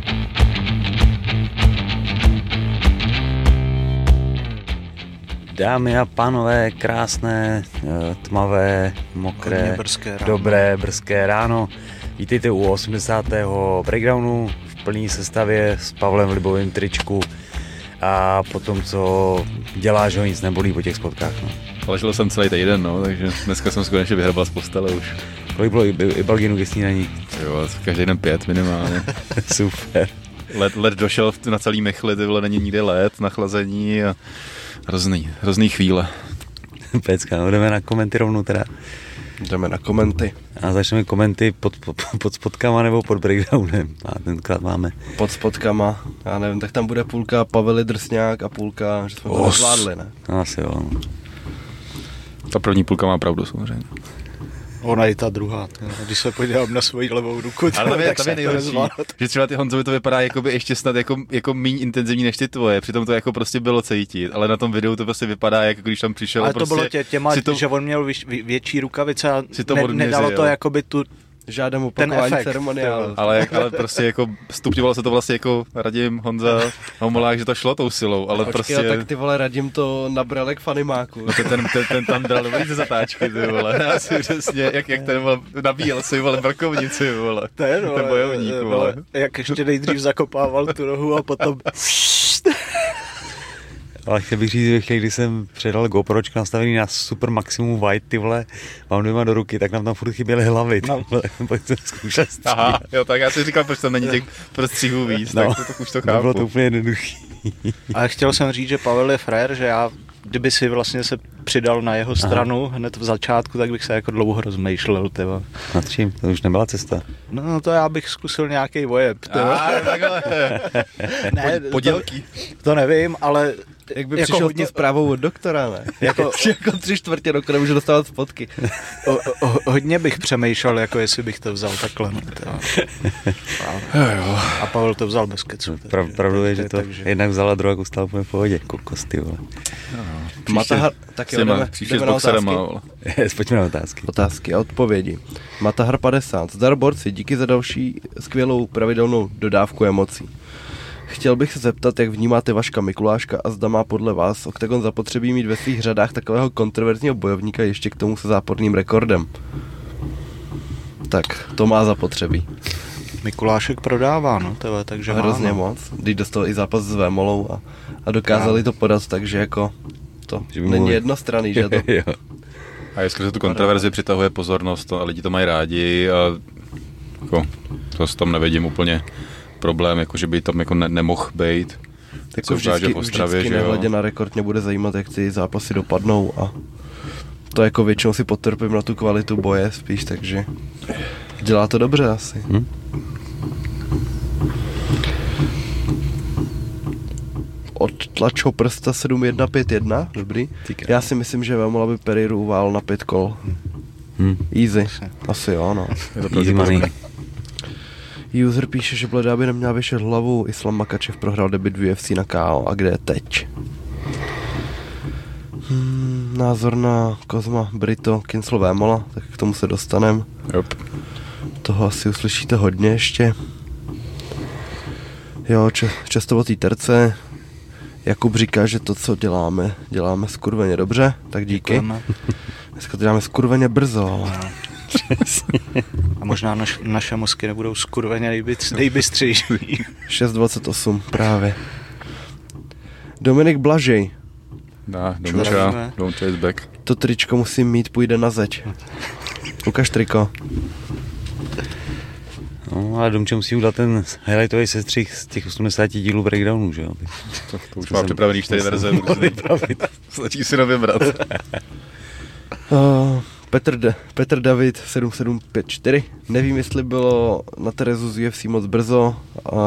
Dámy a pánové, krásné, tmavé, mokré, dobré, brzké ráno. Vítejte u 80. breakdownu v plné sestavě s Pavlem v libovém tričku a potom, co dělá, že ho nic nebolí po těch spotkách. No. Ležel jsem celý týden, no, takže dneska jsem konečně vyhrabal z postele už. Kolik bylo i balginu ke snídaní? Jo, každý den 5 minimálně. Super. Led došel na celý Mechli, ty vole, není nikde led, nachlazení a hrozný chvíle. Pecka, no jdeme na komenty rovnou teda. Jdeme na komenty. A začneme komenty pod spotkama nebo pod breakdownem. A tenkrát máme. Pod spotkama, já nevím, tak tam bude půlka Pavely Drsňák a půlka, že jsme to zvládli, ne? Asi jo. Ta první půlka má pravdu samozřejmě. Ona i ta druhá. Když se podívám na svoji levou ruku, ale tam je nejhorší, že třeba ty Honzovi to vypadá jakoby ještě snad jako míň intenzivní než ty tvoje, přitom to jako prostě bylo cítit, ale na tom videu to prostě vypadá, jako když tam přišel. Ale prostě, to bylo těma, že on měl větší rukavice a nedalo to jakoby tu žádnému opakování ceremoniálu. Ale prostě jako stupňovalo se to vlastně jako Radim, Honza, Homolák, že to šlo tou silou, ale počkej, prostě... tak ty vole, Radim to nabral jak Fanimáku. No ten tam dal dobrý ze zatáčky, ty vole, asi přesně, jak ten vole, nabíjel si, vole, brkovnici, vole, ten bojovník, vole. Jak ještě nejdřív zakopával tu rohu a potom... Ale chtěl bych říct, když jsem předal GoPročka nastavený na super maximum wide, ty vole, mám dvěma do ruky, tak nám tam furt chyběly hlavy, ty vole, pak jsem zkoušel střílet. Aha, jo, tak já si říkal, proč tam není těch prostřihů víc, no, tak to už to chápu. Bylo to úplně jednoduchý. Ale chtěl jsem říct, že Pavel je frér, že já, kdyby si vlastně se přidal na jeho stranu hned v začátku, tak bych se jako dlouho rozmýšlel, tyva. Nad čím? To už nebyla cesta. No to já bych zkusil nějaký vojeb, ne, podělky. To nevím, ale... Jak by přišel hodně... s zprávou od doktora, ne? Jako 3/4 roku nemůže dostávat spotky. Hodně bych přemýšlel, jako jestli bych to vzal takhle. A Pavel to vzal bez kecu. Pravdou je, že to jednak vzala druhá, jako stál úplně v pohodě. Kokos, ty vole. Matahar, tak jo, jdeme na otázky. Pojďme na otázky. Otázky a odpovědi. Matahar 50. Zdar borci, díky za další skvělou pravidelnou dodávku emocí. Chtěl bych se zeptat, jak vnímáte Vaška Mikuláška a zda má podle vás Oktagon zapotřebí mít ve svých řadách takového kontroverzního bojovníka ještě k tomu se záporným rekordem. Tak, to má zapotřebí. Mikulášek prodává, no, tebe, takže hrozně moc. Když dostal i zápas s Vémolou a dokázali to podat, takže jako to není jednostranný, že to... A jestli se tu kontroverzi přitahuje pozornost a lidi to mají rádi a jako, to tam nevidím úplně problém, jako že by tam jako nemohl být. Jako vždycky nehledě na rekord mě bude zajímat, jak ty zápasy dopadnou a to jako většinou si potrpím na tu kvalitu boje spíš, takže dělá to dobře asi. Od tlačou prsta 7-1-5-1, dobrý. Já si myslím, že Vémola by Pereiru uvál na 5 kol. Easy. Asi jo, no. Easy money. User píše, že Bledá by neměla vyšet hlavu, Islam Makačev prohrál debut v UFC na KO. A kde je teď? Názor na Kozma Brito Kincel Vémola, tak k tomu se dostanem. Yep. Toho asi uslyšíte hodně ještě. Jo, často o té terce. Jakub říká, že to, co děláme skurveně dobře, tak díky. Dneska to děláme skurveně brzo. A možná naše mozky nebudou skurveně nejbystřejší. 6.28 právě. Dominik Blažej. Don't chase back. To tričko musím mít, půjde na zeď. Ukaž triko. No, ale Domče musí udělat ten highlightový sestřih z těch 80 dílů breakdownu, že jo? To už má připravený 4 verze. Stačí si vybrat. Petr David 7754. Nevím, jestli bylo na Terezu z UFC moc brzo.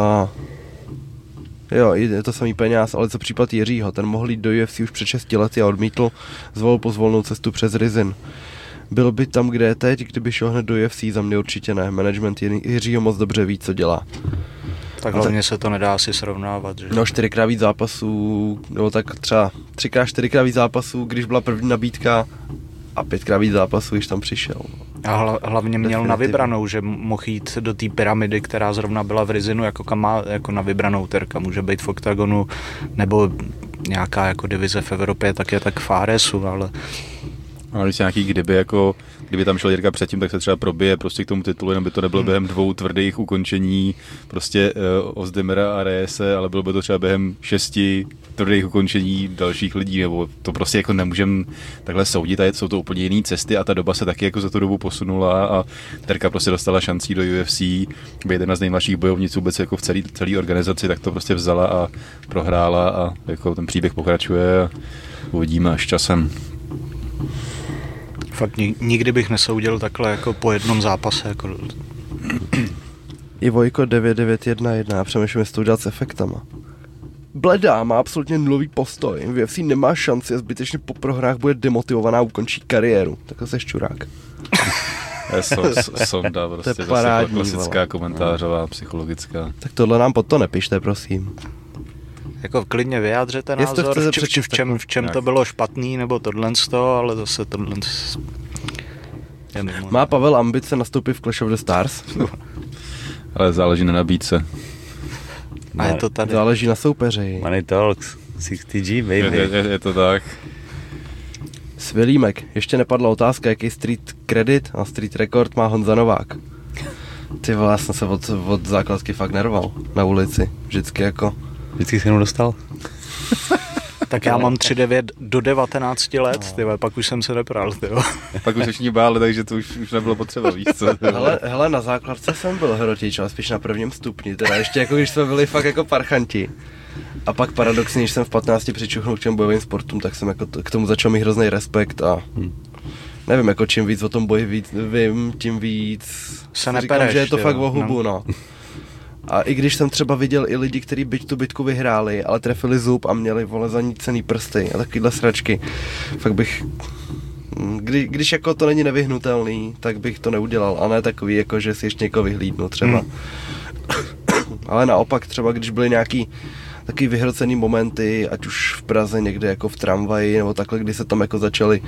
Jo, je to samý peněz, ale co případ Jiřího, ten mohl jít do UFC už před 6 lety a odmítl, zvolil pozvolnou cestu přes Rizin. Byl by tam, kde je teď, kdyby šel hned do UFC, za mě určitě ne. Management Jiřího moc dobře ví, co dělá. Tak hlavně se to nedá asi srovnávat, že? No 4x víc zápasů, nebo tak třeba 3x, 4x víc zápasů, když byla první nabídka a 5x víc zápasů, když tam přišel. A hlavně měl na vybranou, že mohl jít do té pyramidy, která zrovna byla v Rizinu, jako kam má jako na vybranou Terka. Může být v Octagonu, nebo nějaká jako divize v Evropě, tak je tak v Aresu, ale... A když nějaký kdyby tam šel Jirka předtím, tak se třeba probije prostě k tomu titulu, jenom by to nebylo během 2 tvrdých ukončení prostě Ozdemira a Reyese, ale bylo by to třeba během 6 tvrdých ukončení dalších lidí, nebo to prostě jako nemůžeme takhle soudit, a jsou to úplně jiné cesty a ta doba se taky jako za tu dobu posunula a Terka prostě dostala šancí do UFC, být jedna z nejmladších bojovnic vůbec jako v celé organizaci, tak to prostě vzala a prohrála a jako ten příběh pokračuje a uvidíme až časem. Fakt nikdy bych nesoudil takhle jako po jednom zápase. Jako... I Vojko 9911, já přemýšlím, jestli to udělat s efektama. Bledá má absolutně nulový postoj, v UFC nemá šanci a zbytečně po prohrách bude demotivovaná a ukončí kariéru. Takhle seš čurák. Sonda, prostě to je parádní, klasická komentářová, psychologická. Tak tohle nám pod to nepište, prosím. Jako klidně vyjádřete názor, v čem to bylo špatný, nebo tohle, ale zase tohle... Má Pavel ambice nastoupit v Clash of the Stars? Ale záleží na nabídce. A je to tady. Záleží na soupeři. Money Talks, 60G, baby. Je to tak. Svilímek, ještě nepadla otázka, jaký street credit a street record má Honza Novák. Ty vole, já jsem se od základky fakt nerval na ulici. Vždycky jako... Vždycky jsem ho dostal. Tak já mám 3,9 do 19 let, tyhle, pak už jsem se nepral, tyhle. Pak už se všichni báli, takže to už nebylo potřeba, víc co? Hele, na základce jsem byl hrotič, ale spíš na prvním stupni, teda ještě jako když jsme byli fakt jako parchanti. A pak paradoxně, když jsem v 15 přičuchnul k těm bojovým sportům, tak jsem jako k tomu začal mít hrozný respekt a nevím, jako čím víc o tom boji vím, tím víc se nepereš, říkám, že je to fakt o hubu, no. A i když jsem třeba viděl i lidi, kteří byť tu bitku vyhráli, ale trefili zub a měli vole zanícený prsty a takovýhle sračky, fakt bych, když jako to není nevyhnutelný, tak bych to neudělal, a ne takový, jako že si ještě někoho vyhlídnu třeba. Ale naopak třeba, když byly nějaký taky vyhrocený momenty, ať už v Praze někde jako v tramvaji, nebo takhle, kdy se tam jako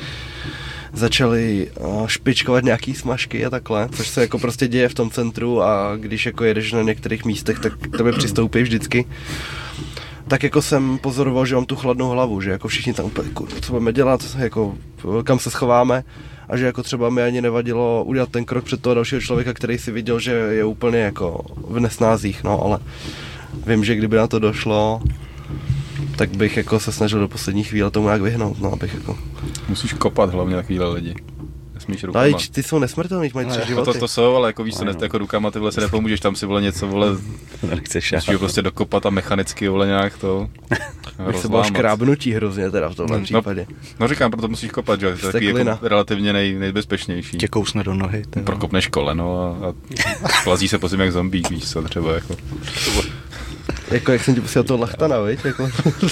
začali špičkovat nějaký smažky a takhle, což se jako prostě děje v tom centru, a když jako jedeš na některých místech, tak tebe přistoupí vždycky. Tak jako jsem pozoroval, že mám tu chladnou hlavu, že jako všichni tam úplně, co budeme dělat, jako kam se schováme, a že jako třeba mi ani nevadilo udělat ten krok před toho dalšího člověka, který si viděl, že je úplně jako v nesnázích, no, ale vím, že kdyby na to došlo, tak bych jako se snažil do poslední chvíle tomu nějak vyhnout, no, abych jako... Musíš kopat hlavně takovýhle lidi. Nesmíš rukama. Ale ty jsou nesmrtelný, mají 3 životy. To jsou, ale jako víš co, jako rukama ty vole se nepomůžeš, tam si vole něco, vole, musíš ho prostě dokopat a mechanicky, vole, nějak to bych se byl škrábnutí hrozně teda v tomhle případě. No říkám, proto musíš kopat, že to je takový jako relativně nejbezpečnější. Tě kousne do nohy. Prokopneš koleno a plazí se po zem jak zombík, víš co, třeba jako. Jako jak jsem ti posílal toho lachtana, viď? Jako...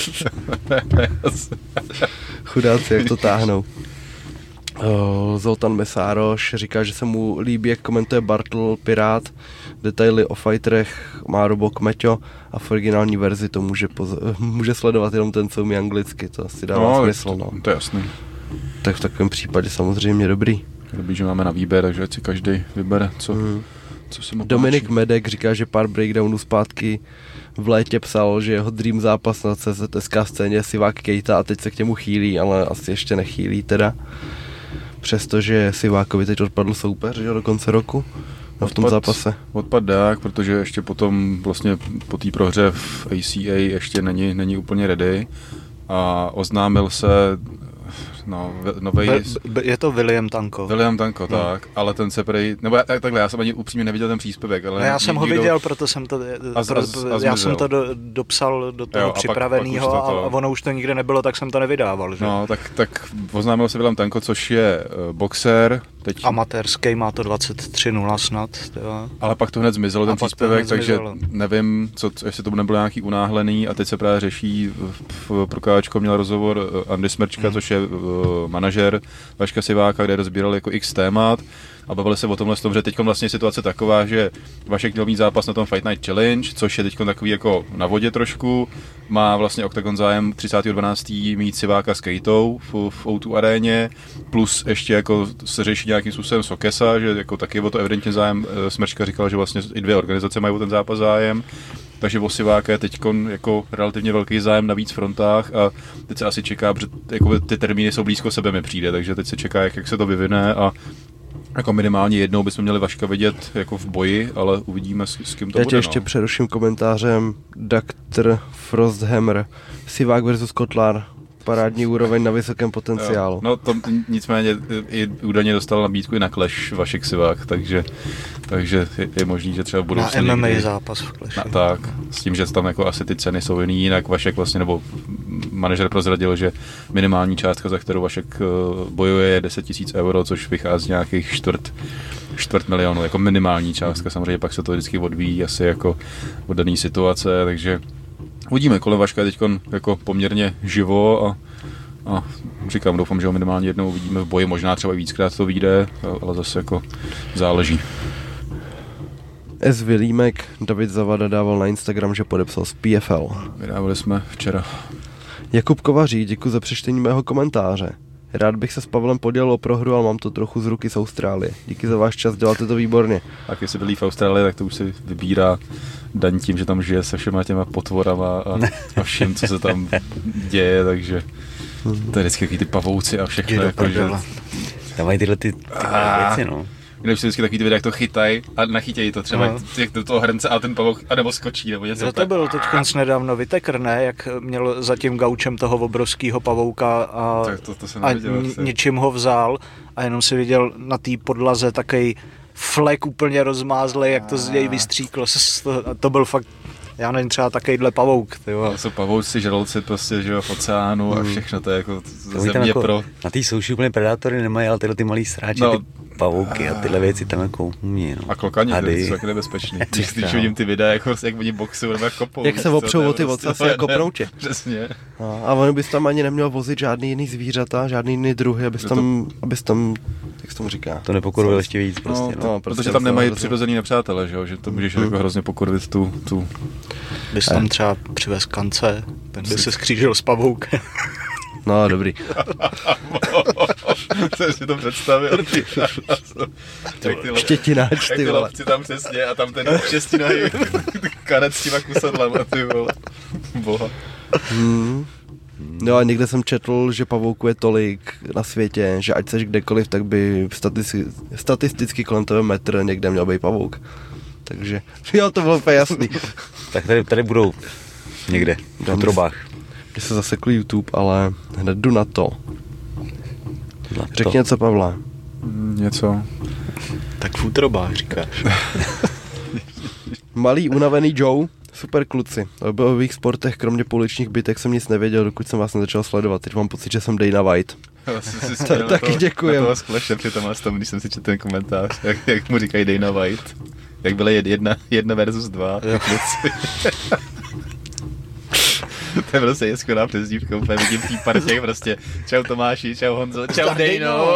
Chudáci, jak to táhnou. Zoltán Mesároš říká, že se mu líbí, jak komentuje Bartl Pirát. Detaily o fighterech má Robo Kmeťo a v originální verzi to může sledovat jenom ten, co umí anglicky. To asi dává smysl, no. To je jasný. Tak v takovém případě samozřejmě dobrý. Dobrý, že máme na výběr, takže si každý vybere, co se mu Dominik páči. Medek říká, že pár breakdownů zpátky v létě psal, že jeho dream zápas na CZSK scéně je Sivák Keita, a teď se k němu chýlí, ale asi ještě nechýlí teda. Přestože Sivákovi teď odpadl soupeř, že do konce roku v tom zápase. Odpad Dák, protože ještě potom vlastně po té prohře v ACA ještě není úplně ready a oznámil se novej... Je to William Tanko. William Tanko, tak, ale ten se prej... Nebo takhle, já jsem ani upřímně neviděl ten příspěvek, ale... No já jsem ho viděl, proto jsem to... Já jsem to dopsal do toho připravenýho a ono už to nikde nebylo, tak jsem to nevydával, že? No, tak oznámil se William Tanko, což je boxer, teď... Amatérský, má to 23-0 snad, teda. Ale pak to hned zmizelo, ten příspěvek, takže nevím, jestli to nebylo nějaký unáhlený, a teď se právě řeší, v Prokáčko měl rozhovor Andy Smrčka, což je manažer Vaška Siváka, kde rozbíral jako x témat a bavili se o tomhle s tom, že teď vlastně je situace taková, že Vašek měl mít zápas na tom Fight Night Challenge, což je teď takový jako na vodě trošku, má vlastně Octagon zájem 30.12. mít Siváka s Kejtou v O2 aréně, plus ještě jako se řeší nějakým způsobem Sokesa, že jako taky o to evidentně zájem. Smrčka říkal, že vlastně i 2 organizace mají o ten zápas zájem. Takže o Siváka je teď jako relativně velký zájem na víc frontách a teď se asi čeká, protože jako ty termíny jsou blízko sebe mi přijde, takže teď se čeká, jak se to vyvine a jako minimálně jednou bychom měli Vaška vidět jako v boji, ale uvidíme, s kým to bude. Já tě ještě přeruším komentářem Dr. Frosthammer. Sivák versus Kotlar. Parádní úroveň na vysokém potenciálu. Jo, no to nicméně i údajně dostal nabídku i na Clash Vašek Sivák, takže je možný, že třeba budou na MMA zápas v Clashi. Tak, s tím, že tam jako asi ty ceny jsou jiný, jinak Vašek vlastně, nebo manažer prozradil, že minimální částka, za kterou Vašek bojuje, je 10 000 euro, což vychází nějakých čtvrt milionu, jako minimální částka, samozřejmě pak se to vždycky odvíjí asi jako od dané situace, takže uvidíme, kolem Vaška je teď jako poměrně živo a říkám, doufám, že ho minimálně jednou uvidíme v boji, možná třeba víckrát to vyjde, ale zase jako záleží. S. Vilímek, David Zavada dával na Instagram, že podepsal z PFL. Vydávali jsme včera. Jakub Kovařík, děkuji za přečtení mého komentáře. Rád bych se s Pavlem podělil o prohru, ale mám to trochu z ruky z Austrálie. Díky za váš čas, děláte to výborně. Tak jestli byli v Austrálii, tak to už si vybírá daň tím, že tam žije se všema těma potvorama a všem, co se tam děje, takže to je vždycky takový ty pavouci a všechno. Jako, že... Tam mají tyhle ty věci, no. Když se vždycky takový ty videa, jak to chytají a nachytějí to třeba jak do toho hrnce a ten pavouk anebo skočí nebo něco. To bylo teď nedávno Whittaker, ne? Jak měl za tím gaučem toho obrovského pavouka a, to jsem neviděl, něčím ho vzal a jenom si viděl na té podlaze takovej flek úplně rozmázlej, jak to z něj vystříklo. To byl fakt, já nevím, třeba takovejhle pavouk. To jsou pavouci, žraloci prostě, že jo, v oceánu a všechno, to je jako země jako, pro... Na té souši úplně predátory nemají, ale tyhle ty malý sráče, ty pavouky a tyhle věci tam jako umí, no. A klokani, to jsou taky nebezpečný. Když vidím ty videa, jako, jak oni boxují nebo jak kopou. Jak se opřou o ty ocasy jako proutě. Přesně. A on bys tam ani neměl vozit žádný jiný zvířata, žádný jiný druhy, abys tam, jak se tomu říká? To nepokorvil ještě víc prostě. No, protože tam nemají přirozený nepřátelé, že jo, že to můžeš jako hrozně pokorvit tu... Bys tam třeba přivez kance, ten by se skřížil s pavoukem. No, dobrý. Jsem si to představil. Štětináč, ty vole. Jak tam přesně a tam ten šestinahý kanec s těma kusadlem a ty vole. Boha. No a někde jsem četl, že pavouků je tolik na světě, že ať seš kdekoliv, tak by statisticky kolem tebe metr někde měl být pavouk. Takže, jo, to bylo úplně jasný. Tak tady budou někde, v útrobách. Mě se zasekl YouTube, ale hned jdu na to. Řekni něco, Pavle. Něco. Tak v útrobách, říkáš. Malý unavený Joe, super kluci. O bojových sportech, kromě pouličních bitek, jsem nic nevěděl, dokud jsem vás nezačal sledovat. Teď mám pocit, že jsem Dana White. Taky děkujem. Na toho Splashe při tom, když jsem si četl ten komentář, jak mu říkají Dana White. Jak byla jedna versus 2. To je prostě skvělá přezdívka, úplně vidím tý partěk prostě. Čau Tomáši, čau Honzo, čau Dejno.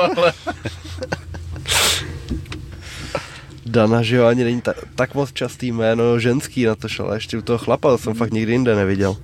Dana, že jo, ani není tak moc častý jméno ženský na to šel, ale ještě u toho chlapa jsem fakt nikdy jinde neviděl.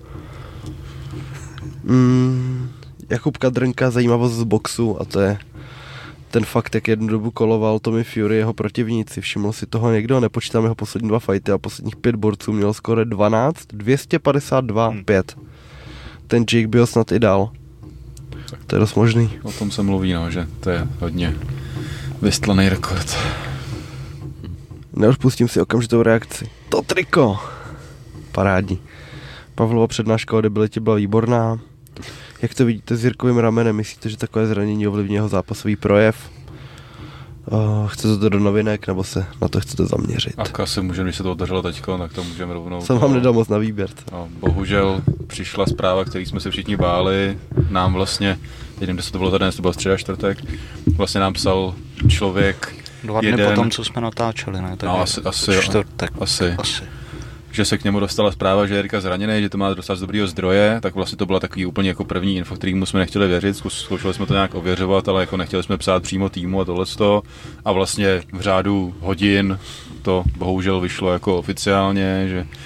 Jakub Kadrnka, zajímavost z boxu, a to je ten fakt, jak jednu dobu koloval Tommy Fury jeho protivníci. Všiml si toho někdo? Nepočítám jeho poslední 2 fighty a posledních 5 borců měl skoro 12, 252, 5. Ten Jake by ho snad i dal. To je dost možný. O tom se mluví, no, že to je hodně vystlaný rekord. Neodpustím si okamžitou reakci. To triko! Parádní. Pavlova přednáška o debilitě byla výborná. Jak to vidíte s Jirkovým ramenem? Myslíte, že takové zranění ovlivní jeho zápasový projev? Chcete to do novinek, nebo se na to chcete zaměřit? A asi můžeme, když se to otevřelo teďko, tak to můžeme rovnou... Jsem vám nedal moc na výběr. No, bohužel přišla zpráva, který jsme se všichni báli. Nám vlastně, nevím, kde se to bylo za dnes, to byl středa, čtvrtek, vlastně nám psal člověk 2 dny potom, co jsme natáčeli, ne? No, asi. Čtvrtek. Asi. Že se k němu dostala zpráva, že je Jirka zraněný, že to má dostat z dobrýho zdroje, tak vlastně to byla takový úplně jako první info, kterýmu jsme nechtěli věřit, zkoušeli jsme to nějak ověřovat, ale jako nechtěli jsme psát přímo týmu a tohleto. A vlastně v řádu hodin to bohužel vyšlo jako oficiálně,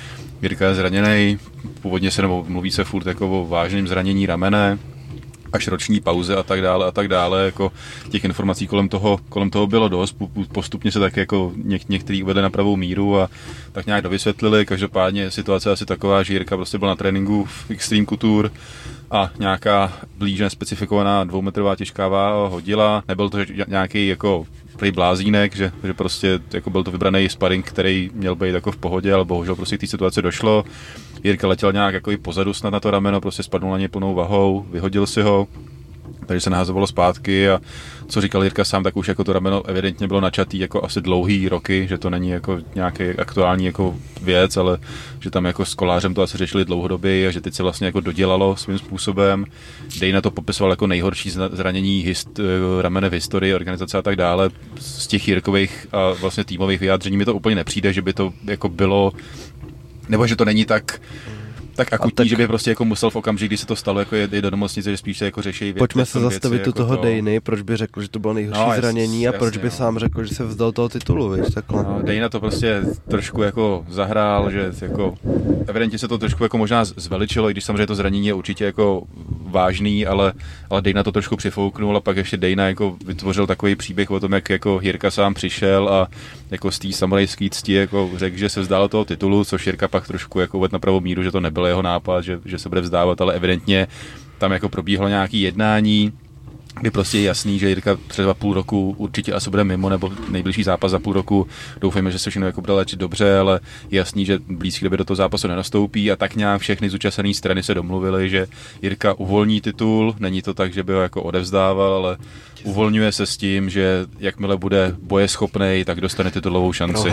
Jirka je zraněný, původně se nebo mluví se furt jako o vážném zranění ramene, až roční pauze a tak dále, jako těch informací kolem toho bylo dost, postupně se tak jako některý uvedli na pravou míru a tak nějak dovysvětlili, každopádně situace asi taková, že Jirka prostě byl na tréninku v Extreme Couture a nějaká blíže specifikovaná 2metrová těžká váha hodila, nebyl to nějaký jako blázínek, že prostě jako byl to vybraný sparring, který měl být jako v pohodě, ale bohužel prostě k té situaci došlo. Jirka letěl nějak jako i pozadu snad na to rameno, prostě spadnul na něj plnou vahou, vyhodil si ho, takže se nahazovalo zpátky a co říkal Jirka sám, tak už jako to rameno evidentně bylo načatý jako asi dlouhý roky, že to není jako nějaký aktuální jako věc, ale že tam jako s kolářem to asi řešili dlouhodobě a že teď se vlastně jako dodělalo svým způsobem. Dana to popisoval jako nejhorší zranění ramene v historii, organizace a tak dále. Z těch Jirkových a vlastně týmových vyjádření mi to úplně nepřijde, že by to jako bylo, nebo že to není tak akutní, že by prostě jako musel v okamžik, když se to stalo, jako je do nemocnice, že spíš se jako řeší věci. Pojďme se zastavit jako toho Dany, proč by řekl, že to bylo nejhorší zranění a proč by sám řekl, že se vzdal toho titulu, víš, takhle. No, Dana to prostě trošku jako zahrál, že jako evidentně se to trošku jako možná zveličilo, i když samozřejmě to zranění je určitě jako vážný, ale Dana to trošku přifouknul a pak ještě Dana jako vytvořil takový příběh o tom, jak jako Jirka sám přišel a jako z té samurajské cti jako řekl, že se vzdál toho titulu, což Jirka pak trošku jako uvedl na pravou míru, že to nebyl jeho nápad, že se bude vzdávat, ale evidentně tam jako probíhalo nějaké jednání, kdy prostě je jasný, že Jirka třeba půl roku určitě asi bude mimo, nebo nejbližší zápas za půl roku. Doufejme, že se všechno jako bude léčit dobře, ale je jasný, že blízký době do toho zápasu nenastoupí a tak nějak všechny zúčastněné strany se domluvily, že Jirka uvolní titul, není to tak, že by ho jako odevzdával, ale uvolňuje se s tím, že jakmile bude bojeschopnej, tak dostane titulovou šanci.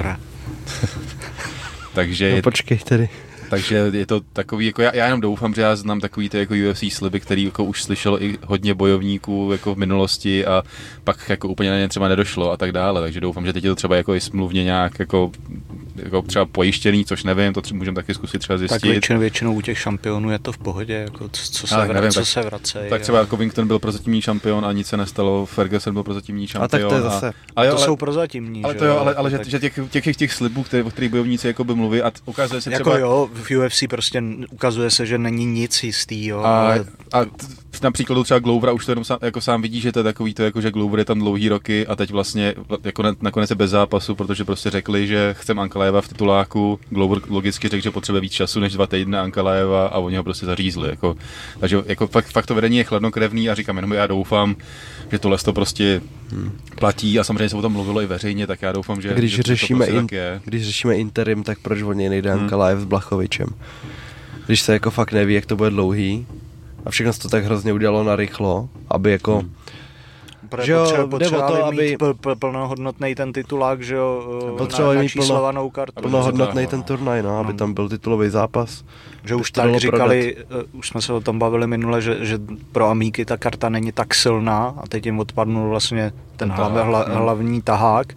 Takže no počkej tedy. Takže je to takový, jako já jenom doufám, že já znám takový ty jako UFC sliby, který jako už slyšelo i hodně bojovníků jako v minulosti a pak jako úplně na ně třeba nedošlo a tak dále, takže doufám, že teď je to třeba jako i smluvně nějak jako třeba pojištěný, což nevím, to můžeme taky zkusit třeba zjistit. Tak většinou u těch šampionů je to v pohodě, jako co se vracejí. Tak třeba Covington byl prozatímní šampion a nic se nestalo, Ferguson byl prozatímní šampion. A tak to je zase. To jsou prozatímní, ale že? To jo, ale že těch slibů, o kterých bojovníci jako by mluví a ukazuje se třeba... Jako jo, v UFC prostě ukazuje se, že není nic jistý, jo. A například třeba Glovera už to jenom sám vidí, že to je takový to, jako že Glover je tam dlouhý roky a teď vlastně jako nakonec je bez zápasu, protože prostě řekli, že chceme Ankalaeva v tituláku. Glover logicky řekl, že potřebuje víc času než 2 týdny Ankalaeva a oni ho prostě zařízli. Jako. Takže jako fakt to vedení je chladnokrevný a říkám, jenom já doufám, že tohle to prostě platí a samozřejmě se o tom mluvilo i veřejně, tak já doufám, že když že řešíme to prostě tak je. Když řešíme interim, tak proč o něj nejde Ankalaev s Blachowicem? Když se jako fakt neví, jak to bude dlouhý a všechno se to tak hrozně udělalo narychlo, aby jako že jo, potřebovali mít plnohodnotnej ten titulák, že jo, načíslovanou kartu. Plnohodnotnej ten turnaj, no, aby tam byl titulový zápas. Že už tak říkali, už jsme se o tom bavili minule, že pro amíky ta karta není tak silná a teď jim odpadnul vlastně ten hlavní tahák.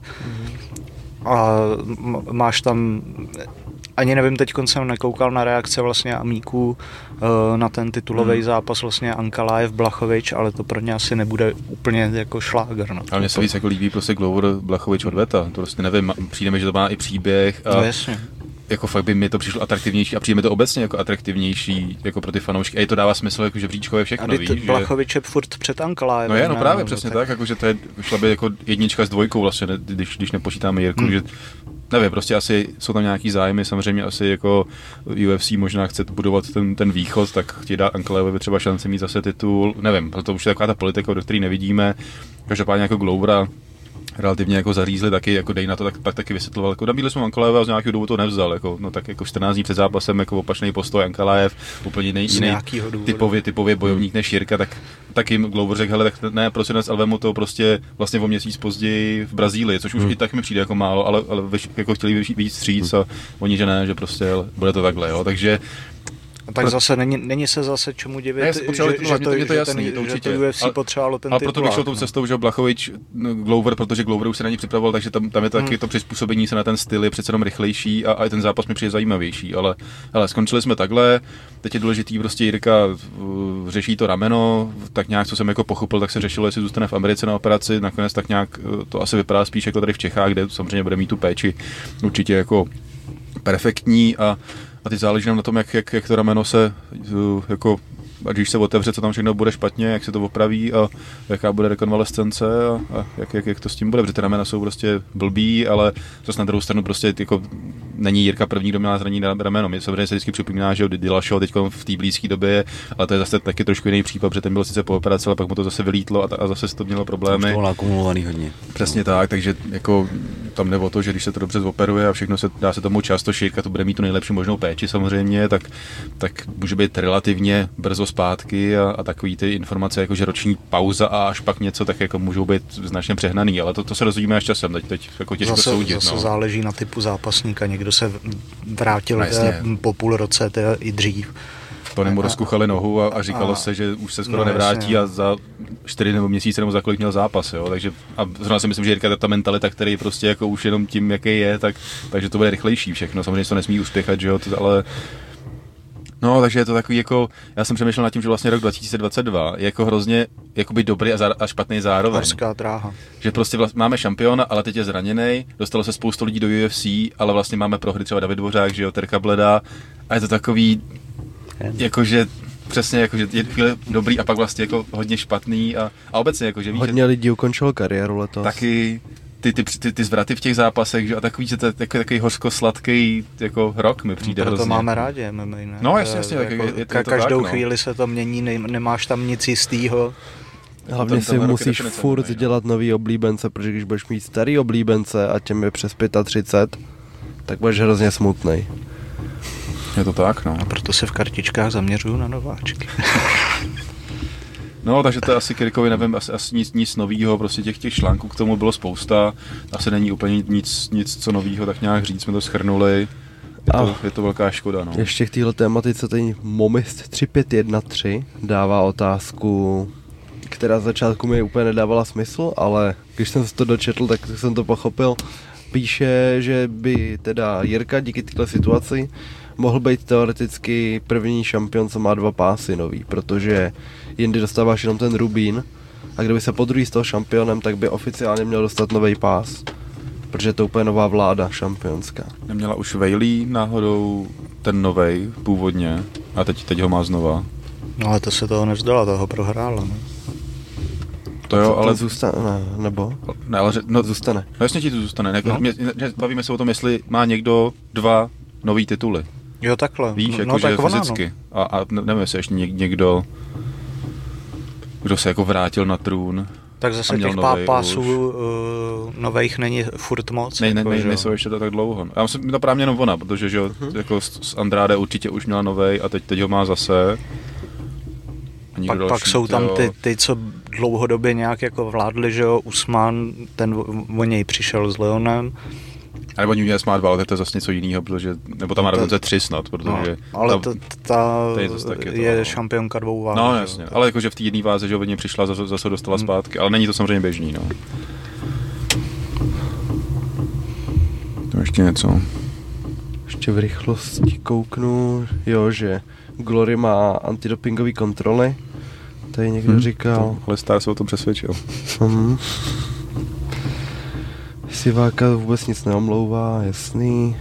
A máš tam, ani nevím, teď jsem nekoukal na reakce vlastně amíků na ten titulový zápas vlastně Ankalaev Blachowicz, ale to pro ně asi nebude úplně jako šláger. No. Ale mně se víc jako líbí prostě Glover Blachowicz odveta, to prostě nevím, přijde mi, že to má i příběh a no, jasně. Jako fakt by mi to přišlo atraktivnější a přijde mi to obecně jako atraktivnější jako pro ty fanoušky. A to dává smysl, jako že Vříčkové všechno, víš. Blachowicz je furt před Ankalaevem. No je, no právě přesně tak, jako že to je, šla by jako 1 s 2 vlastně, když nepočítáme Jirku, že nevím, prostě asi jsou tam nějaký zájmy, samozřejmě asi jako UFC možná chce budovat ten východ, tak chtějí dát Ankalaevovi třeba šanci mít zase titul, nevím, to už je taková ta politika, do které nevidíme. Každopádně jako Glovera relativně jako zařízli taky, jako Dana to tak taky vysvětloval, jako nabídli jsme Ankalaeva a z nějakého důvodu to nevzal, jako, no tak jako 14 dní před zápasem jako opačný postoj Ankalaev, úplně jiný typově bojovník než Jirka, tak jim Glover řekl, hele, tak ne, prosím nás, ale vemu to prostě vlastně o měsíc později v Brazílii, což už i tak mi přijde jako málo, ale jako chtěli víc stříc a oni, že ne, že prostě bude to takhle, jo, takže tak zase není se zase čemu divit, že to jasný, to určitě. Že to UFC potřebovalo ten ale titulák. proto bych šel tou cestou, že Blachowicz, Glover, protože Glover už se na ní připravoval, takže tam je taky to přizpůsobení se na ten styl je přece jenom rychlejší a ten zápas mi přijde zajímavější, ale skončili jsme takhle, teď je důležitý, prostě Jirka řeší to rameno, tak nějak, co jsem jako pochopil, tak se řešilo, jestli zůstane v Americe na operaci, nakonec tak nějak to asi vypadá spíš jako tady v Čechách, kde samozřejmě bude mít tu péči určitě jako perfektní A teď záleží nám na tom, jak to rameno se jako, a když se otevře, co tam všechno bude špatně, jak se to opraví a jaká bude rekonvalescence a jak to s tím bude, protože ty ramena jsou prostě blbý, ale zase na druhou stranu prostě jako není Jirka první, kdo měl zranění na rameno. Mě samozřejmě se vždycky připomíná, že Dilašo teď v té blízké době, ale to je zase taky trošku jiný případ, protože ten byl sice po operaci, ale pak mu to zase vylítlo a zase to mělo problémy. To bylo nakumulovaný hodně. Přesně tak, takže jako tam jde o to, že když se to dobře zoperuje a všechno se dá se tomu často Jirka to bude mít tu nejlepší možnou péči samozřejmě, tak může být relativně brzo zpátky a takový ty informace, jako že roční pauza a až pak něco, tak jako můžou být značně přehnaný, ale to se dozvíme až časem, teď jako těžko soudit. Zase záleží na typu zápasníka, někdo se vrátil po půl roce, teda i dřív. To mu rozkuchali nohu a říkalo se, že už se skoro nevrátí a za 4 nebo měsíce nebo za kolik měl zápas, jo, takže a zrovna si myslím, že Jirka ta mentalita, který prostě jako už jenom tím, jaký je, takže to bude rychlejší všechno, samozřejmě to nesmí uspěchat, že jo, ale no, takže je to takový jako, já jsem přemýšlel nad tím, že vlastně rok 2022 je jako hrozně jakoby dobrý a špatný zároveň. Horská dráha. Že prostě máme šampiona, ale teď je zraněnej, dostalo se spoustu lidí do UFC, ale vlastně máme prohry třeba David Dvořák, že jo, Terka Bleda a je to takový jakože přesně, jakože je chvíli dobrý a pak vlastně jako hodně špatný a obecně jakože víš, hodně lidí ukončilo kariéru letos. Taky ty zvraty v těch zápasech, že a že to je takový hořko-sladký jako rok mi přijde hrozně. To máme rádi, MMA, ne? No jasně, jako, je to každou tak, chvíli se to mění, nemáš tam nic jistýho. Hlavně si musíš furt dělat nový oblíbence, protože když budeš mít starý oblíbence a těm je přes 35, tak budeš hrozně smutnej. Je to tak, no. A proto se v kartičkách zaměřuju na nováčky. No, takže to je asi Kirkovi, nevím, asi nic novýho, prostě těch článků k tomu bylo spousta, asi není úplně nic co novýho, tak nějak říct, jsme to shrnuli, je to velká škoda, no. Ještě k téhle tématice ten Momist 3513 dává otázku, která z začátku mi úplně nedávala smysl, ale když jsem se to dočetl, tak jsem to pochopil. Píše, že by teda Jirka díky této situaci mohl být teoreticky první šampion, co má 2 pásy nový, protože jindy dostáváš jenom ten rubín a kdyby se podruhý stal šampionem, tak by oficiálně měl dostat nový pás, protože je to úplně nová vláda šampionská. Neměla už Weili náhodou ten novej původně a teď ho má znova? No ale to se toho nevzdala, toho prohrála, ne? To jo, ale zůstane, nebo? Ne, ale zůstane. No jasně ti to zůstane, bavíme se o tom, jestli má někdo 2 nový tituly. Jo, takhle. Víš, jako že fyzicky. No. A nevím, jestli ještě někdo, kdo se jako vrátil na trůn. Tak zase těch pásů nových není furt moc. Nejsou ještě to tak dlouho. Já myslím, to právě jenom ona, protože že, jako s Andrade určitě už měla novej a teď ho má zase. Pak jsou tam ty, co dlouhodobě nějak jako vládli, že jo, Usman, ten o něj přišel s Leonem. A nebo oni měli smát, ale to je zase něco jiného, protože, nebo tam má dokonce 3 snad, protože... No, ale ta je šampionka 2 váh. No jasně, ale jakože v té jedné váze, že hodně přišla, zase dostala zpátky, ale není to samozřejmě běžný, no. To ještě něco. Ještě v rychlosti kouknu, jo, že Glory má antidopingové kontroly, tady někdo říkal. Ale Star se o tom přesvědčil. Siváka vůbec nic neomlouvá, jasný.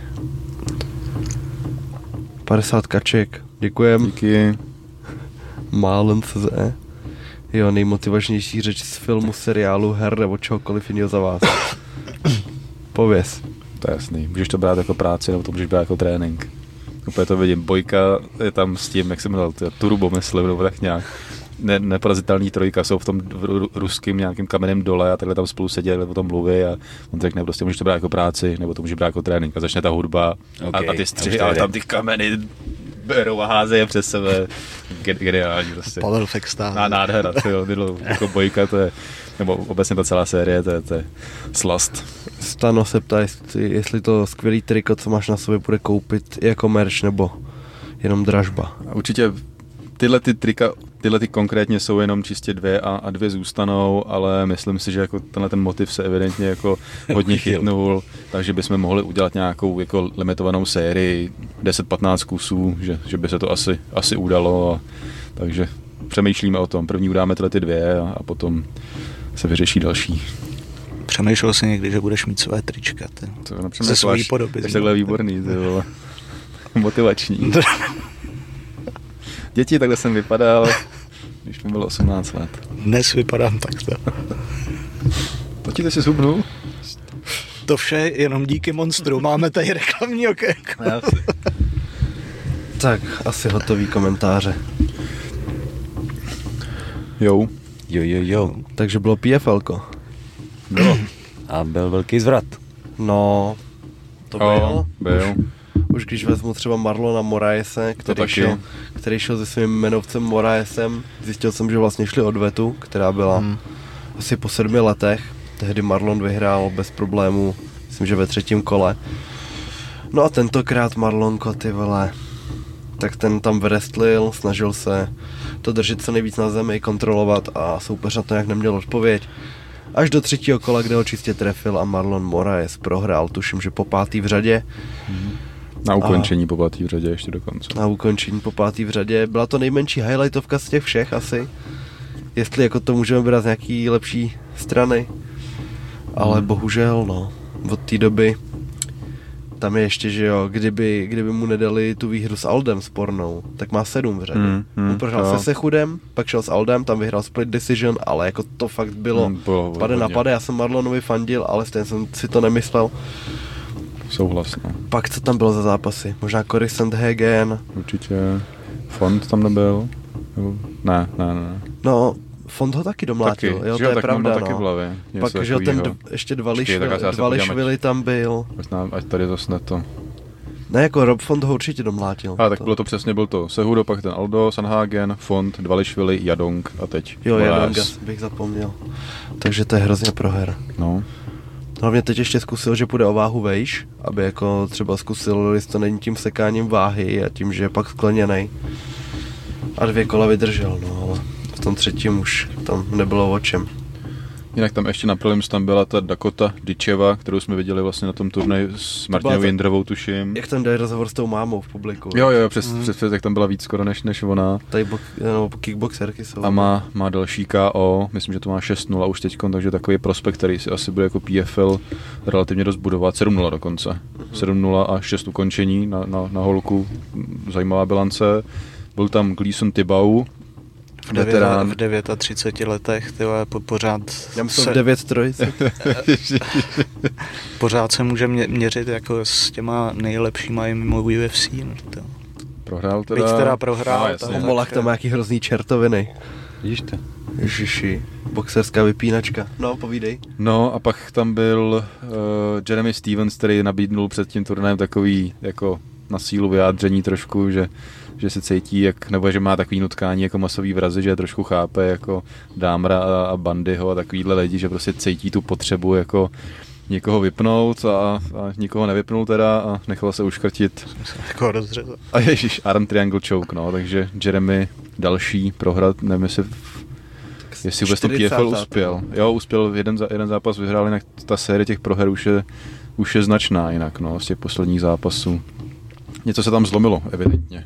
50 kaček, děkujem. Díky. Málem CZE. Jo, nejmotivačnější řeč z filmu, seriálu, her nebo čehokoliv jiného za vás. Pověz. To je jasný, můžeš to brát jako práci, nebo to můžeš brát jako trénink. Úplně to vidím, Bojka je tam s tím, jak jsem dal, turbo myslím, nebo tak nějak. Neporazitelný trojka, jsou v tom ruským nějakým kamenem dole a takhle tam spolu sedí, takhle o tom mluví a on řekne prostě, můžeš to brát jako práci, nebo to můžeš brát jako trénink a začne ta hudba a ty střihy, ale tam ty kameny berou a házejí přes sebe. Geniální prostě. Pavel Fextán. Nádhera, jako Bojka, to je, nebo obecně ta celá série, to je slast. Stano se ptá, jestli to skvělý triko, co máš na sobě, bude koupit jako merch, nebo jenom dražba. Určitě tyhle ty trika, tyhle ty konkrétně jsou jenom čistě 2 a 2 zůstanou, ale myslím si, že jako tenhle ten motiv se evidentně jako hodně chytnul, takže bychom mohli udělat nějakou jako limitovanou sérii 10-15 kusů, že by se to asi udalo, takže přemýšlíme o tom. První udáme tyhle ty 2 a potom se vyřeší další. Přemýšlel jsi někdy, že budeš mít své trička, ze svojí podoby. Jsi takhle výborný, ty vole. Motivační. Děti, takhle jsem vypadal, když mi bylo 18 let. Dnes vypadám takto. Tati, ty jsi zhubnul? To vše jenom díky Monstru. Máme tady reklamní okénko. Tak, asi hotový komentáře. Jo. Jo. Takže bylo PFLko. Bylo. A byl velký zvrat. No, to byl. Už když vezmu třeba Marlona Moraese, který šel se svým jmenovcem Moraesem, zjistil jsem, že vlastně šli odvetu, která byla asi po 7 letech. Tehdy Marlon vyhrál bez problémů, myslím, že ve 3. kole. No a tentokrát Marlonko, ty vole, tak ten tam wrestlil, snažil se to držet co nejvíc na zemi, kontrolovat a soupeř na to nějak neměl odpověď. Až do 3. kola, kde ho čistě trefil a Marlon Moraes prohrál, tuším, že po 5. v řadě. Na ukončení po 5. v řadě ještě dokonce. Na ukončení po 5. v řadě. Byla to nejmenší highlightovka z těch všech asi. Jestli jako to můžeme brát z nějaký lepší strany. Ale bohužel, no, od té doby tam je ještě, že jo, kdyby mu nedali tu výhru s Aldem spornou, tak má 7 v řadě. On prohrál se Sechudem, pak šel s Aldem, tam vyhrál split decision, ale jako to fakt bylo pade na pade, já jsem Marlonovi fandil, ale stejně jsem si to nemyslel. Souhlas, no. Pak co tam bylo za zápasy? Možná Cory Sandhagen. Určitě. Font tam nebyl? Ne. No, Font ho taky domlátil, taky, jo, to je pravda, no. Taky v hlavě. Pak, že ten ještě Dvališvili tam byl. Ať tady zase to. Ne, jako Rob Font ho určitě domlátil. A tak bylo to přesně, byl to Cejudo, pak ten Aldo, Sandhagen, Font, Dvališvili, Jadong a teď. Jo, Jadonga bych zapomněl. Takže to je hrozně proher. No. Hlavně teď ještě zkusil, že půjde o váhu vejš, aby jako třeba zkusil, jestli to není tím sekáním váhy a tím, že je pak skleněnej. A 2 kola vydržel, no, ale v tom 3. už tam nebylo o čem. Jinak tam ještě na prelims tam byla ta Dakota Dicheva, kterou jsme viděli vlastně na tom turnaji s Martinou Jindrovou, tuším. Jak tam dali rozhovor s tou mámou v publiku. Jo, přes jak tam byla víc skoro než ona. Tady kickboxerky jsou. A má další KO, myslím, že to má 6-0 už teďkon, takže takový prospekt, který si asi bude jako PFL relativně dost budovat. 7-0 dokonce. 7-0 a 6 ukončení na holku. Zajímavá bilance. Byl tam Gleason Tibau, v 39 letech, tyhle, pořád... Já myslím v 9-3. Pořád se může měřit jako s těma nejlepšíma mimo UFC. No, prohrál teda... Byť teda prohrál. Molak tam má nějaký hrozný čertoviny. Vidíš to? Ježiši, boxerská vypínačka. No, povídej. No a pak tam byl Jeremy Stevens, který nabídnul před tím turnajem takový jako na sílu vyjádření trošku, že se cítí, nebo že má takový nutkání jako masový vrazy, že trošku chápe jako Dámra a Bandyho a takovýhle lidi, že prostě cítí tu potřebu jako někoho vypnout a nikoho nevypnul teda a nechal se uškrtit. Jako rozřezat. A ježiš, arm triangle choke, no, takže Jeremy další prohrad, nevím, jestli vůbec to PFL uspěl. Jo, uspěl jeden zápas, vyhrál, jinak ta série těch proher už je značná jinak, no, z těch posledních zápasů. Něco se tam zlomilo, evidentně.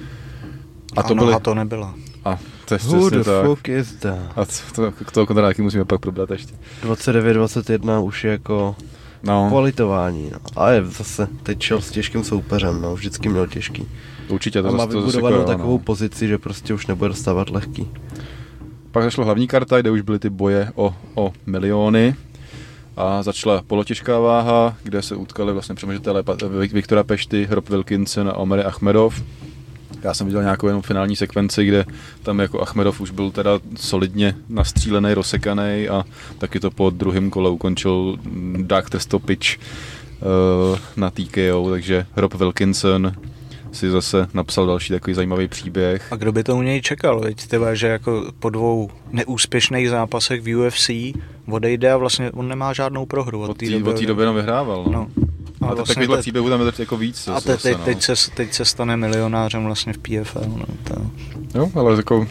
A to nebyla. A to je Who the fuck is that? A k toho kontráky musíme pak probrat ještě. 29-21 už je jako politování. No. Ale zase teď šel s těžkým soupeřem, no. Vždycky měl těžký. Určitě to a má zase vybudovanou takovou pozici, že prostě už nebude dostávat lehký. Pak zašla hlavní karta, kde už byly ty boje o miliony. A začala polotěžká váha, kde se utkali vlastně přemožitelé Viktora Pešty, Rob Wilkinson a Omer Achmedov. Já jsem viděl nějakou jenom finální sekvenci, kde tam jako Achmedov už byl teda solidně nastřílený, rozsekaný a taky to po 2. kole ukončil Dr. Stoppage na TKO, takže Rob Wilkinson si zase napsal další takový zajímavý příběh. A kdo by to u něj čekal, veď tyhle, že jako po 2 neúspěšných zápasech v UFC odejde a vlastně on nemá žádnou prohru. Od té doby jenom vyhrával. No. A vlastně takovýhle příběhů tam je jako víc. A teď se stane milionářem vlastně v PFL. No, jo, ale jako...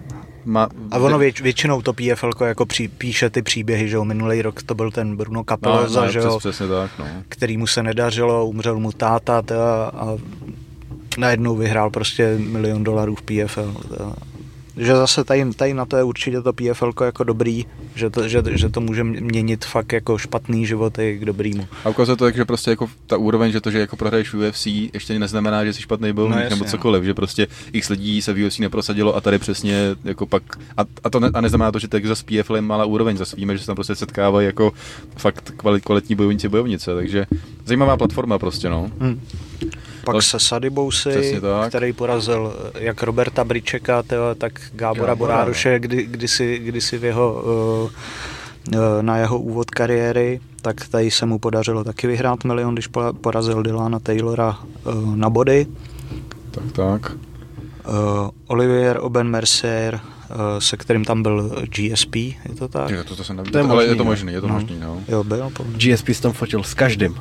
A ono většinou to PFL jako píše ty příběhy, že jo, minulý rok to byl ten Bruno Capeloza, že jo, přesně tak, no. Který mu se nedařilo, umřel mu táta a najednou vyhrál prostě $1 milion v PFL. že zase tady na to je určitě to PFL jako dobrý, že to může měnit fakt jako špatný životy k dobrýmu. A ukazuje to tak, že prostě jako ta úroveň, že to, že jako prohraješ UFC, ještě neznamená, že jsi špatný bojovník nebo cokoliv, že prostě x lidí se v UFC neprosadilo a tady přesně jako pak a neznamená to, že tak zase PFL je malá úroveň, zase víme, že se tam prostě setkávají jako fakt kvalitní bojovníci, takže zajímavá platforma prostě, no. Pak se Sadibousy, který porazil jak Roberta Bričeka, tak Gábora Borároše, kdysi v jeho, na jeho úvod kariéry, tak tady se mu podařilo taky vyhrát milion, když porazil Dylana Taylora na body. Tak. Olivier Oben-Mercier, se kterým tam byl GSP, je to tak? Jo, to se neví, ale je to možný, no. Jo, byl. GSP tam fotil s každým.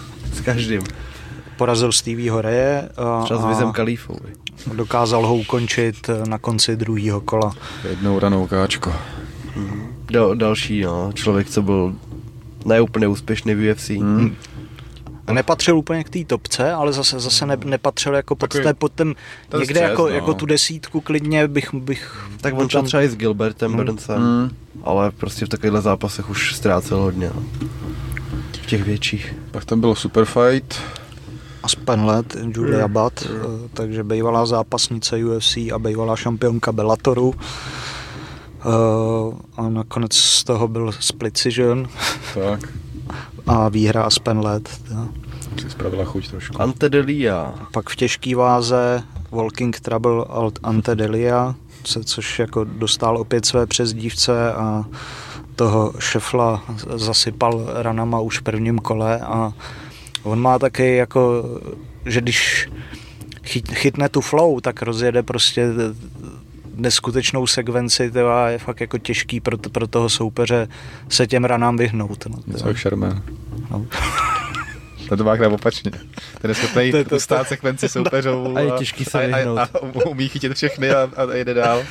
Porazil Stevieho Raye třeba s Vizem Khalifou. Dokázal ho ukončit na konci druhého kola. Jednou ranou káčko. Další člověk, co byl neúplně úspěšný v UFC. Nepatřil úplně k té topce, ale zase nepatřil jako pod ten někde střes, jako tu desítku klidně bych tak on šel třeba i s Gilbertem Burnsem, ale prostě v takovýchhle zápasech už ztrácel hodně. V těch větších. Pak tam byl super fight. Aspen Ladd, Julia Budd, takže bývalá zápasnice UFC a bývalá šampionka Bellatoru. A nakonec z toho byl split decision. Tak. A výhra Aspen Ladd. Si spravila chuť trošku. Ante Delia. Pak v těžký váze Walking Trouble Ante Delia, což jako dostal opět své přezdívce a toho Šefla zasypal ranama už v prvním kole a on má taky jako, že když chytne tu flow, tak rozjede prostě neskutečnou sekvenci, to je fakt jako těžký pro toho soupeře se těm ranám vyhnout. Něco jak Sherman. No. To má opačně. Ten je schopný ustát sekvenci soupeřů a je těžký se vyhnout. A umí chytit všechny a jede dál.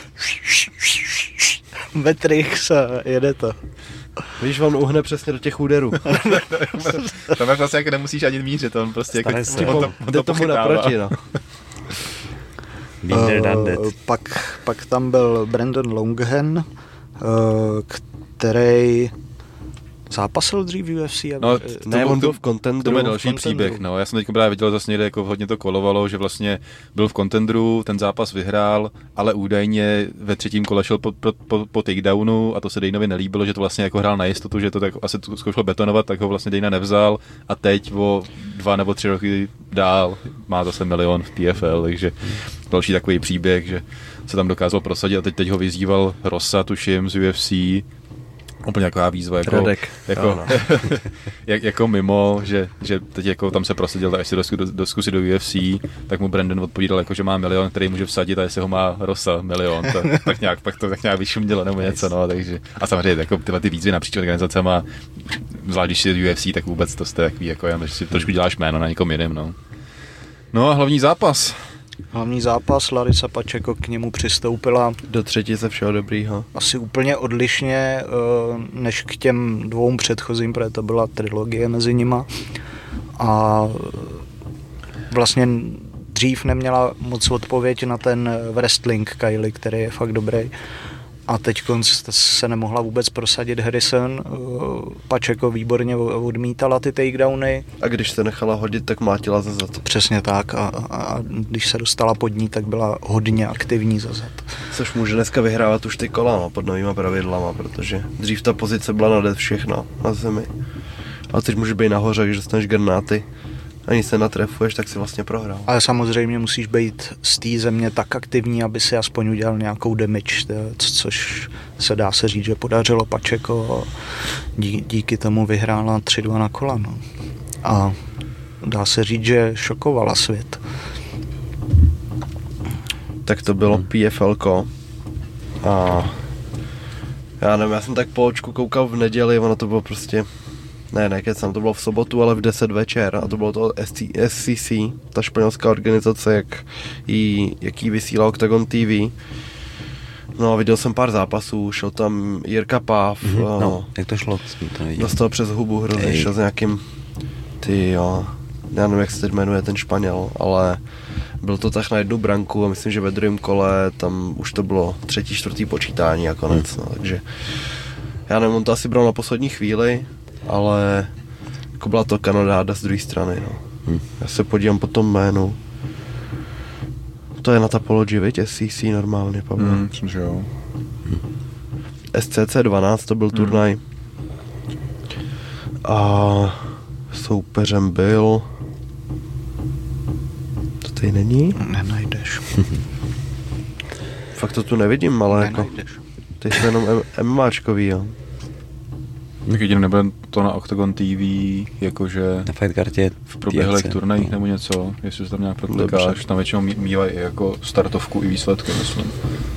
Matrix a jede to. Víš, on uhne přesně do těch úderů. Tam vlastně jako nemusíš ani mířit, on prostě jako on to tomu naproti, no. Pak tam byl Brandon Longhen, který zápasil dřív v UFC. On byl v Contendru. To byl další příběh. No. Já jsem teď právě viděl zase někde, jako hodně to kolovalo, že vlastně byl v Contendru, ten zápas vyhrál, ale údajně ve třetím kole šel po takedownu a to se Danovi nelíbilo, že to vlastně jako hrál na jistotu, že to tak asi zkoušel betonovat, tak ho vlastně Dana nevzal a teď o 2 nebo 3 roky dál má zase milion v PFL, takže další takový příběh, že se tam dokázal prosadit a teď ho vyzýval Rosa, tuším, z UFC. Úplně taková výzva, jako mimo, že teď jako tam se prosadil, až si do zkusit do UFC, tak mu Brandon odpovídal, jako, že má milion, který může vsadit a jestli ho má Rosa milion, pak to tak nějak vyšumělo nebo něco, no, takže a samozřejmě jako ty výzvy napříč organizacema, zvlášť když si UFC, tak vůbec to jste takový, jako že si trošku děláš jméno na někom jiném, no. No a hlavní zápas, Larisa Pacheco k němu přistoupila. Do třetice všeho dobrýho. Asi úplně odlišně než k těm 2 předchozím, protože to byla trilogie mezi nima. A vlastně dřív neměla moc odpověď na ten wrestling Kylie, který je fakt dobrý. A teď se nemohla vůbec prosadit Harrison. Pacheco výborně odmítala ty takedowny. A když se nechala hodit, tak mlátila za zad. Přesně tak. A když se dostala pod ní, tak byla hodně aktivní za zad. Což může dneska vyhrávat už ty kola, no, pod novýma pravidlama, protože dřív ta pozice byla nade všechno na zemi. A teď může být nahoře, když dostaneš granáty. Ani se natrefuješ, tak si vlastně prohrál. Ale samozřejmě musíš být z té země tak aktivní, aby si aspoň udělal nějakou damage, což se dá se říct, že podařilo Pacheco. Díky tomu vyhrála 3-2 na kola. No. A dá se říct, že šokovala svět. Tak to bylo PFLko. A já nevím, já jsem tak po očku koukal v neděli, ono to bylo prostě... Ne, kecám, to bylo v sobotu, ale v 10 večer a to bylo to SCC, ta španělská organizace, jak jí vysílal Octagon TV. No a viděl jsem pár zápasů, šel tam Jirka Páv. No, jak to šlo? Dostal přes hubu hrozně, šel s nějakým, já nevím, jak se teď jmenuje ten Španěl, ale byl to tak na jednu branku a myslím, že ve druhém kole tam už to bylo 3., 4. počítání a konec, no, takže já nevím, on to asi bral na poslední chvíli, ale jako byla to kanonáda z druhé strany, no. Já se podívám po tom jménu. To je na Tapology, viď? SCC normálně, Pavel. Myslím, že jo. SCC 12 to byl turnaj. A soupeřem byl... To tady není? Nenajdeš. Fakt to tu nevidím, ale Nenajdeš. jako... Teď jsou jenom MMAčkový, jo. Tak jedině nebude to na Octagon TV, jakože Na Fight Cardě v proběhlých turnajích nebo něco, jestli se tam nějak proklikáš, tam většinou mývají jako startovku i výsledky, myslím.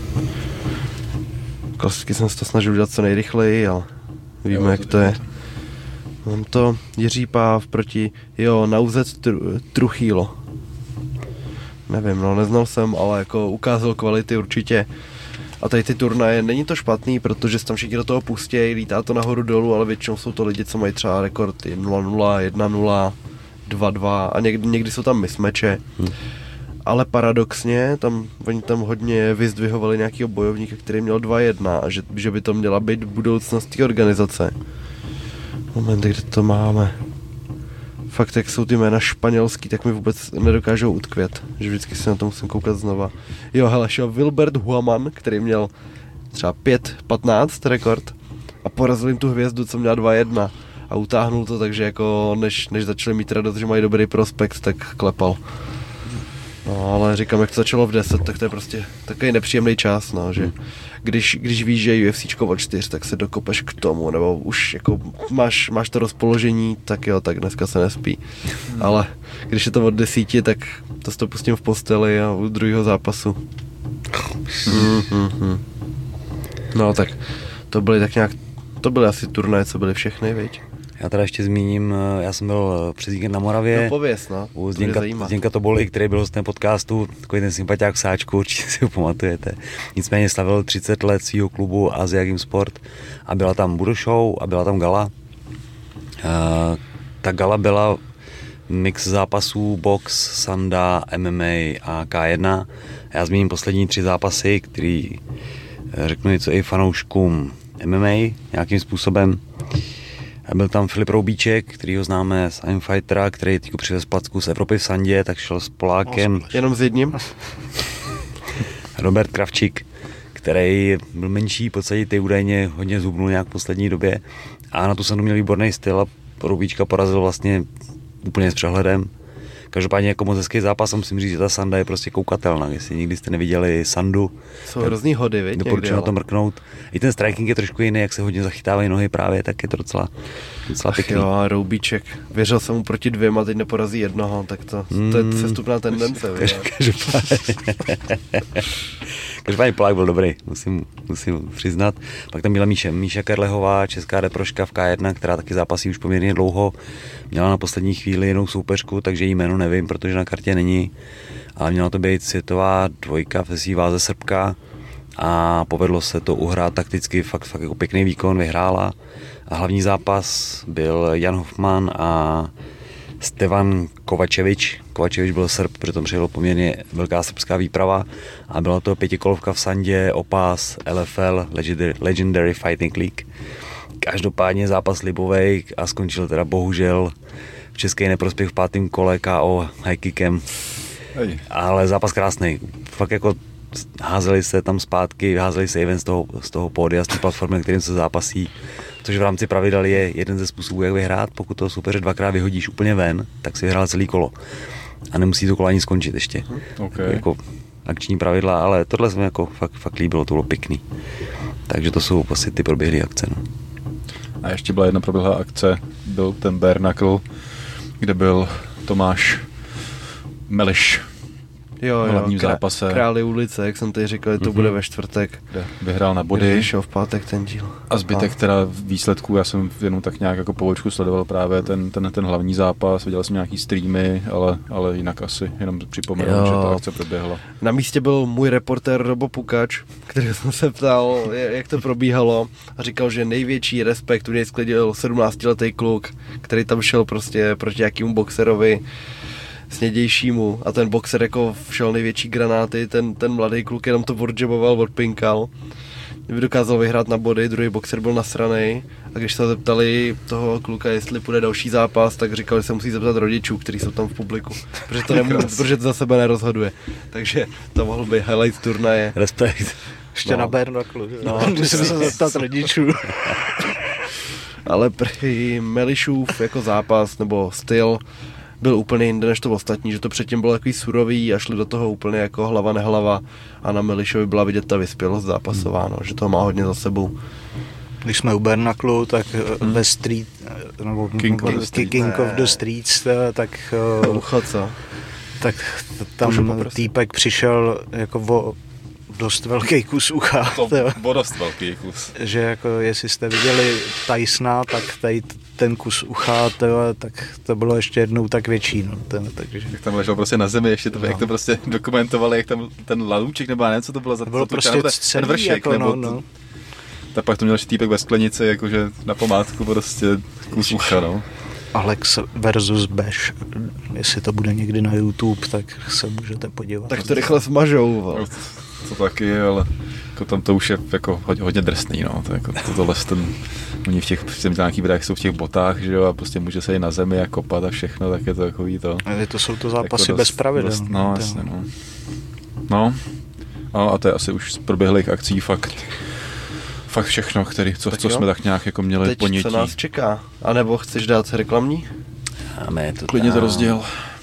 Klasicky jsem se to snažil udělat co nejrychleji, ale víme, jak to je. Mám to Jiří Páv proti, Nauzec Truchýlo. Nevím, no, neznal jsem, ale jako ukázal kvality určitě. A tady ty turnaje, není to špatný, protože se tam všichni do toho pustějí, lítá to nahoru dolů, ale většinou jsou to lidi, co mají třeba rekordy 0-0, 1-0, 2-2 a někdy jsou tam mismeče. Ale paradoxně, oni tam hodně vyzdvihovali nějakýho bojovníka, který měl 2-1 a že by to měla být budoucnost té organizace. Moment, kde to máme? Fakt, jak jsou ty jména španělský, tak mi vůbec nedokážou utkvět, že vždycky se na to musím koukat znova. Jo, hele, šel Wilbert Huaman, který měl třeba 5-15 rekord a porazil jim tu hvězdu, co měla 2-1 a utáhnul to, takže jako než začali mít radost, že mají dobrý prospekt, tak klepal. No, ale říkám, jak to začalo v 10, tak to je prostě takový nepříjemný čas, no, že když víš, že je UFCčko od 4, tak se dokopeš k tomu, nebo už jako máš to rozpoložení, tak jo, tak dneska se nespí. Ale když je to od 10, tak to si to pustím v posteli a u druhého zápasu. No tak, to byly asi turnaje, co byly všechny, viď? Já teda ještě zmíním, já jsem byl přes víkend na Moravě. No pověz, no. U Zděnka Toboly, který byl hostem podcastu, takový ten sympatiák v sáčku, určitě si ho pamatujete. Nicméně slavil 30 let svýho klubu Asia Game Sport a byla tam Budo Show a byla tam gala. Ta gala byla mix zápasů box, sanda, MMA a K1. Já zmíním poslední 3 zápasy, který řeknu něco i fanouškům MMA nějakým způsobem. Byl tam Filip Roubíček, který ho známe z I'm Fightera, který teď přivez placku z Evropy v sandě, tak šel s Polákem. Jenom s jedním? Robert Kravčík, který byl menší, v podstatě ty údajně hodně zhubnul nějak v poslední době a na tu sandu měl výborný styl a Roubíčka porazil vlastně úplně s přehledem. Každopádně jako moc hezký zápas, musím říct, že ta sanda je prostě koukatelná. Jestli nikdy jste neviděli sandu, jsou hrozný hody, viď? Doporučuji na to mrknout. I ten striking je trošku jiný, jak se hodně zachytávají nohy právě, tak je to docela pěkný. Jo, a Roubíček. Věřil jsem mu proti 2 a teď neporazí jednoho, tak to je sestupná tendence. Každopádně Polák byl dobrý, musím přiznat. Pak tam byla Míša Kerlehová, česká reproška v K1, která taky zápasí už poměrně dlouho. Měla na poslední chvíli jinou soupeřku, takže jí jméno nevím, protože na kartě není. Ale měla to být světová dvojka ve svý váze Srbka a povedlo se to uhrát takticky, fakt jako pěkný výkon, vyhrála. A hlavní zápas byl Jan Hoffman a Stevan Kovačevič. Kovačevič byl Srb, přitom přijel poměrně velká srbská výprava a byla to 5kolovka v sandě o pás LFL, Legendary Fighting League. Každopádně zápas libovej a skončil teda bohužel v české neprospěch v 5. kole KO high kickem. Ale zápas krásný. Fakt jako házeli se tam zpátky, házeli se even z toho pódia, z té platformy, na kterým se zápasí. Což v rámci pravidel je jeden ze způsobů, jak vyhrát. Pokud toho soupeře 2krát vyhodíš úplně ven, tak si vyhrál celý kolo. A nemusí to kolo ani skončit ještě. Okay. Jako akční pravidla, ale tohle se mi jako fakt líbilo, to bylo pěkný. Takže to jsou asi ty proběhlé akce. No. A ještě byla jedna proběhlá akce, byl ten Bare Knuckle, kde byl Tomáš Meliš. hlavním zápase. Králi ulice, jak jsem tady říkal, to bude ve čtvrtek. Vyhrál na body. Vyšel v pátek ten díl. A zbytek teda výsledků, já jsem jenom tak nějak jako pobočku sledoval právě ten hlavní zápas, viděl jsem nějaký streamy, ale jinak asi jenom připomenu, že ta akce proběhla. Na místě byl můj reportér Robo Pukač, který jsem se ptal, jak to probíhalo a říkal, že největší respekt u něj sklidil 17letý kluk, který tam šel prostě proti nějakému boxerovi snědějšímu a ten boxer jako všel největší granáty, ten mladý kluk jenom to odžeboval, odpinkal. Kdyby dokázal vyhrát na body, druhý boxer byl nasranej a když se zeptali toho kluka, jestli půjde další zápas, tak říkal, že se musí zeptat rodičů, kteří jsou tam v publiku, protože to za sebe nerozhoduje. Takže to mohl být highlight turnaje. Respekt. Ještě na Bernaklu, musím se zeptat rodičů. Ale prý Melišův jako zápas nebo styl byl úplně jinde než to ostatní, že to předtím bylo takový surový a šli do toho úplně jako hlava nehlava a na Melišovi byla vidět ta vyspělost zápasová, že toho má hodně za sebou. Když jsme u Bernaklu, tak ve Street, nebo King of the Streets, tak tam týpek přišel jako o dost velký kus ucha. To dost velký kus. Že jako jestli jste viděli Tysona, tak tady ten kus ucha, tak to bylo ještě jednou tak větší. No, takže. Jak tam ležel prostě na zemi, ještě to, jak to prostě dokumentovali, jak tam ten lalůček nebo ne, co to bylo za to bylo prostě ten vršek, jako, nebo tak pak to měl ještě týpek ve sklenici, jakože na památku prostě kus ucha, no. Alex versus Bash, jestli to bude někdy na YouTube, tak se můžete podívat. Tak to rychle smažou. No, to taky, ale jako tam to už je jako hodně drsný, no. To jako tohle oni v těch nějakých videách jsou v těch botách, že jo, a prostě může se i na zemi a kopat a všechno, tak je to takový to. Ale to jsou to zápasy jako bez pravidel. No, jasně, no. No, a to je asi už z proběhlých akcí fakt všechno, co jsme tak nějak jako měli teď ponětí. Teď co nás čeká? A nebo chceš dát reklamní? Máme to klidně to rozděl.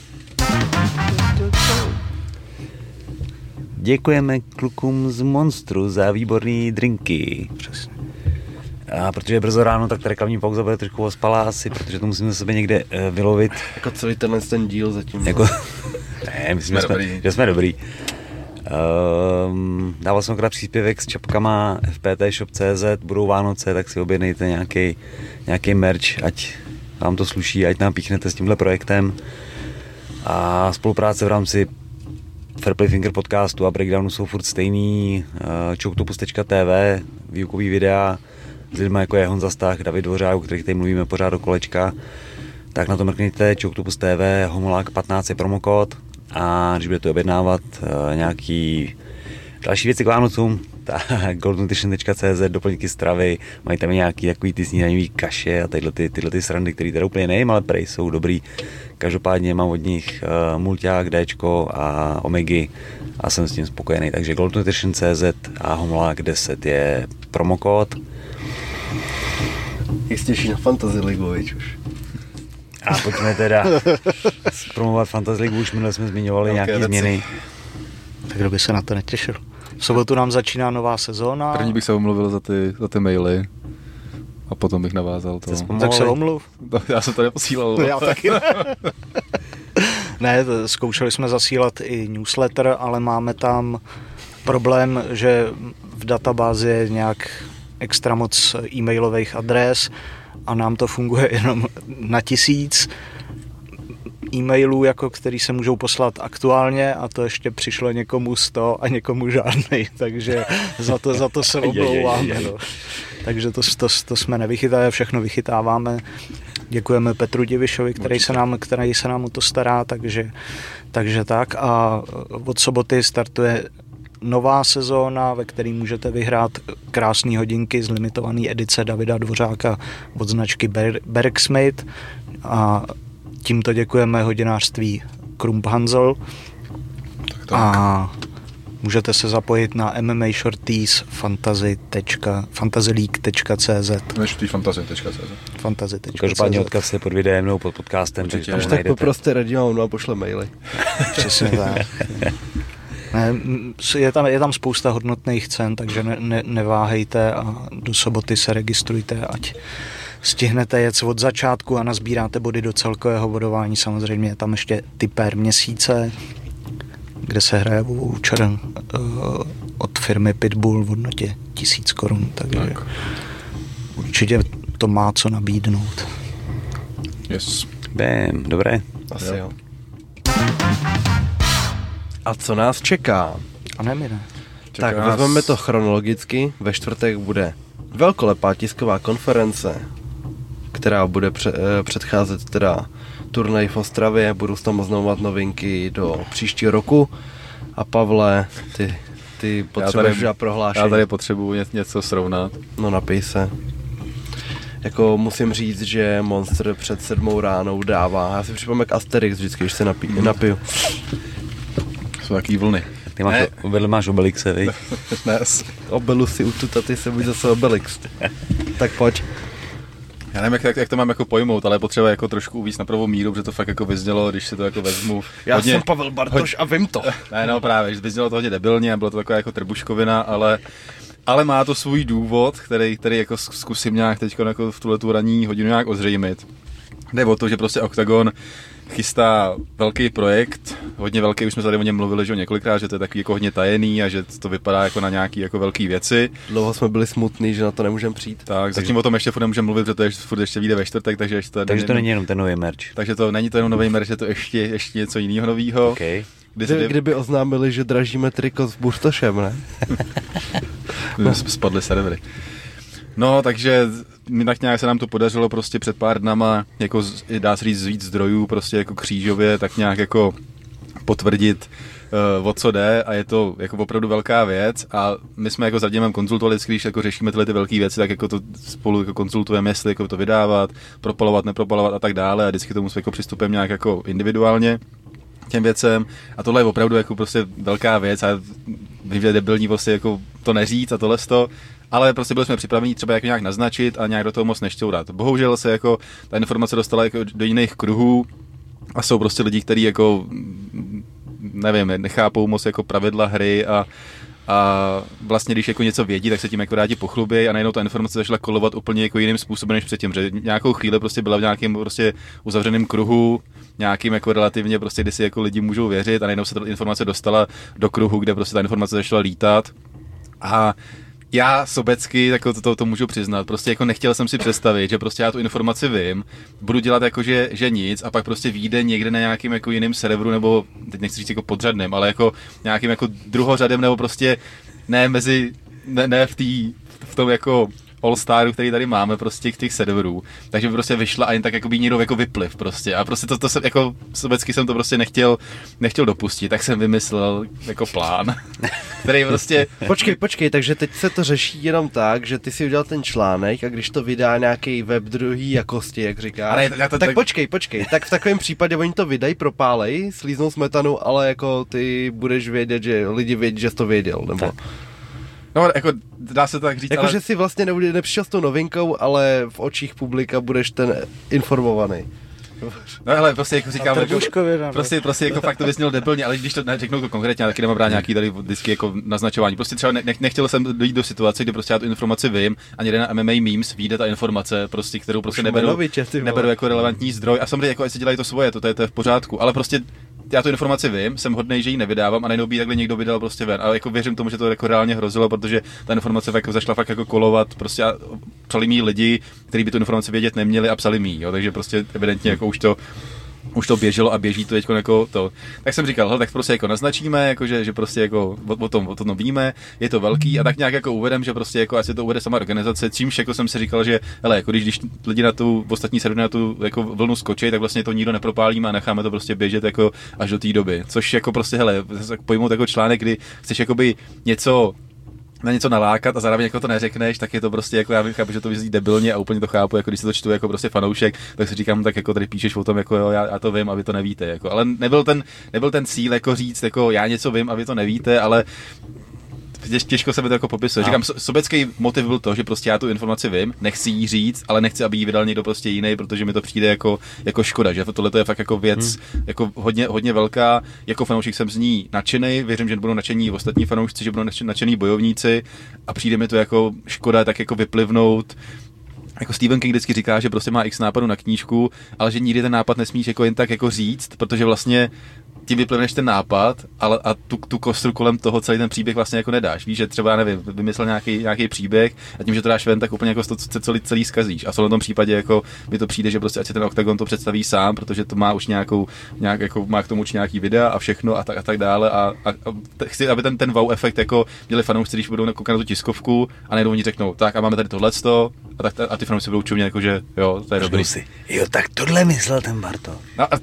Děkujeme klukům z Monstru za výborný drinky. Přesně. A protože je brzo ráno, tak ta reklamní pauza bude trošku ospalá asi, protože to musíme sebe někde vylovit. Jako celý ten díl zatím. Jako, ne, myslím, že jsme dobrý. Dával jsem krát příspěvek s čapkama fptshop.cz, budou Vánoce, tak si objednejte nějaký merch, ať vám to sluší, ať nám píchnete s tímhle projektem. A spolupráce v rámci Fairplay Finger podcastu a breakdownu jsou furt stejný. Choctopus.tv, výukový videa s lidmi jako je Honza Stach, David Dvořák, o kterých tady mluvíme pořád do kolečka. Tak na to mrkněte, Choctopus.tv, Homolák 15 je promokód. A když budete objednávat nějaký další věci k Vánocům, tak goldnutrition.cz, doplňky stravy, mají tam nějaký takový ty snídaňový kaše a tyhle ty srandy, které teda úplně nejím, ale prej jsou dobrý. Každopádně mám od nich mulťák, Dčko a omegy a jsem s tím spokojený. Takže goldnutrition.cz a Homolák 10 je promokód. Jak se těší na Fantasy Ligu, už. A pojďme teda promovat Fantasy League, už minule jsme zmiňovali nějaké změny. Tak kdo by se na to netěšil. V sobotu nám začíná nová sezóna. První bych se omluvil za ty maily a potom bych navázal to. Tak se omluv. Já jsem to neposílal. Já taky ne. Ne, zkoušeli jsme zasílat i newsletter, ale máme tam problém, že v databázi je nějak extra moc e-mailových adres a nám to funguje jenom na 1000 e-mailů, jako který se můžou poslat aktuálně a to ještě přišlo někomu 100 a někomu žádnej, takže za to se omlouváme. No. Takže to jsme nevychytali, všechno vychytáváme. Děkujeme Petru Divišovi, který se nám o to stará, takže tak. A od soboty startuje nová sezóna, ve které můžete vyhrát krásné hodinky z limitované edice Davida Dvořáka od značky Bergsmith a tímto děkujeme hodinářství Krump Hansel a můžete se zapojit na MMA Shorties fantasyleague.cz. Každopádně odkaz je pod videem nebo pod podcastem. Až tak poproste Radima a pošle maily. Přesně tak. Ne, je tam spousta hodnotných cen, takže neváhejte a do soboty se registrujte, ať stihnete jet od začátku a nazbíráte body do celkového bodování. Samozřejmě je tam ještě typer měsíce, kde se hraje voucher od firmy Pitbull v hodnotě 1000 korun, takže tak. Určitě to má co nabídnout. Yes. Bam, dobré. Asi jo. A co nás čeká? A ne. Tak vezmeme to chronologicky. Ve čtvrtek bude velkolepá tisková konference, která bude předcházet teda turnaj v Ostravě. Budou se tam oznamovat novinky do příštího roku. A Pavle, ty potřebuješ udělat prohlášení. Já tady potřebuji něco srovnat. No napij se. Jako musím říct, že Monster před 7 ránou dává. Já si připomínám jak Asterix vždycky, když se napiju. Jsou taký vlny. Ty máš Obelixe, viď? Dnes. Obelusy ututa, ty se buď zase Obelix. Tak pojď. Já nevím, jak to mám jako pojmout, ale je potřeba jako trošku uvíct na pravou míru, protože to fakt jako vyznělo, když si to jako vezmu. Já jsem Pavel Bartoš a vím to. Ne, no právě, že vyznělo to hodně debilně a bylo to taková jako trbuškovina, ale má to svůj důvod, který jako zkusím nějak teď jako v tuhletu ranní hodinu nějak ozřejmit. Jde o to, že prostě Octagon chystá velký projekt, hodně velký, už jsme tady o něm mluvili, že několikrát, že to je takový jako hodně tajený a že to vypadá jako na nějaký jako velký věci. Dlouho jsme byli smutní, že na to nemůžeme přijít. Tak, zatím o tom ještě furt nemůžeme mluvit, protože to furt ještě vyjde ve čtvrtek, takže ještě to není jenom ten nový merch. Takže to není to jenom nový merch, je to ještě něco jiného nového. Okay. Kdyby oznámili, že dražíme triko s Burtošem, ne? Spadly servery. No, takže tak nějak se nám to podařilo prostě před pár dnama, jako dá se říct víc zdrojů, prostě jako křížově, tak nějak jako potvrdit, o co jde a je to jako opravdu velká věc a my jsme jako s Radimem konzultovali, když jako řešíme tyhle ty velké věci, tak jako to spolu jako konzultujeme, jestli jako to vydávat, propalovat, nepropalovat a tak dále a vždycky tomu jako přistupujeme nějak jako individuálně těm věcem a tohle je opravdu jako prostě velká věc a vím, že je debilní vlastně jako to neříct a tohle to, ale prostě byli jsme připraveni třeba jako nějak naznačit a nějak do toho moc nešťourat. Bohužel se jako ta informace dostala jako do jiných kruhů a jsou prostě lidi, kteří jako nevím, nechápou moc jako pravidla hry a vlastně když jako něco vědí, tak se tím jako rádi pochlubí a najednou ta informace začala kolovat úplně jako jiným způsobem než předtím, že nějakou chvíli prostě byla v nějakém prostě uzavřeném kruhu, nějakým jako relativně prostě, kdy si jako lidi můžou věřit a najednou se ta informace dostala do kruhu, kde prostě ta informace začala lítat a já sobecky jako to můžu přiznat, prostě jako nechtěl jsem si představit, že prostě já tu informaci vím, budu dělat jako, že nic a pak prostě vyjde někde na nějakým jako jiným serveru nebo, teď nechci říct jako podřadném, ale jako nějakým jako druhořadem nebo prostě ne v tom jako All-Staru, který tady máme, prostě těch serverů, takže by prostě vyšla a jen tak jako by někdo jako vypliv prostě a prostě to jsem jako sobecky jsem to prostě nechtěl dopustit, tak jsem vymyslel jako plán, který prostě... Počkej, takže teď se to řeší jenom tak, že ty si udělal ten článek a když to vydá nějaký web druhý jakosti, jak říkáš, tak počkej, tak v takovém případě oni to vydají, propálej, slíznou smetanu, ale jako ty budeš vědět, že lidi vědí, že jsi to věděl, nebo... Tak. No, jako dá se to tak říct, jako, ale... že si vlastně nepřišel s tou novinkou, ale v očích publika budeš ten informovaný. No ale prostě jako říkám, prostě jako fakt to vysnělo debilně, ale když to řeknu to konkrétně, taky nemám brát nějaký tady vždycky jako naznačování. Prostě třeba nechtěl jsem dojít do situace, kdy prostě já tu informaci vím a někde na MMA Memes vyjde ta informace, prostě, kterou prostě neberu jako relevantní zdroj a samozřejmě jako si dělají to svoje, to je v pořádku, ale prostě já tu informaci vím, jsem hodnej, že ji nevydávám a najednou by takhle někdo vydal prostě ven. Ale jako věřím tomu, že to jako reálně hrozilo, protože ta informace jako zašla fakt jako kolovat, prostě a psali mi lidi, kteří by tu informaci vědět neměli a psali mi, jo, takže prostě evidentně jako už to běželo a běží to teďko jako to. Tak jsem říkal, tak prostě jako naznačíme, jako že prostě jako o tom víme, je to velký a tak nějak jako uvedem, že prostě jako asi to uvede sama organizace, čímž jako jsem si říkal, že hele, jako když lidi na tu ostatní servery na tu jako vlnu skočí, tak vlastně to nikdo nepropálíme a necháme to prostě běžet jako až do té doby. Což jako prostě hele, pojmout jako článek, kdy chceš jakoby na něco nalákat a zároveň jako to neřekneš, tak je to prostě jako já chápu, že to vyzní debilně a úplně to chápu, jako když se to čtu jako prostě fanoušek, tak si říkám, tak jako tady píšeš o tom, jako jo, já to vím a vy to nevíte, jako, ale nebyl ten cíl jako říct, jako já něco vím a vy to nevíte, ale těžko se mi to jako popisuje. Říkám, sobecký motiv byl to, že prostě já tu informaci vím, nechci jí říct, ale nechci, aby ji vydal někdo prostě jiný, protože mi to přijde jako škoda, že tohle je fakt jako věc jako hodně velká. Jako fanoušek jsem z ní nadšený, věřím, že budou nadšení ostatní fanoušci, že budou nadšení bojovníci a přijde mi to jako škoda tak jako vyplivnout. Jako Stephen King vždycky říká, že prostě má x nápadů na knížku, ale že nikdy ten nápad nesmíš jako jen tak jako říct, protože vlastně tím vyplivneš ten nápad, ale a tu kostru kolem toho celý ten příběh vlastně jako nedáš. Víš, že třeba, nevím, vymyslel nějaký příběh a tím, že to dáš ven, tak úplně jako to celý zkazíš. A v tom případě jako mi to přijde, že prostě ať si ten Octagon to představí sám, protože to má už má k tomu už nějaký videa a všechno a tak dále a chci, aby ten wow efekt jako měli fanoušci, když budou koukat na tu tiskovku a najednou oni řeknou, tak a máme tady tohleto a ty fanoušci budou čumě jako, že jo, to je dobrý. Jo, tak tohle myslel ten Bartoš. No a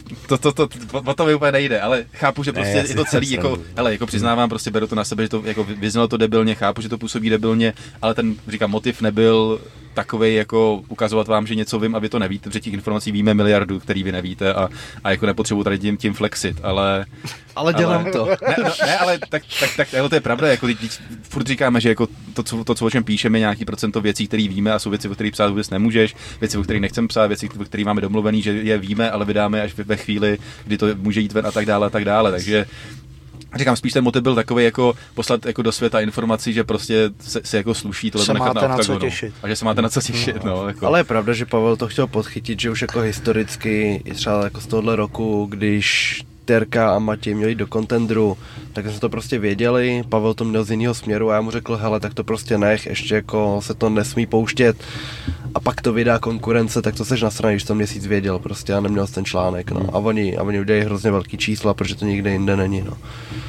to mi úplně nejde, ale chápu, že prostě je to celý jako, hele, jako přiznávám, prostě beru to na sebe, že to jako vyznělo to debilně, chápu, že to působí debilně, ale ten, říkám, motiv nebyl takovej jako ukazovat vám, že něco vím a vy to nevíte, protože těch informací víme miliardu, který vy nevíte a jako nepotřebuji tady tím flexit, ale dělám to. Ale tak to je pravda, jako furt říkáme, že jako to, co o čem píšeme, nějaký procento věcí, které víme a jsou věci, o kterých psát vůbec nemůžeš, věci, o kterých nechcem psát, věci, o kterých máme domluvený, že je víme, ale vydáme až ve chvíli, kdy to může jít ven a tak dále, takže říkám, spíš ten motiv byl takový jako poslat jako do světa informací, že prostě se jako sluší tohle nechat na Octagonu. A že se máte na co těšit, no. Jako. Ale je pravda, že Pavel to chtěl podchytit, že už jako historicky, třeba jako z tohohle roku, když Terka a Matěj měli do kontendru, tak jsme to prostě věděli, Pavel to měl z jiného směru a já mu řekl, hele, tak to prostě nech, ještě jako se to nesmí pouštět a pak to vydá konkurence, tak to seš nasraný, když to měsíc věděl prostě a neměl ten článek, no. A oni udělají hrozně velký čísla, protože to nikde jinde není, no.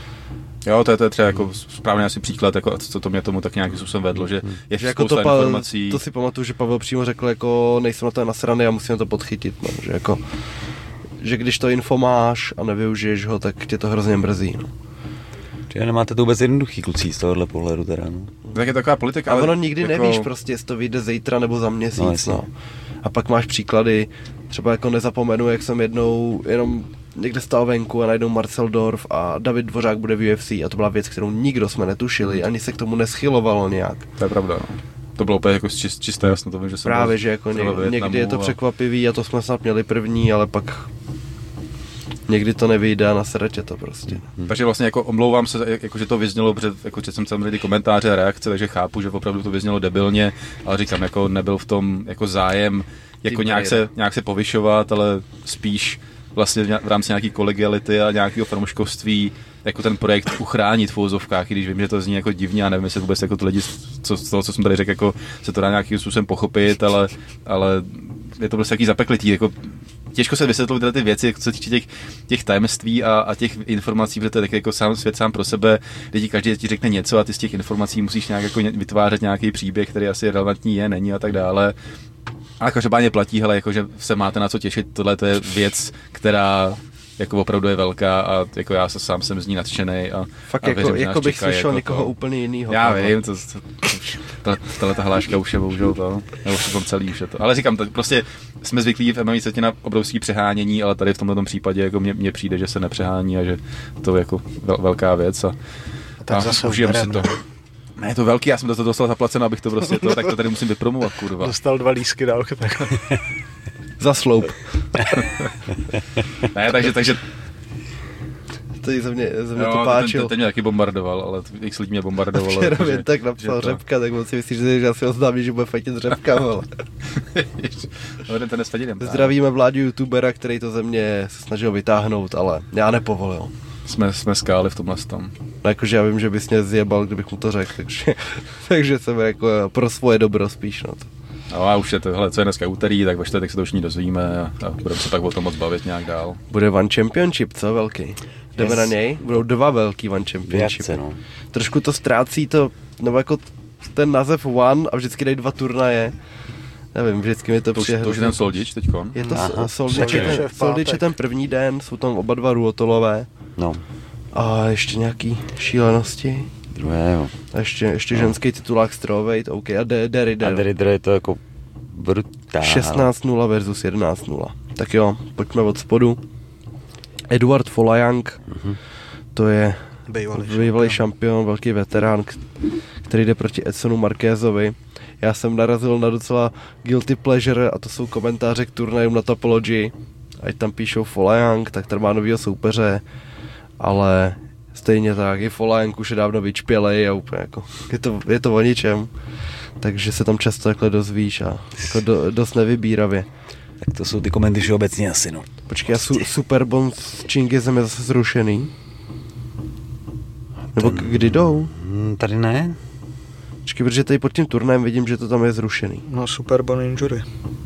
Jo, to je třeba jako správně asi příklad, jako, co to mě tomu tak nějakým způsobem vedlo, že je že jako spousta informací. To si pamatuju, že Pavel přímo řekl, jako nejsem na to nasraný a musím to podchytit, no, že jako že když to info máš a nevyužiješ ho, tak tě to hrozně mrzí. No. Čiže nemáte to vůbec jednoduchý, kluci, z tohohle pohledu teda, no. Tak je taková politika, ale ono nikdy jako nevíš prostě, jestli to vyjde zítra nebo za měsíc, no. A pak máš příklady, třeba jako nezapomenu, jak jsem jednou jenom někde stál venku a najednou Marcel Dorf a David Dvořák bude v UFC a to byla věc, kterou nikdo jsme netušili, ani se k tomu neschylovalo nějak. To je pravda, no. To bylo úplně jako čisté jasno, to vím, že jsem právě, že jako někdy je to překvapivý a to jsme snad měli první, ale pak někdy to nevyjde a nasere tě to prostě. Takže vlastně jako omlouvám se, jako, že to vyznělo, protože jako, jsem samozřejmě komentáře a reakce, takže chápu, že opravdu to vyznělo debilně, ale říkám, jako nebyl v tom jako zájem jako nějak se povyšovat, ale spíš vlastně v rámci nějaký kolegiality a nějakého fanouškovství jako ten projekt uchránit v uvozovkách, i když vím, že to zní jako divně a nevím, jestli vůbec jako ty lidi z toho, co jsem tady řekl, jako se to dá nějakým způsobem pochopit, ale je to prostě jaký zapeklitý, jako těžko se vysvětlovat tyhle ty věci, jako co se týče těch tajemství a těch informací, protože to je tak jako svět sám pro sebe, lidi každý ti řekne něco a ty z těch informací musíš nějak jako vytvářet nějaký příběh, který asi relevantní není a tak dále. Ale každopádně platí, hele, jako, že se máte na co těšit, tohle to je věc, která jako opravdu je velká a jako já se sám jsem z ní nadšenej a fakt a věřím, jako bych slyšel někoho úplně jinýho. Já vím, ta hláška už je bohužel to, nebo už to celý už je to. Ale říkám, prostě jsme zvyklí v MMA světě na obrovský přehánění, ale tady v tomto případě jako mně přijde, že se nepřehání a že to je jako velká věc a zase užijem si to. Ne, je to velký, já jsem to dostal zaplaceno, abych to prostě tak to tady musím vypromovat, kurva. Dostal 2 lístky dálku, tak. Za sloup. Ne, takže to ze mě to páčil. Ten mě taky bombardoval, ale x lidí mě bombardovalo. Včera mě tak napsal Řepka, tak moc si myslíš, že já si oznámím, že bude fajtit Řepka, ale. Zdravíme Vláďu youtubera, který to ze mě se snažil vytáhnout, ale já nepovolil. Jsme skáli v tomhle tom. No, jakože já vím, že bys mě zjebal, kdybych mu to řekl, takže jsem jako pro svoje dobro spíš, no to. No a už je to, hele, co je dneska úterý, tak ve čtvrtek se to už ní dozvíme a budeme se pak o tom moc bavit nějak dál. Bude One Championship, co velký? Jdeme na něj? Budou 2 velký One Championship. No. Trošku to ztrácí to, nebo jako ten název One a vždycky dají 2 turnaje. Nevím, vždycky mi to přijde. To už je ten Soldič teďkon? Je to Soldič je ten první den, jsou tam oba 2 Ruotolové. No. A ještě nějaký šílenosti. Druhé, jo. A ještě ženský titulák strawweight, OK. A Derrider je to jako brutál. 16-0 versus 11-0. Tak jo, pojďme od spodu. Eduard Folajang, to je bývalý šampion, velký veterán, který jde proti Edsonu Marquezovi. Já jsem narazil na docela guilty pleasure a to jsou komentáře k turnajům na Topology. Ať tam píšou Folajang, tak ten má novýho soupeře, ale stejně tak, i Folajang už je dávno vyčpělej a úplně jako, je to o ničem. Takže se tam často takhle dozvíš a jako dost nevybíravě. Tak to jsou ty komenty všeobecně asi, no. Počkej, a Superbond s Chingizem je zase zrušený? Nebo kdy jdou? Tady ne. Počkej, protože tady pod tím turnajem vidím, že to tam je zrušený. No, Superbond Injury.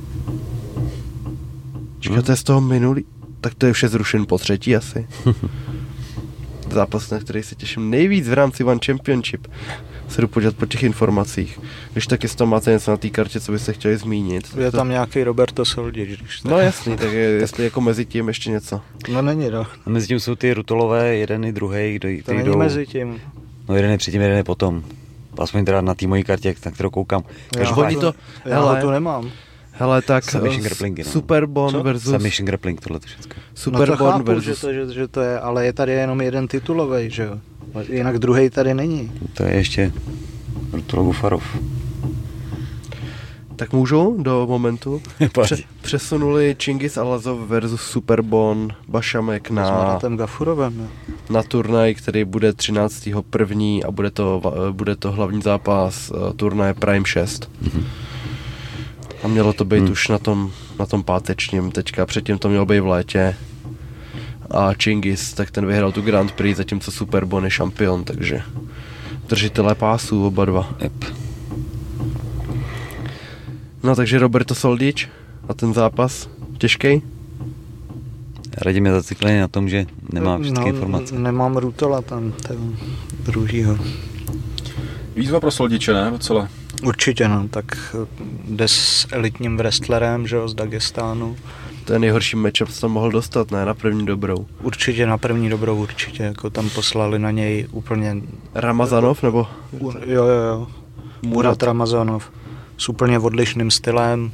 Počkej, to je z toho minulý... Tak to je vše zrušen po třetí asi. Zápas, na který se těším nejvíc v rámci One Championship. Se jdu podívat po těch informacích. Když tak jestli tam máte něco na té kartě, co byste chtěli zmínit. Je tam nějaký Roberto Soldic. No jasný, tak jestli jako mezi tím ještě něco. No není, no. A mezi tím jsou ty Rutolové, jeden i druhý, kdo to není mezi tím. No jeden je předtím, jeden je potom. Aspoň teda na té mojí kartě, na kterou koukám. Já ho tu nemám. Hele, tak Superbond versus... Submission grappling, tohle to všechno. Superbond no to chápu, versus... že to je, ale je tady jenom jeden titulovej, že jo? Jinak druhý tady není. To je ještě Rutolov. Tak můžu do momentu? Přesunuli Čingiz Alazov versus Superbond Bašamek na turnaj, který bude 13.1. a bude to hlavní zápas turnaje Prime 6. Mm-hmm. A mělo to být už na tom pátečním teďka, předtím to mělo být v létě. A Čingiz, tak ten vyhrál tu Grand Prix, zatímco Superbond je šampion, takže držitelé pásů oba dva. Yep. No takže Roberto Soldic a ten zápas, těžký? Radim je zaciklený na tom, že nemá všechny informace. Nemám Rutola tam, ten druhýho. Výzva pro Soldiče, ne? Docela. Určitě, no, tak jde s elitním wrestlerem, že jo, z Dagestánu. To je nejhorší matchup, co tam mohl dostat, ne? Na první dobrou. Určitě, na první dobrou, určitě, jako tam poslali na něj úplně... Ramazanov, nebo? Jo. Murat Ramazanov. S úplně odlišným stylem.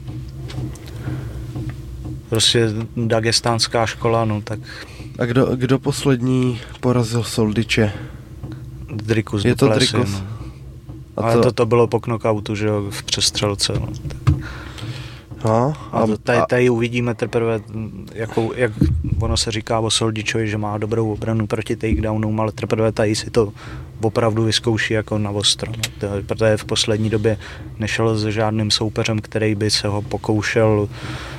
Prostě dagestánská škola, no, tak... A kdo poslední porazil Soldiče? Drikus. Je to Drikus. No. Ale to bylo po knockoutu, že jo, v přestřelce, no. A tady uvidíme teprve, jak ono se říká o Soldičovi, že má dobrou obranu proti takedownům, ale teprve tady si to opravdu vyzkouší jako na ostro. No. Protože v poslední době nešel s žádným soupeřem, který by se ho pokoušel,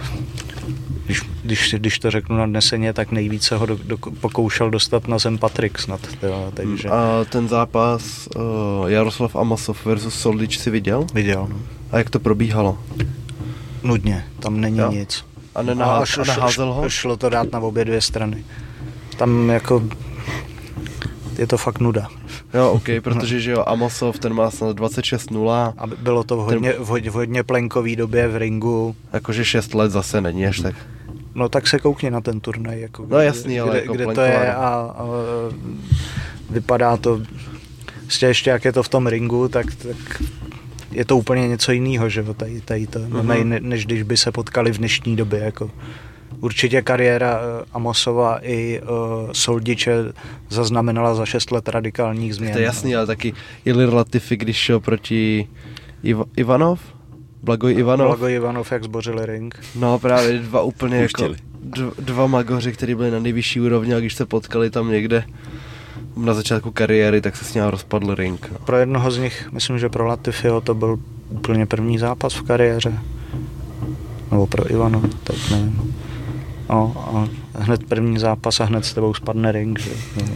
když to řeknu nadneseně, tak nejvíce ho pokoušel dostat na zem Patrik snad. Takže. A ten zápas Jaroslav Amasov versus Soldič si viděl? Viděl, no. A jak to probíhalo? Nudně, tam není nic. A nenaházel ho? Šlo to dát na obě dvě strany. Tam jako je to fakt nuda. Jo, ok, protože že jo, Amasov, ten má snad 26-0. A bylo to v hodně plenkový době v ringu. Jakože 6 let zase není až tak. No tak se koukni na ten turnaj, jako, no jasný, ale jako kde to je a vypadá to, ještě jak je to v tom ringu, tak je to úplně něco jiného, že jo, tady to, než když by se potkali v dnešní době, jako. Určitě kariéra Amosova i Soldiče zaznamenala za 6 let radikálních změn. To je jasný, ale taky Ilir Latifi, když šel proti Ivanov? Blagoj Ivanov, jak zbořili ring. No právě dva úplně jako dva magoři, kteří byli na nejvyšší úrovni, a když se potkali tam někde na začátku kariéry, tak se s ním rozpadl ring. No. Pro jednoho z nich, myslím, že pro Latifiho to byl úplně první zápas v kariéře. Nebo pro Ivanov, tak nevím. No, a hned první zápas a hned s tebou spadne ring, že?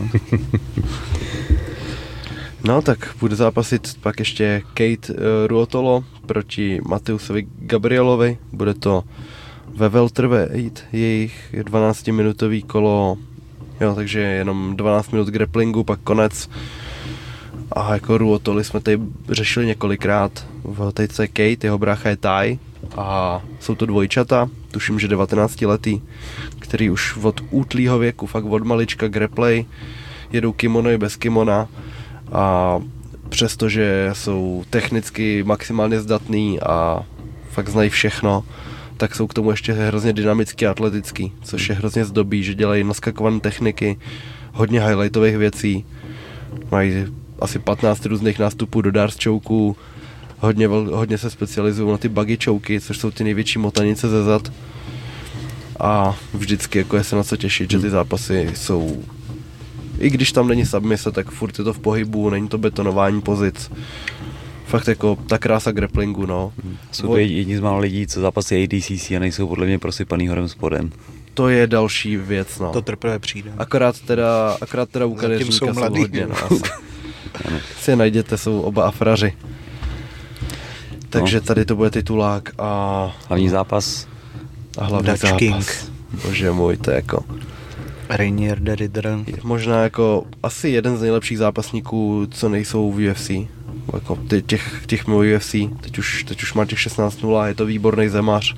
No, tak bude zápasit pak ještě Kate Ruotolo proti Mateusovi Gabrielovi. Bude to ve welterweight, jejich 12-minutový kolo, jo, takže jenom 12 minut grapplingu, pak konec. A jako Ruotoli jsme tady řešili několikrát. V tejce Kate, jeho brácha je Thai a jsou to dvojčata, tuším, že 19letý, který už od útlýho věku, fakt od malička grapplejí, jedou kimono i bez kimona. A přestože jsou technicky maximálně zdatný a fakt znají všechno, tak jsou k tomu ještě hrozně dynamický a atletický, což je hrozně zdobí, že dělají naskakované techniky, hodně highlightových věcí, mají asi 15 různých nástupů do Darts chokeů, hodně se specializují na ty buggy choky, což jsou ty největší motanice ze zad. A vždycky jako je se na co těšit, že ty zápasy jsou, i když tam není submise, tak furt je to v pohybu, není to betonování pozic. Fakt jako ta krása grapplingu, no. Jsou to jedni z málo lidí, co zápasí ADCC a nejsou podle mě prosypaný horem spodem. To je další věc, no. To teprve přijde. Akorát teda u kadeřníka jsou hodně, no. Si najděte, jsou oba afraři. Takže tady to bude titulák a... Hlavní zápas. A hlavní Dutch zápas. King. Bože můj, to je jako... Rainier the Riddler. Možná jako asi jeden z nejlepších zápasníků, co nejsou v UFC. Jako těch mimo UFC. Teď už má těch 16-0, je to výborný zemař.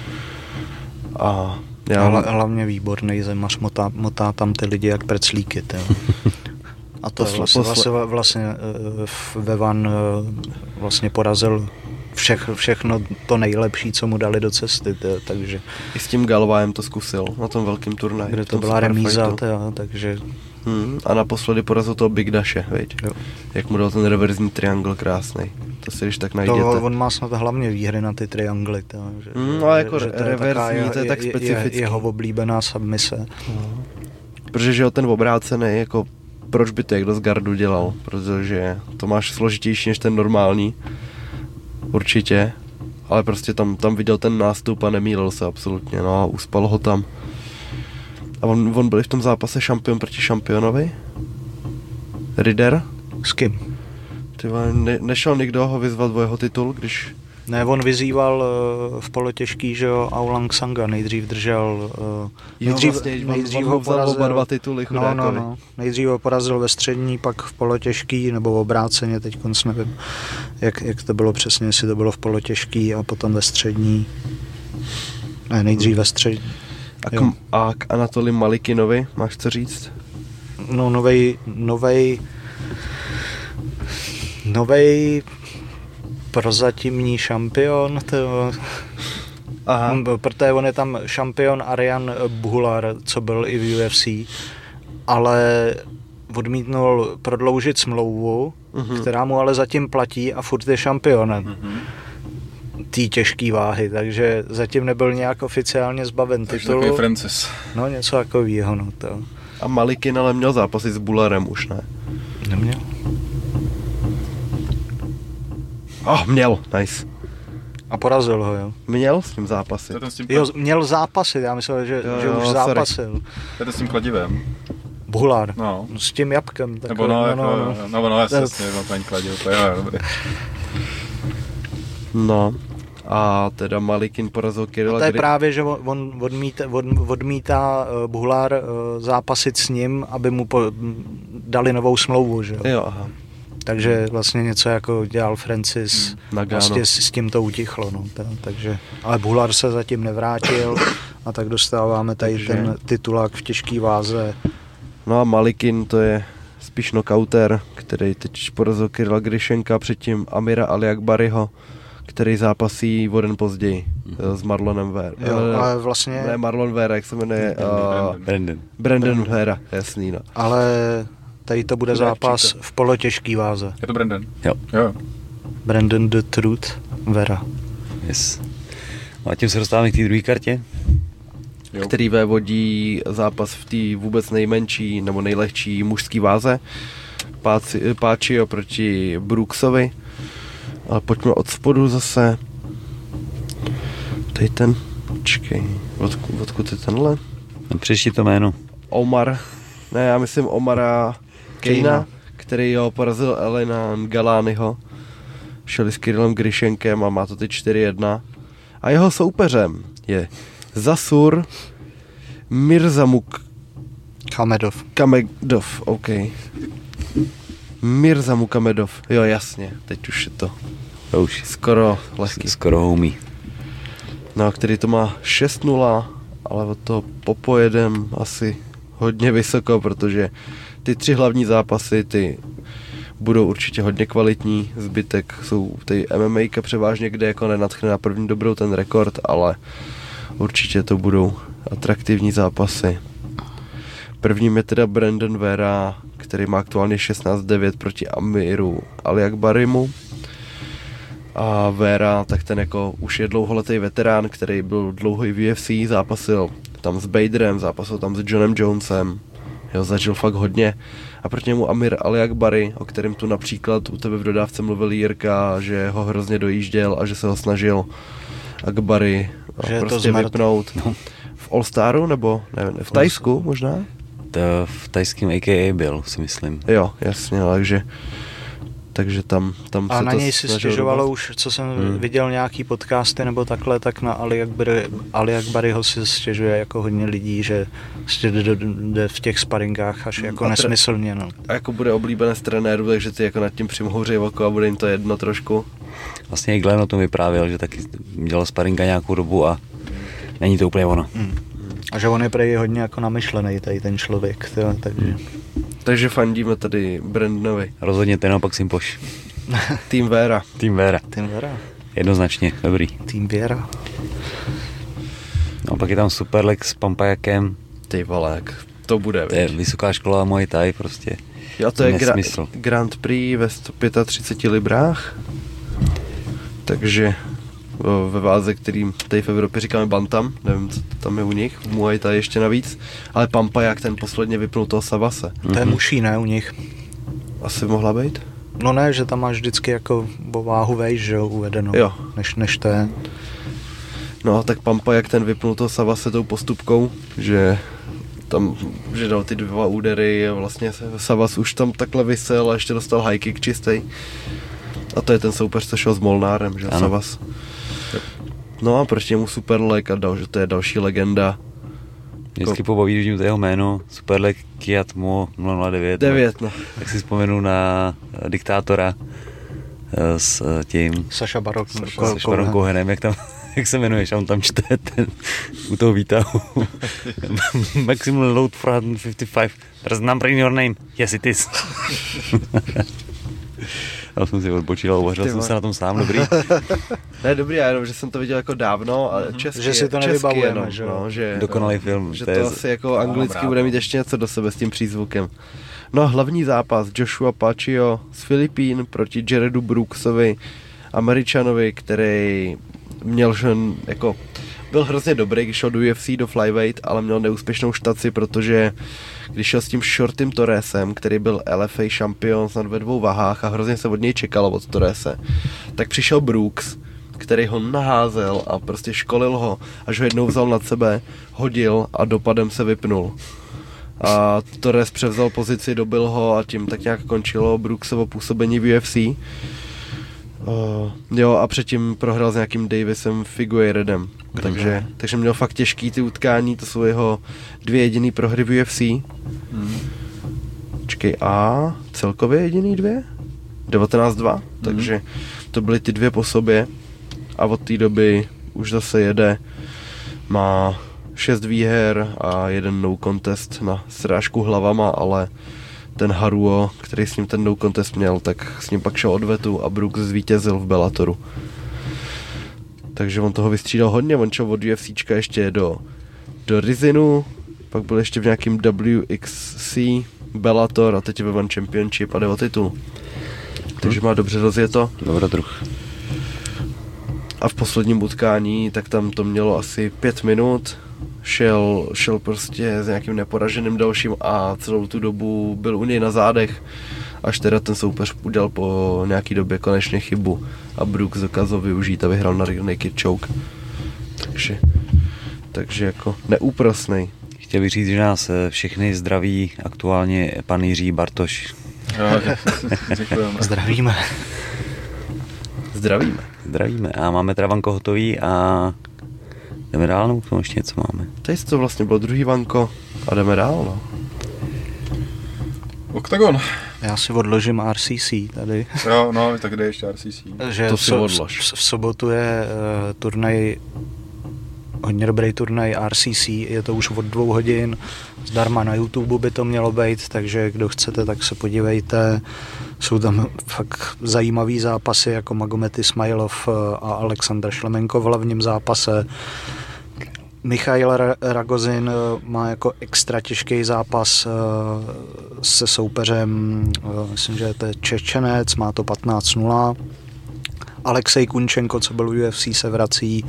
A hlavně výborný zemař, motá tam ty lidi jak preclíky. A to vlastně Vevan vlastně porazil všechno to nejlepší, co mu dali do cesty, takže... I s tím Galvájem to zkusil na tom velkém turnaji. Kde to byla remíza, takže... A naposledy porazil toho Big Dashe, viď? Jo. Jak mu dal ten reverzní triangle krásnej. To si když tak najděte. On má snad hlavně výhry na ty triangly. Ale jako reverzní, to je tak specifický. Jeho oblíbená submise. Protože ten obrácený, jako proč by to někdo z gardu dělal? Protože to máš složitější než ten normální. Určitě. Ale prostě tam viděl ten nástup a nemýlil se absolutně. No a uspal ho tam. A on byl v tom zápase šampion proti šampionovi? Ridder? S kým? Nešel někdo ho vyzvat o jeho titul, když... Ne, on vyzýval v polotěžký, že jo, Aung Sanga, nejdřív držel... nejdřív ho porazil... oba dva tituly chudákovi. No. Nejdřív ho porazil ve střední, pak v polotěžký, nebo obráceně, teď konc nevím, jak to bylo přesně, jestli to bylo v polotěžký a potom ve střední. Ne, nejdřív ve střední. A k Anatoli Malikinovi máš co říct? No, novej prozatímní šampion, protože on je tam šampion Arian Buhlar, co byl i v UFC, ale odmítnul prodloužit smlouvu, která mu ale zatím platí a furt je šampionem té těžké váhy, takže zatím nebyl nějak oficiálně zbaven titulu. Takže Francis. No, něco takovýho, no to. A Malikin ale měl zápasy s Buhlarem už, ne? Neměl. Měl, nice. A porazil ho, jo? Měl s tím zápasy. Jo, měl zápasy, já myslel, že už zápasil. To je s tím kladivem. Buhlar. No. S tím jabkem. Nebo jasně, to ani kladivo, to je dobrý. No. A teda Malikin porazil Kirila. To je právě, že on odmítá Buhlar zápasit s ním, aby mu dali novou smlouvu, že jo? Jo, aha. Takže vlastně něco jako dělal Francis, vlastně s tím to utichlo, no. Takže, ale Buhlar se zatím nevrátil a tak dostáváme tady ten titulák v těžké váze. No a Malikin to je spíš knockouter, který teď porazil Kirila Grishenka, předtím Amira Aliakbariho, který zápasí o den později s Marlonem Vera. Jo, ale vlastně... Ne, Marlon Vera, jak se jmenuje? Brandon Vera, jasný, no. Ale tady to bude zápas v polotěžký váze. Je to Brandon? Jo. Brandon the Truth Vera. Yes. A tím se dostáváme k té druhé kartě. Který vévodí zápas v té vůbec nejmenší nebo nejlehčí mužské váze. Páčio proti Brooksovi. Ale pojďme od spodu zase. Tady ten, počkej, odkud je tenhle? Přečti to jméno. Omar, ne, já myslím Omara Kejna, který ho porazil Elena Galányho. Šeli s Kirillem Grishenkem a má to teď 4-1. A jeho soupeřem je Zasur Kamedov, OK. Mirzamukhamedov, jo jasně, teď už je to už skoro lehký. Skoro homie. No, který to má 6-0, ale od toho popojedem asi hodně vysoko, protože ty 3 hlavní zápasy, ty budou určitě hodně kvalitní, zbytek jsou ty MMA převážně, kde jako nenadchne na první dobrou ten rekord, ale určitě to budou atraktivní zápasy. Prvním je teda Brandon Vera, který má aktuálně 16-9 proti Amiru Aliakbarimu. A Vera, tak ten jako už je dlouholetý veterán, který byl dlouho i v UFC, zápasil tam s Baderem, zápasil tam s Johnem Jonesem. Jo, zažil fakt hodně. A proti němu Amir Ali Akbari, o kterém tu například u tebe v dodávce mluvil Jirka, že ho hrozně dojížděl a že se ho snažil Akbari prostě vypnout. No. V All Staru, nebo nevím, v Tajsku možná? V tajském AKA byl, si myslím. Jo, jasně, takže tam a se na to něj si stěžovalo už, co jsem viděl nějaký podcasty nebo takhle, tak na Ali Akbariho si stěžuje jako hodně lidí, že jde v těch sparingách až jako nesmyslně. No. A jako bude oblíbené z trenérů, takže ty jako nad tím přimhouří oko a bude jim to jedno trošku. Vlastně i Glenn o tom vyprávěl, že taky dělal sparinga nějakou dobu a není to úplně ono. A že on je prej hodně jako namyšlený tady ten člověk, takže... Takže fandíme tady Brandonovi. Rozhodně ten opak Simpoš. Team Vera. Team Vera. Jednoznačně, dobrý. Team Vera. No pak je tam Superleg s Pampajakem. Ty vole, to bude, to je vysoká škola Muay Thai prostě. Jo, to je Grand Prix ve 135 librách. Takže ve váze, kterým tady v Evropě říkáme bantam, nevím, co tam je u nich, v Muay Thai ještě navíc, ale Pampajak ten posledně vypnul toho Savase. To je muší, ne, u nich? Asi mohla být? No ne, že tam máš vždycky jako o váhu vejš, že jo, uvedeno, jo. Než to je. No, tak Pampajak ten vypnul toho Savase tou postupkou, že tam, že dal ty 2 údery a vlastně Savas už tam takhle visel a ještě dostal high kick čistý. A to je ten soupeř, co šel s Molnárem, že Savas. No a proti němu Superleg a že to je další legenda. Vždycky pobaví, když to jeho jméno, Superleg Kiatmo 009. 9, no. Tak si vzpomenu na diktátora s tím... Saša Baron Cohenem, jak se jmenuješ, a on tam čte u toho výtahu. Maximum load 455. Does number in your name? Yes, it is. Já jsem si odbočil a uvařil jsem se na tom sám, dobrý. Ne, dobrý, já jenom, že jsem to viděl jako dávno a česky, že si to nevybavujeme, že? No, že dokonalý film. Že to asi jako anglicky bude mít ještě něco do sebe s tím přízvukem. No hlavní zápas Joshua Pacio z Filipín proti Jaredu Brooksovi, Američanovi, který měl jako byl hrozně dobrý, když šel do UFC, do flyweight, ale měl neúspěšnou štaci, protože když šel s tím Shortym Torresem, který byl LFA šampion snad ve 2 vahách a hrozně se od něj čekalo od Torrese, tak přišel Brooks, který ho naházel a prostě školil ho, až ho jednou vzal nad sebe, hodil a dopadem se vypnul. A Torres převzal pozici, dobil ho a tím tak nějak končilo Brooksovo působení v UFC. Jo, a předtím prohrál s nějakým Davisem Figueiredem. Takže měl fakt těžký ty utkání, to jsou jeho 2 jediný prohry v UFC. Čekej, a celkově jediný 2? 19-2, takže to byly ty 2 po sobě a od té doby už zase jede, má 6 výher a 1 no contest na srážku hlavama, ale ten Haruo, který s ním ten no contest měl, tak s ním pak šel odvetu a Brooks zvítězil v Bellatoru. Takže on toho vystřídal hodně, on šel od UFCčka ještě do Rizinu, pak byl ještě v nějakým WXC, Bellator a teď je ve One Championship a jde o titul. Takže má dobře rozjeto. Dobrý druh. A v posledním utkání, tak tam to mělo asi 5 minut, šel prostě s nějakým neporaženým dalším a celou tu dobu byl u něj na zádech, až teda ten soupeř udělal po nějaký době konečně chybu a Brooks dokázal využít a vyhrál na naked choke. Takže jako neúprosnej. Chtěl bych říct, že nás všechny zdraví aktuálně pan Jiří Bartoš. Zdravíme. Zdravíme a máme teda vanko hotový a jdeme dál, nebo tomu ještě něco máme? Teď to vlastně bylo druhý vanko a jdeme dál, no. Oktagon. Já si odložím RCC tady. Jo, no, tak jde ještě RCC. Že to si odlož. V sobotu je turnaj, hodně dobrý turnaj RCC, je to už od 2 hodin, zdarma na YouTube by to mělo být, takže kdo chcete, tak se podívejte. Jsou tam fakt zajímavý zápasy, jako Magomed Ismailov a Aleksandr Šlemenko v hlavním zápase. Michail Ragozin má jako extra těžký zápas se soupeřem, myslím, že to je Čečenec, má to 15-0. Alexej Kunčenko, co byl v UFC, se vrací.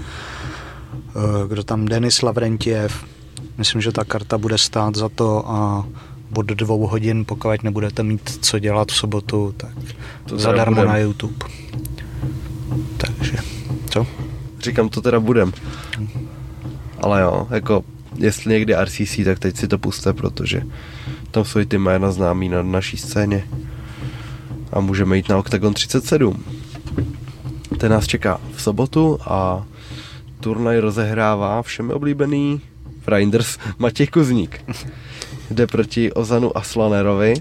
Kdo tam? Denis Lavrentiev. Myslím, že ta karta bude stát za to a od 2 hodin, pokud nebudete mít co dělat v sobotu, tak to zadarmo na YouTube. Takže, co? Říkám, to teda budem. Ale jo, jako, jestli někdy RCC, tak teď si to puste, protože tam jsou i ty jména známý na naší scéně. A můžeme jít na Octagon 37. Ten nás čeká v sobotu a turnaj rozehrává všemi oblíbený Reinders Matěj Kuzník. Jde proti Ozanu Aslanerovi.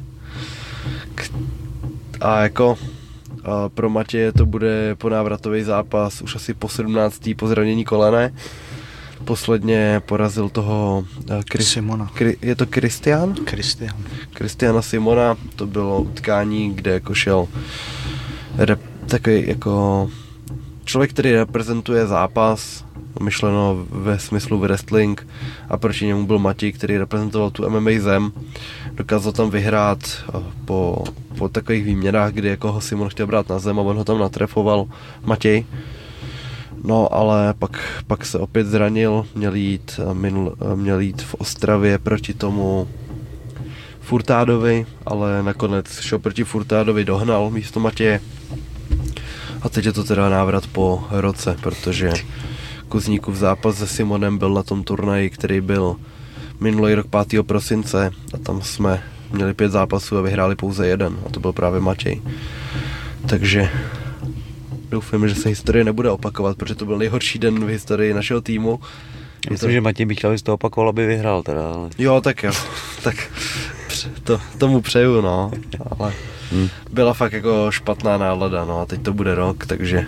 A jako pro Matěje to bude ponávratový zápas už asi po 17. po zranění kolene. Posledně porazil toho Simona. Je to Kristián? Kristiana Simona. To bylo utkání, kde jako šel takový jako člověk, který reprezentuje zápas, myšleno ve smyslu wrestling, a proti němu byl Matěj, který reprezentoval tu MMA zem. Dokázal tam vyhrát po takových výměnách, kdy jako ho Simon chtěl brát na zem a on ho tam natrefoval Matěj. No ale pak se opět zranil, měl jít v Ostravě proti tomu Furtádovi, ale nakonec šel proti Furtádovi, dohnal místo Matěje. A teď je to teda návrat po roce, protože Kuzníkův zápas se Simonem byl na tom turnaji, který byl minulý rok 5. prosince a tam jsme měli 5 zápasů a vyhráli pouze 1 a to byl právě Matěj. Takže doufám, že se historie nebude opakovat, protože to byl nejhorší den v historii našeho týmu. Myslím, že Matěj by chtěl, aby to opakoval, aby vyhrál teda. Ale... Jo, tak jo. Tak tomu přeju, no. Ale byla fakt jako špatná nálada, no a teď to bude rok, takže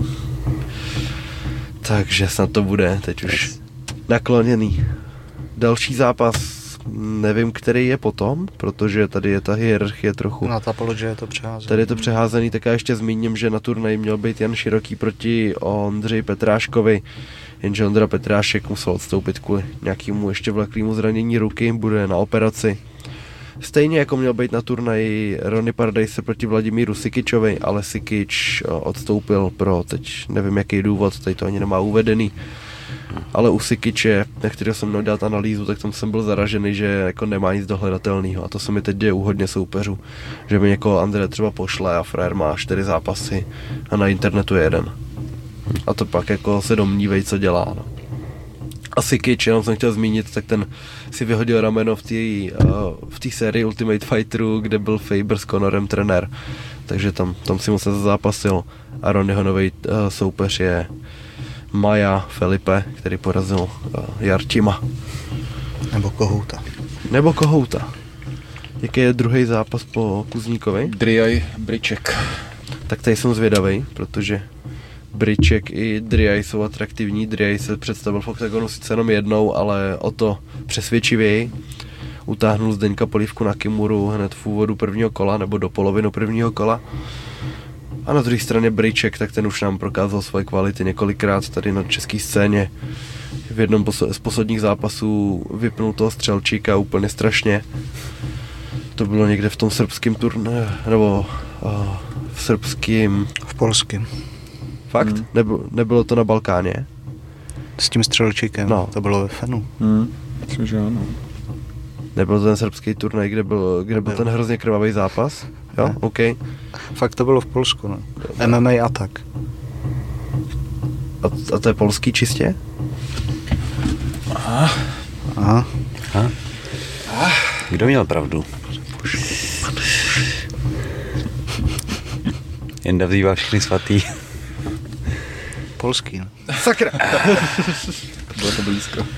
snad to bude teď už nakloněný. Další zápas, nevím, který je potom, protože tady je ta hierarchie trochu. Na Tapology je to přeházený. Tady je to přeházený, tak já ještě zmíním, že na turnaji měl být Jan Široký proti Ondřeji Petráškovi, jenže Ondra Petrášek musel odstoupit kvůli nějakému ještě vleklýmu zranění ruky, bude na operaci. Stejně jako měl být na turnaji Ronny Paradise proti Vladimíru Sikičovi, ale Sikič odstoupil pro teď nevím jaký důvod, tady to ani nemá uvedený. Ale u Sikiče, na kterého jsem měl dělat analýzu, tak tam jsem byl zaražený, že jako nemá nic dohledatelného. A to se mi teď děje u hodně soupeřů. Že mi někoho Andre třeba pošle a frajer má 4 zápasy a na internetu je 1. A to pak jako se domnívej, co dělá. No. A Sikič, jenom jsem chtěl zmínit, tak ten si vyhodil rameno v té sérii Ultimate Fighterů, kde byl Faber s Conorem trenér. Takže tam si moc zazápasil. A Ronnyho nový soupeř je Maja Felipe, který porazil Jarčima. Nebo Kohouta. Jaký je druhý zápas po Kuzníkovi? Driaj Briček. Tak tady jsem zvědavej, protože Briček i Driaj jsou atraktivní. Driaj se představil v Octagonu sice jenom jednou, ale o to přesvědčivěji. Utáhnul Zdeňka Polívku na Kimuru hned v úvodu prvního kola, nebo do poloviny prvního kola. A na druhé straně Briček, tak ten už nám prokázal svoje kvality několikrát tady na české scéně. V jednom z posledních zápasů vypnul toho Střelčíka úplně strašně. To bylo někde v tom srbském turné, nebo v srbském... V polském. Fakt? Nebylo to na Balkáně? S tím Střelčíkem, no. To bylo ve Fenu. Myslím, že ano. Nebyl to ten srbský turnaj, kde byl ten hrozně krvavý zápas? Jo, OK. Fakt to bylo v Polsku, no. MMA Atak. A to je polský čistě? Aha. Kdo měl pravdu? Jenda vzývá všechny svatý. Polský, no. Sakra! Bylo to blízko.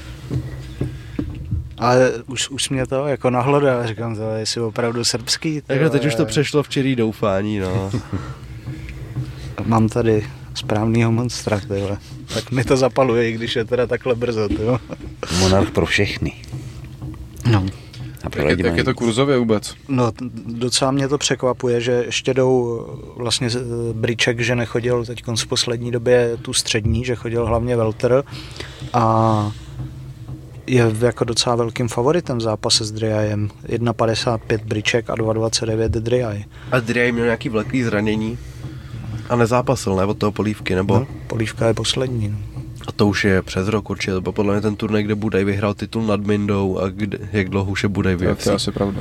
Ale už mě to jako nahlodá, říkám to, jestli opravdu srbský. Takže teď už to přešlo v čirý doufání, no. Mám tady správnýho monstra, tyhle. Tak mi to zapaluje, i když je teda takhle brzo, tyjo. Monarch pro všechny. No. Jak je to kurzově vůbec? No, docela mě to překvapuje, že ještě jdou vlastně Briček, že nechodil teď v poslední době tu střední, že chodil hlavně welter a je jako docela velkým favoritem v zápase s Driajem. 1,55 Briček a 2,29 Driaj. A Driaj měl nějaký vleklý zranění a nezápasil, ne? Od toho Polívky, nebo? No, Polívka je poslední. No. A To už je přes rok určitě, to byl podle mě ten turnaj, kde Budaj vyhrál titul nad Mindou a jak dlouho už je Budaj v UFC. To je asi pravda.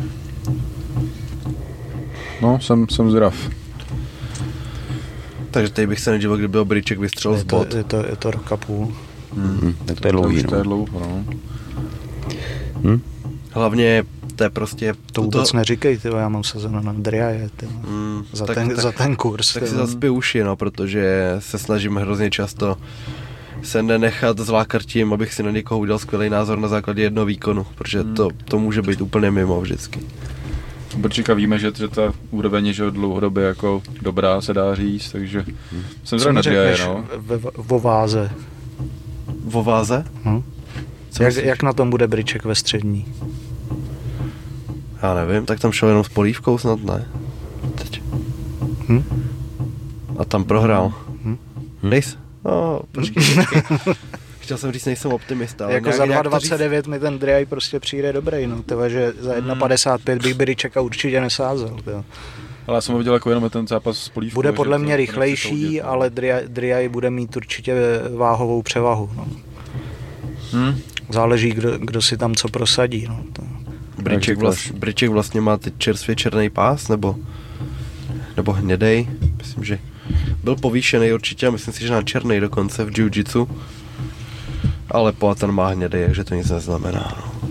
No, jsem zdrav. Takže teď bych se nedivil, kdyby Obryček vystřelil z bod. Je to rok a půl. Tak to je dlouhý, To je dlouho, no. Hlavně to je prostě... To vůbec neříkej, tyjo, já mám sazeno na Driaje, za ten kurz. Tak si zaspí uši, no, protože se snažím hrozně často se nenechat zlákat tím, abych si na někoho udělal skvělý názor na základě jednoho výkonu, protože to může být úplně mimo vždycky. Brčíka víme, že ta úroveň je dlouhodobě jako dobrá, se dá říct, takže jsem zrovna na Driaje, no. Vo váze. Vo váze? Jak na tom bude Bryček ve střední? Já nevím, tak tam šel jenom s polívkou snad, ne? Teď. A tam prohrál. Nejs? No, počkej. Chtěl jsem říct, nejsem optimista. Jako za 2,29 mi ten Driaj prostě přijde dobrý, no. Tyva, že za 1,55 bych Bryčeka určitě nesázel. Tyva. Ale já jsem ho viděl jako jenom ten zápas s polívkou. Bude podle mě rychlejší, ale Driaj bude mít určitě váhovou převahu. No. Záleží, kdo si tam co prosadí. No. Bryček vlastně má teď čerstvě černý pás, nebo hnědej. Myslím, že byl povýšený určitě a myslím si, že na černý dokonce v jiu-jitsu. Ale Poatan má hnědej, takže to nic neznamená. No.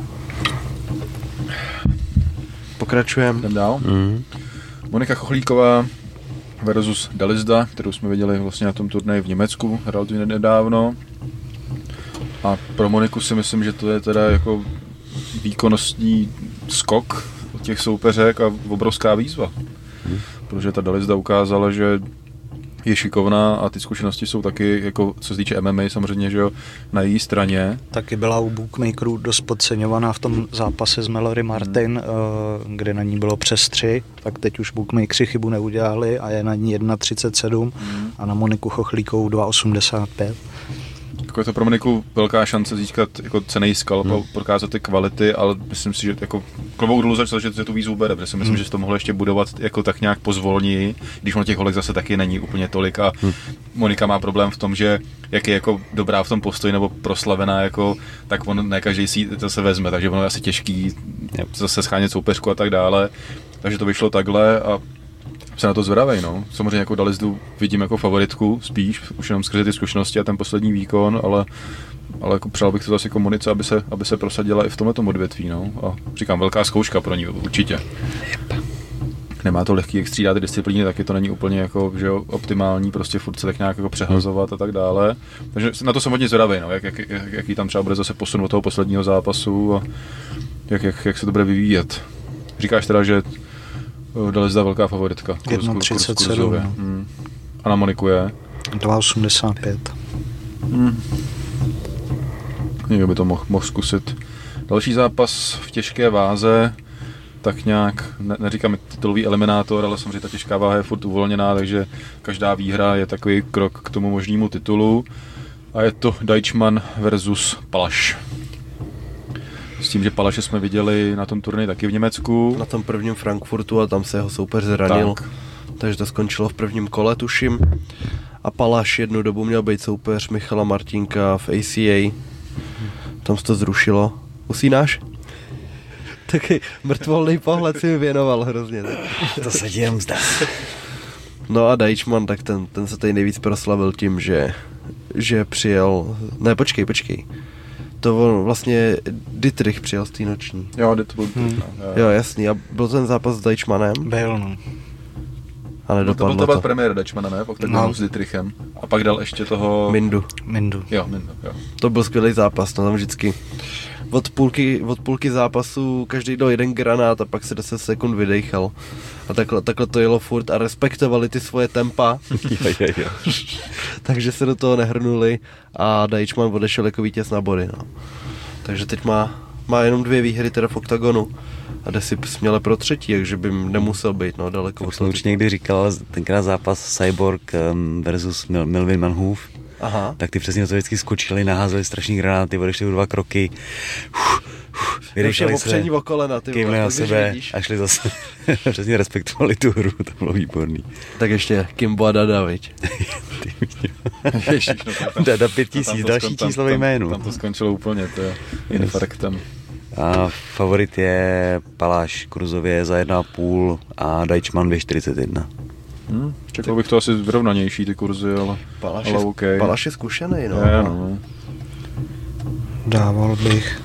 Pokračujeme. Jdem dál. Monika Chochlíková versus Dalizda, kterou jsme viděli vlastně na tom turnaji v Německu relativně nedávno. A pro Moniku si myslím, že to je teda jako výkonnostní skok od těch soupeřek a obrovská výzva. Protože ta Dalizda ukázala, že je šikovná a ty zkušenosti jsou taky, jako co se týče MMA samozřejmě, že jo, na její straně. Taky byla u bookmakerů dost podceňovaná v tom zápase s Mallory Martin, kde na ní bylo přes 3, tak teď už bookmakeri chybu neudělali a je na ní 1,37 a na Moniku Chochlíkovou 2,85. Jako je to pro Moniku velká šance získat jako cenný skalp a prokázat ty kvality, ale myslím si, že jako klobouk dolů začal, že tu výzvu bere, protože si myslím, že se to mohlo ještě budovat jako tak nějak pozvolněji, když na těch holek zase taky není úplně tolik a Monika má problém v tom, že jak je jako dobrá v tom postoji nebo proslavená, jako, tak on ne každý si to se vezme, takže ono je asi těžký zase schánět soupeřku a tak dále, takže to vyšlo takhle a se na to zvědavej, no. Samozřejmě jako Dalizdu vidím jako favoritku spíš, už jenom skrze ty zkušenosti a ten poslední výkon, ale jako přál bych to zase jako Monice, aby se prosadila i v tomto odvětví, no. A říkám, velká zkouška pro ní určitě. Nemá to lehký, jak střídá ty disciplíny, taky to není úplně jako, že jo, optimální, prostě furt se tak nějak jako přehazovat a tak dále. Takže na to jsem hodně zvědavej, no, jaký tam třeba bude zase posun od toho posledního zápasu a jak se to bude vyvíjet. Říkáš teda, že Dalizda velká favoritka. 1,37. A na Moniku je? 2,85. Někdo by to mohl zkusit. Další zápas v těžké váze, tak nějak, neříkám titulový eliminátor, ale samozřejmě ta těžká váha je furt uvolněná, takže každá výhra je takový krok k tomu možnému titulu. A je to Deichmann versus Palaš. S tím, že Palaše jsme viděli na tom turnaji taky v Německu. Na tom prvním Frankfurtu a tam se jeho soupeř zranil. Takže to skončilo v prvním kole, tuším. A Palaš jednu dobu měl být soupeř Michala Martinka v ACA. Tam se to zrušilo. Usínáš? Taky mrtvolný pohled si mi věnoval hrozně. To se ti jenom zdá. No a Deichmann, tak ten se tady nejvíc proslavil tím, že přijel... Ne, počkej. To vlastně Dietrich přijel z té noční. Jo, to byl Jo, jasný. A byl ten zápas s Deichmannem? Byl, no. A nedopadlo to. Byl premiér Deichmanna, ne? Pak s Dietrichem. A pak dal ještě toho... Mindu. Jo, Mindu, jo. To byl skvělý zápas, no tam vždycky od půlky zápasu každý dal jeden granát a pak se 10 sekund vydejchal. A takhle to jelo furt a respektovali ty svoje tempa. Jo. Takže se do toho nehrnuli a Deichmann odešel jako vítěz na body, no. Takže teď má jenom 2 výhry teda v oktagonu a jde si směle pro 3, takže by nemusel být, no, daleko. Tak jsem už někdy říkal, tenkrát zápas Cyborg versus Melvin Manhoef. Aha. Tak ty přesně to vždycky skočili, naházeli strašný granáty, odešli o 2 kroky. Vydechali se, o kolena, kývli na sebe a šli zase. Přesně respektovali tu hru, to bylo výborný. Tak ještě Kimbo a Dada, viď? Ježiš, no to je do 5000, další číslový jméno. Tam to skončilo úplně, to je infarktem. A favorit je Paláš kurzově za 1,5 a Deichmann 2,41. Čekal bych to asi vyrovnanější ty kurzy, ale okay. Paláš je zkušený, no. No. Dával bych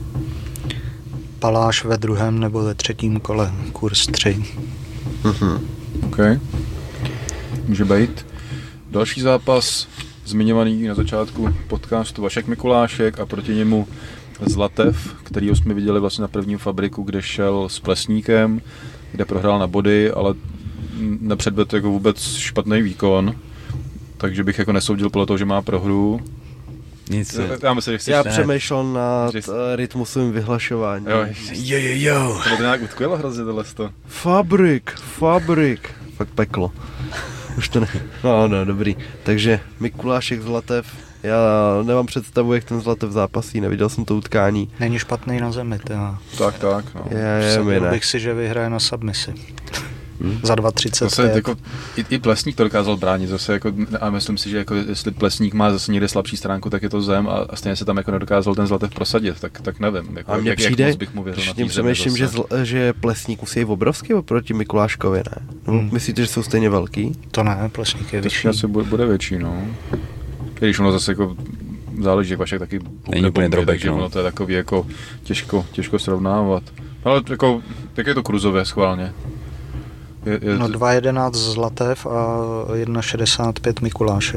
Paláš ve druhém nebo ve třetím kole, kurz 3. OK. Může být. Další zápas, zmiňovaný na začátku podcastu, Vašek Mikulášek a proti němu Zlatev, kterýho jsme viděli vlastně na prvním fabriku, kde šel s Plesníkem, kde prohrál na body, ale nepředvedl jako vůbec špatný výkon, takže bych jako nesoudil podle toho, že má prohru. Nic. Já přemýšlel nad rytmusovým vyhlašování. Jo. To nějak utkvělo hrozně tohleto. Fabrik. Fakt peklo. Už to ne. No, dobrý. Takže Mikulášek Zlatev. Já nemám představu, jak ten Zlatev zápasí, neviděl jsem to utkání. Není špatný na zemi, teda. Tak, no. Představil bych si, že vyhraje na submisi. Za 2,35. Jako, i Plesník to dokázal bránit zase, jako, a myslím si, že jako, jestli Plesník má zase někde slabší stránku, tak je to zem a stejně se tam jako nedokázal ten Zlatev prosadit, tak nevím. Jako, a mně přijde, jak bych mu věřil na tím přemýšlím, že Plesník musí jít obrovský oproti Mikuláškovi, ne? Myslíte, že jsou stejně velký? To ne, Plesník je vyšší. Asi bude větší, no. Když ono zase jako záleží, jak Vašek taky není úplně drobek, takže ono to je takový jako těžko srovnávat. Ale jako, jak je to kruzové schválně? No 2,11 Zlatev a 1,65 Mikulášek.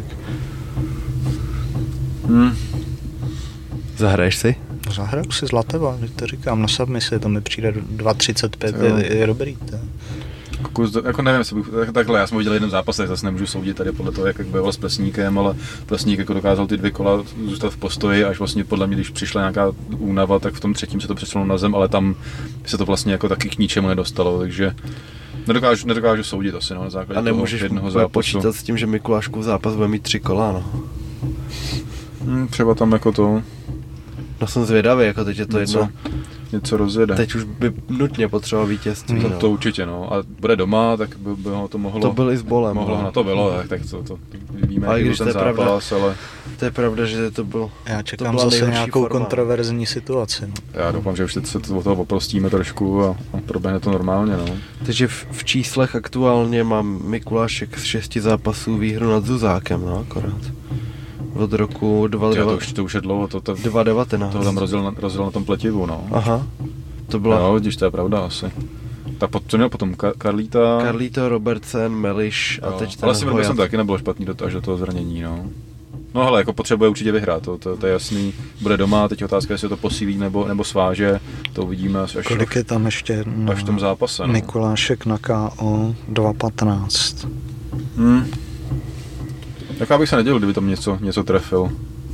Zahraješ si? Zahraju si Zlateva, to říkám, na submisi, to mi přijde 2,35, je dobrý. Jako nevím, takhle, já jsem viděl jeden zápas, tak zase nemůžu soudit tady podle toho, jak bojoval s Plesníkem, ale Plesník jako dokázal ty 2 kola zůstat v postoji, až vlastně podle mě, když přišla nějaká únava, tak v tom třetím se to přesunulo na zem, ale tam se to vlastně jako taky k ničemu nedostalo, takže nedokážu soudit asi, no, na základě toho jednoho zápasu. A počítat s tím, že Mikuláškův zápas bude mít 3 kola, no. Třeba tam jako to... No jsem zvědavý, jako teď je to něco rozjede. Teď už by nutně potřeboval vítězství. To určitě, no. A bude doma, tak by ho to mohlo... To byl i s bolem. Mohlo na to bylo, tak to víme, ale když ten zápas, ale... To je pravda, že to bylo... Já čekám zase nějakou kontroverzní situaci. No. Já doufám, že už teď se od toho oprostíme trošku a proběhne to normálně, no. Takže v číslech aktuálně mám Mikulášek z 6 zápasů výhru nad Zuzákem, no, akorát. Od roku 2019. To už je dlouho, 2019. To tam rozjel na tom pletivu, no. Aha. To bylo... No, vidíš, to je pravda asi. Tak co měl potom Carlita, Robertsen, Meliš a teď ten ale si myslím, že taky nebylo špatný až do toho zranění, no. No hele, jako potřebuje určitě vyhrát, to je jasný. Bude doma, teď otázka, jestli to posílí nebo sváže, to uvidíme až kolik je tam ještě až v tom zápase, no. Mikulášek na KO 2,15. Tak já bych se nedělil, kdyby tam něco trefil.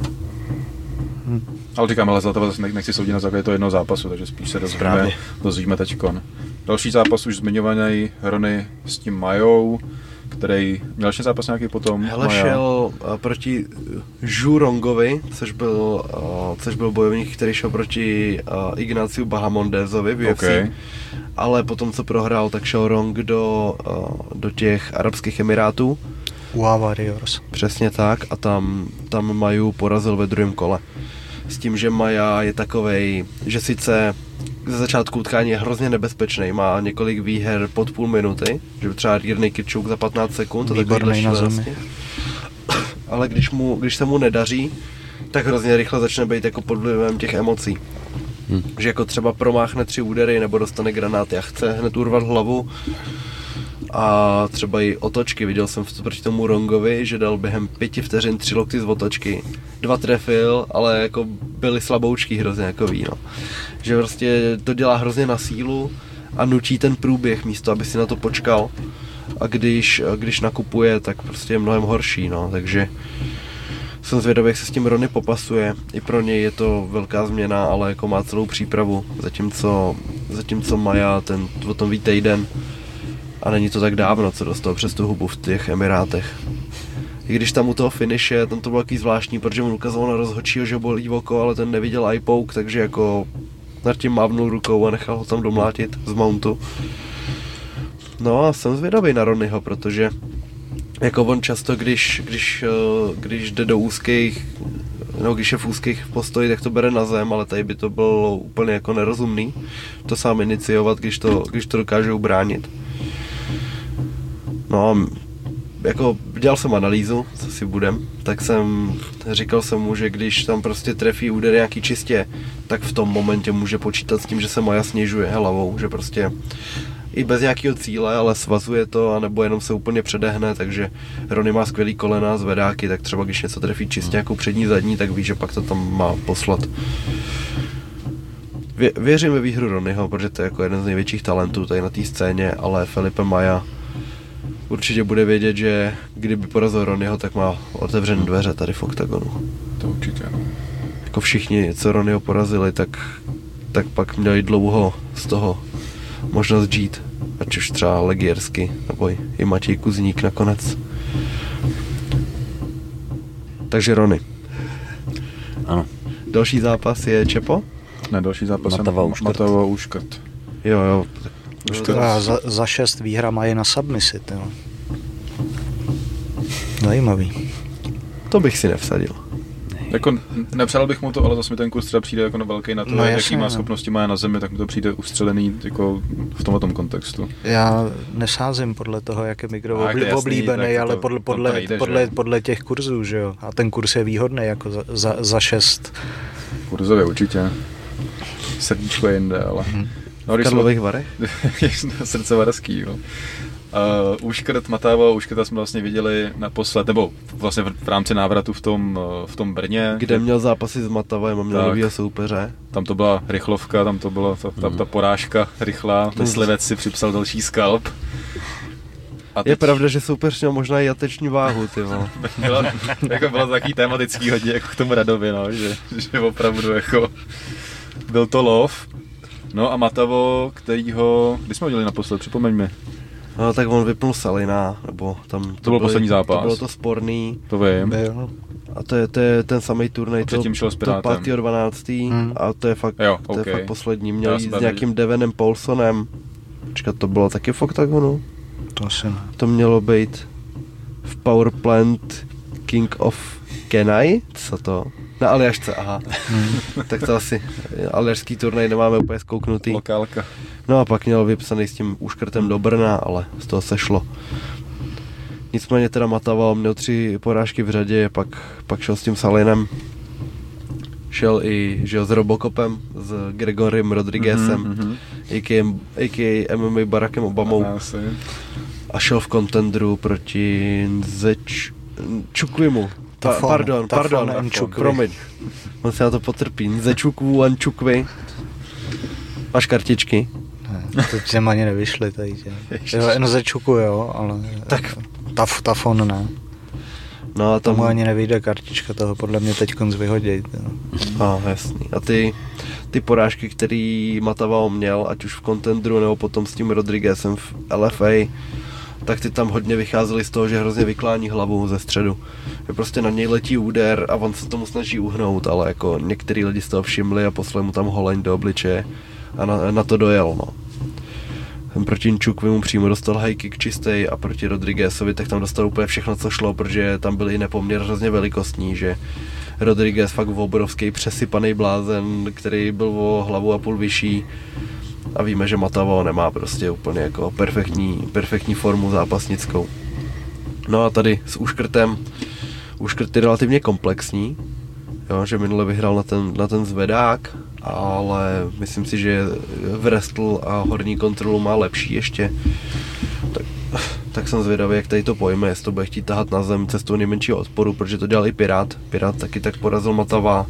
Ale říkám, ale za to zase nechci soudit na základě toho jednoho zápasu, takže spíš se dozvíme teďkon. Další zápas už zmiňovaný Rony s tím Majou, který měl ještě zápas nějaký potom. Hele, šel proti Žurongovi, což byl bojovník, který šel proti Ignaciu Bahamondezovi v UFC. Okay. Ale potom, co prohrál, tak šel Rong do těch Arabských Emirátů. Warriors. Přesně tak a tam Maju porazil ve druhém kole. S tím, že Maja je takovej, že sice ze začátku utkání je hrozně nebezpečný, má několik výher pod půl minuty, že třeba Jirnej Kirčuk za 15 sekund, to takovýhle šílenosti. Ale když se mu nedaří, tak hrozně rychle začne být jako pod vlivem těch emocí. Že jako třeba promáchne 3 údery nebo dostane granáty a chce hned urvat hlavu. A třeba i otočky, viděl jsem proti tomu Rongovi, že dal během 5 vteřin 3 lokty z otočky. 2 trefil, ale jako byly slaboučky hrozně jako víno. Že prostě to dělá hrozně na sílu a nutí ten průběh místo, aby si na to počkal. A když nakupuje, tak prostě je mnohem horší, no, takže jsem zvědavý, jak se s tím Rony popasuje. I pro něj je to velká změna, ale jako má celou přípravu, zatímco Maja o tom ví týden. A není to tak dávno, co dostal přes tu hubu v těch Emirátech. I když tam u toho finiše, tam to bylo takový zvláštní, protože mu ukázalo na rozhodčího, že bolí oko, ale ten neviděl eye poke, takže jako nad tím mávnul rukou a nechal ho tam domlátit z mountu. No a jsem zvědavý na Ronyho, protože jako on často, když jde do úzkých, no když je v úzkých postoji, tak to bere na zem, ale tady by to bylo úplně jako nerozumný to sám iniciovat, když to dokáže ubránit. No, jako dělal jsem analýzu, co si budem, tak říkal jsem mu, že když tam prostě trefí úder nějaký čistě, tak v tom momentě může počítat s tím, že se Maja snižuje hlavou, že prostě i bez nějakého cíle, ale svazuje to, anebo jenom se úplně předehne, takže Ronny má skvělý kolena, zvedáky, tak třeba když něco trefí čistě jako přední, zadní, tak ví, že pak to tam má poslat. Věřím ve výhru Ronnyho, protože to je jako jeden z největších talentů tady na té scéně, ale Felipe Maja určitě bude vědět, že kdyby porazil Ronnyho, tak má otevřené dveře tady v oktagonu. To určitě. Jako všichni, co Ronnyho porazili, tak pak měli dlouho z toho možnost žít. Ať už třeba Legiersky, nebo i Matěj Kuzník nakonec. Takže Ronny. Ano. Další zápas je Čepo? Ne, další zápas je Matava Uškrt. Jo. Za 6 výhra mají na submisi, jo. Zajímavý. To bych si nevsadil. Jako nepřál bych mu to, ale zase mi ten kurz třeba přijde jako velký na to, no, jaký má schopnosti má na zemi, tak mi to přijde ustřelený jako v tomhle kontextu. Já nesázím podle toho, jak je Migro oblíbený, ale podle těch kurzů, že jo. A ten kurz je výhodný jako za 6. Kurzově určitě. Srdíčko je jinde, ale... No, v Karlových Varech? Srdce vareský, jo. Uškrt, Matava, Uškrta jsme vlastně viděli naposled, nebo vlastně v rámci návratu v tom Brně. Kde měl zápasy s Matavem a měl novýho soupeře. Tam to byla rychlovka, tam to byla ta porážka rychlá, myslivec si připsal další skalp. A je pravda, že soupeř měl možná i jateční váhu, ty vole. Bylo to takový tematický hodně jako k tomu Radovi, no, že opravdu jako byl to lov. No a Matavo, kterýho, kdy jsme ho dělali naposled, připomeň mi. No tak on vypnul Salina, nebo tam... To byl poslední zápas. To bylo to sporný. To vím. A to je ten samý turnaj, to 5.12. A to je fakt, to je fakt poslední. Měl jít s nějakým Devenem Paulsonem. Počkat, to bylo taky v oktagonu? To asi ne. To mělo být v Powerplant King of Kenai? Co to? Na Aljašce, aha. Tak to asi aljašský turnaj nemáme úplně zkouknutý. Lokálka. No a pak měl vypsaný s tím Uškrtem do Brna, ale z toho sešlo. Nicméně teda Matava měl 3 porážky v řadě, pak šel s tím Salinem. Šel i s Robocopem, s Gregorem Rodriguezem, a.k.a. MMA Barackem Obamou. A šel v contendru proti Čukvimu. Pardon, promiň. On se na to potrpí. Nzečukvu Ančukvi. Máš kartičky? Ne, to těm ani nevyšly tady. Nzečuku jo, ale tak Tafon ne. No a tomu ani nevyjde kartička, toho podle mě teďkonc vyhodit. Jasný. A ty porážky, který Matava měl, ať už v contendru nebo potom s tím Rodriguezem v LFA, tak ty tam hodně vycházely z toho, že hrozně vyklání hlavu ze středu. Že prostě na něj letí úder a on se tomu snaží uhnout, ale jako některý lidi z toho všimli a poslali mu tam holeň do obličeje a na to dojel, no. Proti Čukvimu přímo dostal high kick čistej a proti Rodriguezovi tak tam dostal úplně všechno, co šlo, protože tam byl i nepoměr hrozně velikostní, že Rodriguez fakt obrovský přesypaný blázen, který byl o hlavu a půl vyšší. A víme, že Matava nemá prostě úplně jako perfektní formu zápasnickou. No a tady s Uškrtem, Uškrt je relativně komplexní, jo, že minule vyhrál na ten zvedák, ale myslím si, že wrestle a horní kontrolu má lepší ještě. Tak jsem zvědavý, jak tady to pojme, jestli to bude chtít tahat na zem cestou nejmenšího odporu, protože to dělal i Pirát. Pirát taky tak porazil Matava,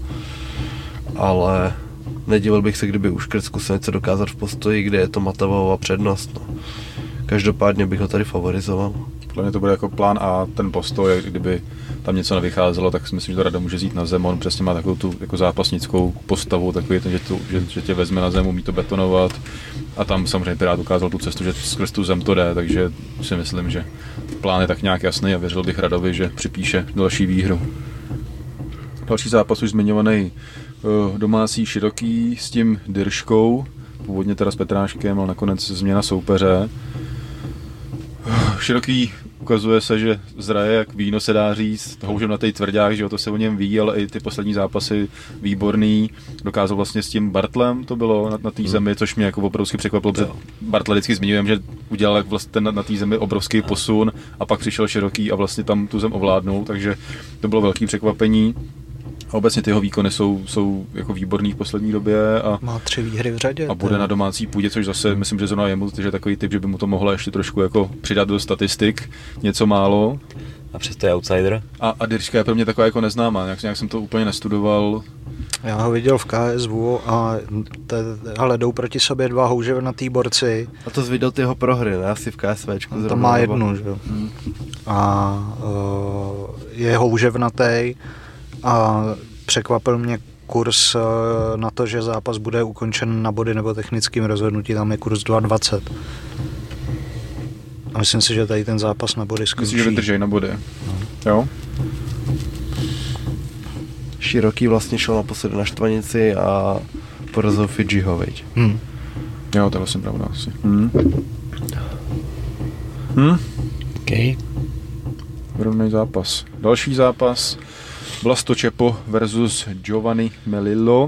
ale nedivil bych se, kdyby Uškrt zkusil něco dokázat v postoji, kde je to Matavova přednost. No. Každopádně bych ho tady favorizoval. Podle mě to bude jako plán A, ten postoj, kdyby tam něco nevycházelo, tak si myslím, že to Rada může jít na zem. On přesně má takovou tu jako zápasnickou postavu, takový ten, že tě vezme na zem, umí to betonovat. A tam samozřejmě Pirát ukázal tu cestu, že skrz tu zem to jde, takže si myslím, že plán je tak nějak jasný a věřil bych Radovi, že připíše další výhru. Další zápas už zmiňovaný domácí Široký s tím Dyrškou, původně teda s Petráškem, ale nakonec změna soupeře. Široký ukazuje se, že zraje jak víno, se dá říct, houžem na tej tvrdák, že jo, to se o něm ví, ale i ty poslední zápasy výborný. Dokázal vlastně s tím Bartlem, to bylo na té zemi, což mě jako obrovsky překvapilo, protože Bartle vždycky zmiňujem, že udělal vlastně na té zemi obrovský posun a pak přišel Široký a vlastně tam tu zem ovládnul, takže to bylo velký překvapení. A obecně ty jeho výkony jsou jako výborný v poslední době. A má 3 výhry v řadě. A bude na domácí půdě, což zase myslím, že zrovna jemu, že takový typ, že by mu to mohlo ještě trošku jako přidat do statistik, něco málo. A přesto je outsider. A Dirška je pro mě taková jako neznámá, nějak jsem to úplně nestudoval. Já ho viděl v KSV a ale jdou proti sobě 2 houževnatý borci. A to zviděl ty jeho prohry, ne? Asi v KSVčku. On tam má jednu, že jo. A je houževnatý a překvapil mě kurz na to, že zápas bude ukončen na body nebo technickým rozhodnutí, tam je kurz 2,20. A myslím si, že tady ten zápas na body skončí. Myslím, že vydržej na body. No. Jo? Široký vlastně šel naposledy na štvanici a porazil Fidžiho, veď. Jo, to je vlastně pravda asi. OK. Rovnej zápas. Další zápas. Vlasto Čepo versus Giovanni Melillo.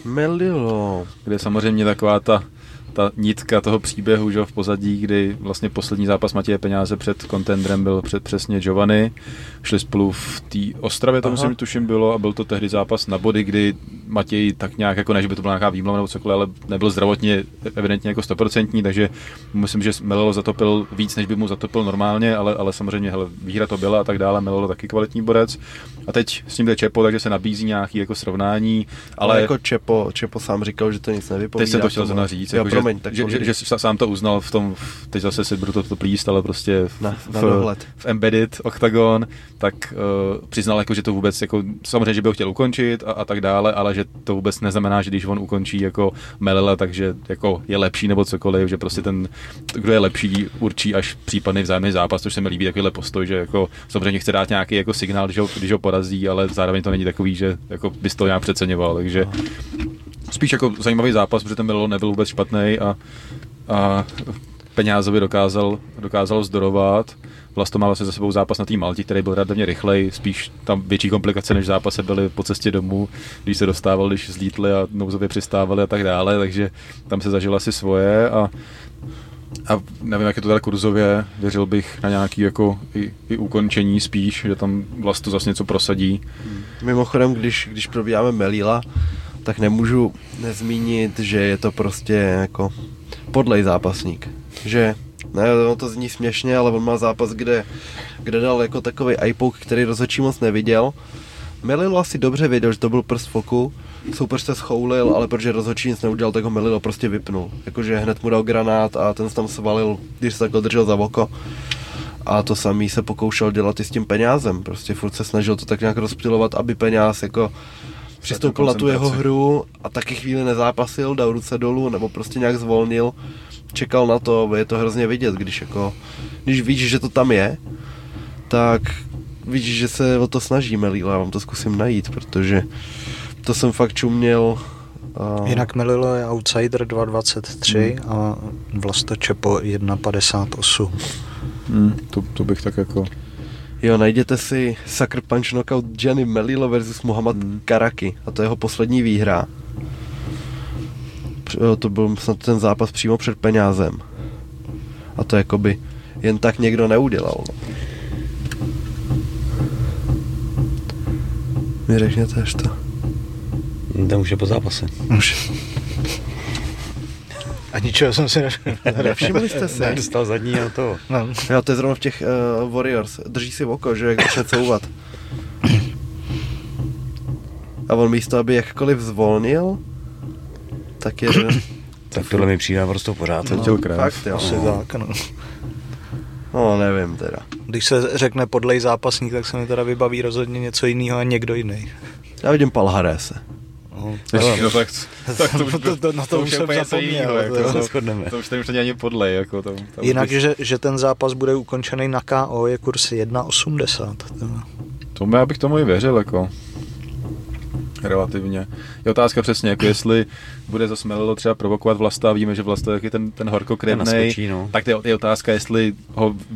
Kde samozřejmě taková ta nitka toho příběhu, že v pozadí, kdy vlastně poslední zápas Matěje Peňáze před kontendrem byl přesně Giovanni. Šli spolu v té Ostravě, to musím tuším bylo, a byl to tehdy zápas na body, kdy Matěj tak nějak, jako ne, že by to byla nějaká výmluva nebo cokoliv, ale nebyl zdravotně evidentně jako 100%, takže myslím, že Melillo zatopil víc, než by mu zatopil normálně, ale samozřejmě výhra to byla a tak dále, Melillo taky kvalitní borec. A teď s tím jde Čepo, takže se nabízí nějaký jako srovnání, ale jako Čepo sám říkal, že to nic nevypovídá. Teď jsem to chtěl zrovna říct, jako, že sám to uznal v tom, teď zase si budu to plíst, ale prostě v Embedded Octagon, tak přiznal, jako, že to vůbec, jako, samozřejmě, že by ho chtěl ukončit a tak dále, ale že to vůbec neznamená, že když on ukončí jako Melilla, takže jako je lepší nebo cokoliv, že prostě ten, kdo je lepší, určí až případný vzájemný zápas, což se mi líbí takovýhle postoj, že jako samozřejmě chce dát nějaký jako signál, když ho porazí, ale zároveň to není takový, že jako bys to nějak přeceňoval, takže spíš jako zajímavý zápas, protože ten Melillo nebyl vůbec špatný a Peňázovi dokázal zdorovat. Vlasto má vlastně za sebou zápas na té Malti, který byl relativně rychlej, spíš tam větší komplikace než zápasy byly po cestě domů, když se dostával, když zlítli a nouzově přistávali a tak dále, takže tam se zažil asi svoje a nevím, jak je to teda kurzově, věřil bych na nějaký jako i ukončení spíš, že tam Vlasto zase něco prosadí. Mimochodem, když probíháme Melilla, tak nemůžu nezmínit, že je to prostě jako podlej zápasník. Že, ne, to zní směšně, ale on má zápas, kde dal jako takový eye-poke, který rozhodčí moc neviděl. Melillo asi dobře věděl, že to byl prst foku, soupeř se schoulil, ale protože rozhodčí nic neudělal, tak ho Melillo prostě vypnul. Jakože hned mu dal granát a ten se tam svalil, když se takhle držel za oko. A to samý se pokoušel dělat i s tím Peňázem. Prostě furt se snažil to tak nějak rozptylovat, aby Peňáz jako přistoupil na tu jeho hru a taky chvíli nezápasil, dal ruce dolů nebo prostě nějak zvolnil. Čekal na to, je to hrozně vidět, když víš, že to tam je, tak víš, že se o to snaží Melillo, já vám to zkusím najít, protože to jsem fakt čuměl. Jinak Melillo je outsider 2,23 a Vlasto Čepo 1,58. To bych tak jako... Jo, najděte si Sucker Punch Knockout Gianni Melillo versus Muhammad Karaki a to je jeho poslední výhra. To byl snad ten zápas přímo před Peňázem. A to jakoby jen tak někdo neudělal. Mi řekněte až to. To už je po zápase. Už. A ničeho jsem si nevšimli jste se. Dostal zadní a to. No. Jo, to je zrovna v těch Warriors. Drží si v oko, že jak začne couvat. A on místo, aby jakkoliv zvolnil, tak je... Tak tohle mi přijde prostě pořád. Fakt, jo. Asi tak, no. No, nevím teda. Když se řekne podlej zápasník, tak se mi teda vybaví rozhodně něco jiného a někdo jiný. Já vidím Palharese. To už jsem zapomněl. To už tady ani podlej. Jako tam jinak, že ten zápas bude ukončený na KO, je kurz 1,80. Tomu já bych tomu i věřil, jako relativně. Je otázka přesně, jako jestli bude zase Melillo třeba provokovat Vlasta a víme, že Vlasta je ten horkokrevnej, no. tak je otázka, jestli ho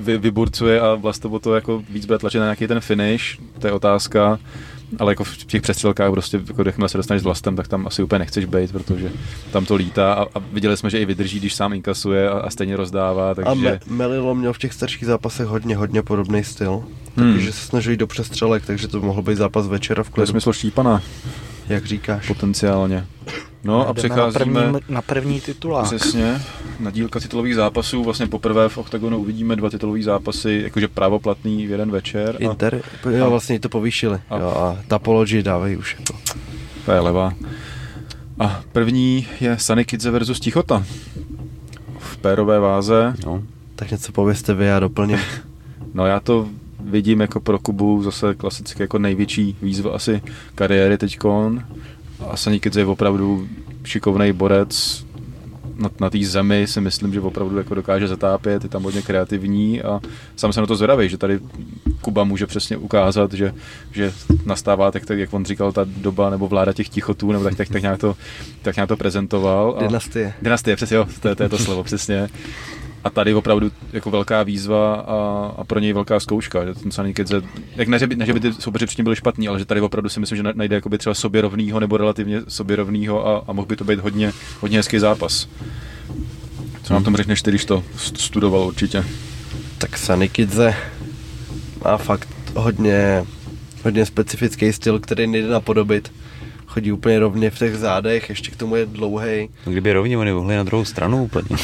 vyburcuje a Vlastovo to jako víc bude tlačit na nějaký ten finish, to je otázka. Ale jako v těch přestřelkách prostě, jako jakmile se dostaneš s Vlastem, tak tam asi úplně nechceš být, protože tam to lítá a viděli jsme, že i vydrží, když sám inkasuje a stejně rozdává, takže... A Melilo měl v těch starších zápasech hodně podobný styl, takže se snažili do přestřelek, takže to mohlo být zápas večera v klidu. To je smysl Štípana. Jak říkáš. Potenciálně. No a přecházíme na první titulák. Přesně, na dílka titulových zápasů. Vlastně poprvé v Oktagonu uvidíme 2 titulové zápasy, jakože právoplatný v jeden večer. Inter, jo, vlastně to povýšili. A Tapology dávají už. Jako. To je levá. A první je Sunny Kidze versus Tichota. V pérové váze. No. Tak něco povězte vy, já doplním. No já to vidím jako pro Kubu zase klasicky jako největší výzva asi kariéry teďkon. A Sunny Kidze je opravdu šikovnej borec. Na té zemi si myslím, že opravdu jako dokáže zatápět, je tam hodně kreativní a sám jsem na to zvědavý, že tady Kuba může přesně ukázat, že nastává tak, jak on říkal, ta doba nebo vláda těch tichotů, nebo tak nějak to prezentoval. Dynastie, přesně, jo, to je to slovo, přesně. A tady opravdu jako velká výzva a pro něj velká zkouška, že ten Sunny Kidze, ne, že by ty soupeři předtím byli špatní, ale že tady opravdu si myslím, že najde jakoby třeba sobě rovnýho nebo relativně sobě rovnýho a mohl by to být hodně hezký zápas. Co nám tomu řekneš ty, když to studoval určitě? Tak Sunny Kidze má fakt hodně specifický styl, který nejde napodobit. Chodí úplně rovně v těch zádech, ještě k tomu je dlouhej. No, kdyby rovně, oni mohli na druhou stranu úplně.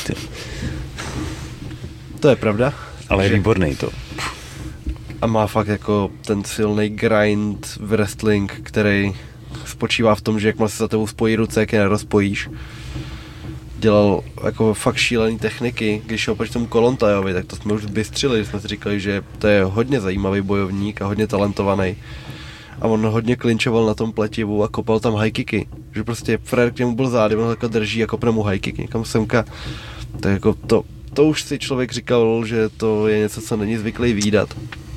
To je pravda. Ale je výborný to. A má fakt jako ten silný grind v wrestling, který spočívá v tom, že jakmile se za tebou spojí ruce, jak je nerozpojíš. Dělal jako fakt šílený techniky, když šel proti tomu Kolontajovi, tak to jsme už bystřili, jsme si říkali, že to je hodně zajímavý bojovník a hodně talentovaný. A on hodně klinčoval na tom pletivu a kopal tam high kicky. Že prostě Frér k němu byl zády, on ho takhle drží a kopne mu high kick někam semka. Tak jako to už si člověk říkal, že to je něco, co není zvyklý vídat.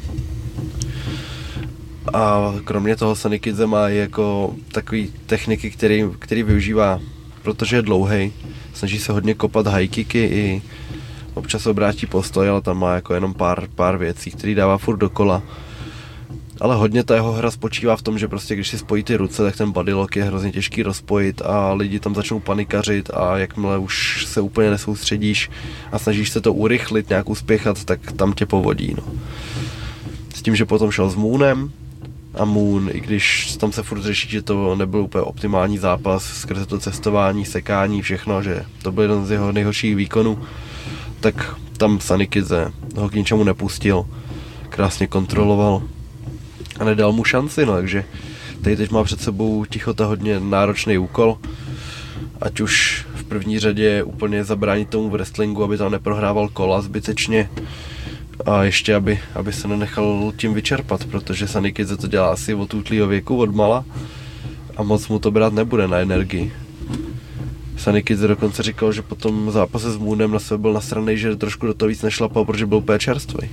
A kromě toho Sunny Kidze má jako takový techniky, který využívá, protože je dlouhej. Snaží se hodně kopat high kicky i občas obrátí postoj, ale tam má jako jenom pár věcí, který dává furt dokola. Ale hodně ta jeho hra spočívá v tom, že prostě když si spojí ty ruce, tak ten bodylock je hrozně těžký rozpojit a lidi tam začnou panikařit a jakmile už se úplně nesoustředíš a snažíš se to urychlit, nějak uspěchat, tak tam tě povodí. No. S tím, že potom šel s Moonem a Moon, i když tam se furt řeší, že to nebyl úplně optimální zápas skrze to cestování, sekání, všechno, že to byl jeden z jeho nejhorších výkonů, tak tam Sunny Kidze ho k ničemu nepustil, krásně kontroloval a nedal mu šanci, no, takže tady teď má před sebou Tichota hodně náročný úkol, ať už v první řadě úplně zabránit tomu wrestlingu, aby tam neprohrával kola zbytečně a ještě aby se nenechal tím vyčerpat, protože Sunny Kidze to dělá asi od útlýho věku, od mala a moc mu to brát nebude na energii. Sunny Kidze dokonce říkal, že po tom zápase s Moonem na sebe byl nasranej, že trošku do toho víc nešlapal, protože byl úplně čerstvý.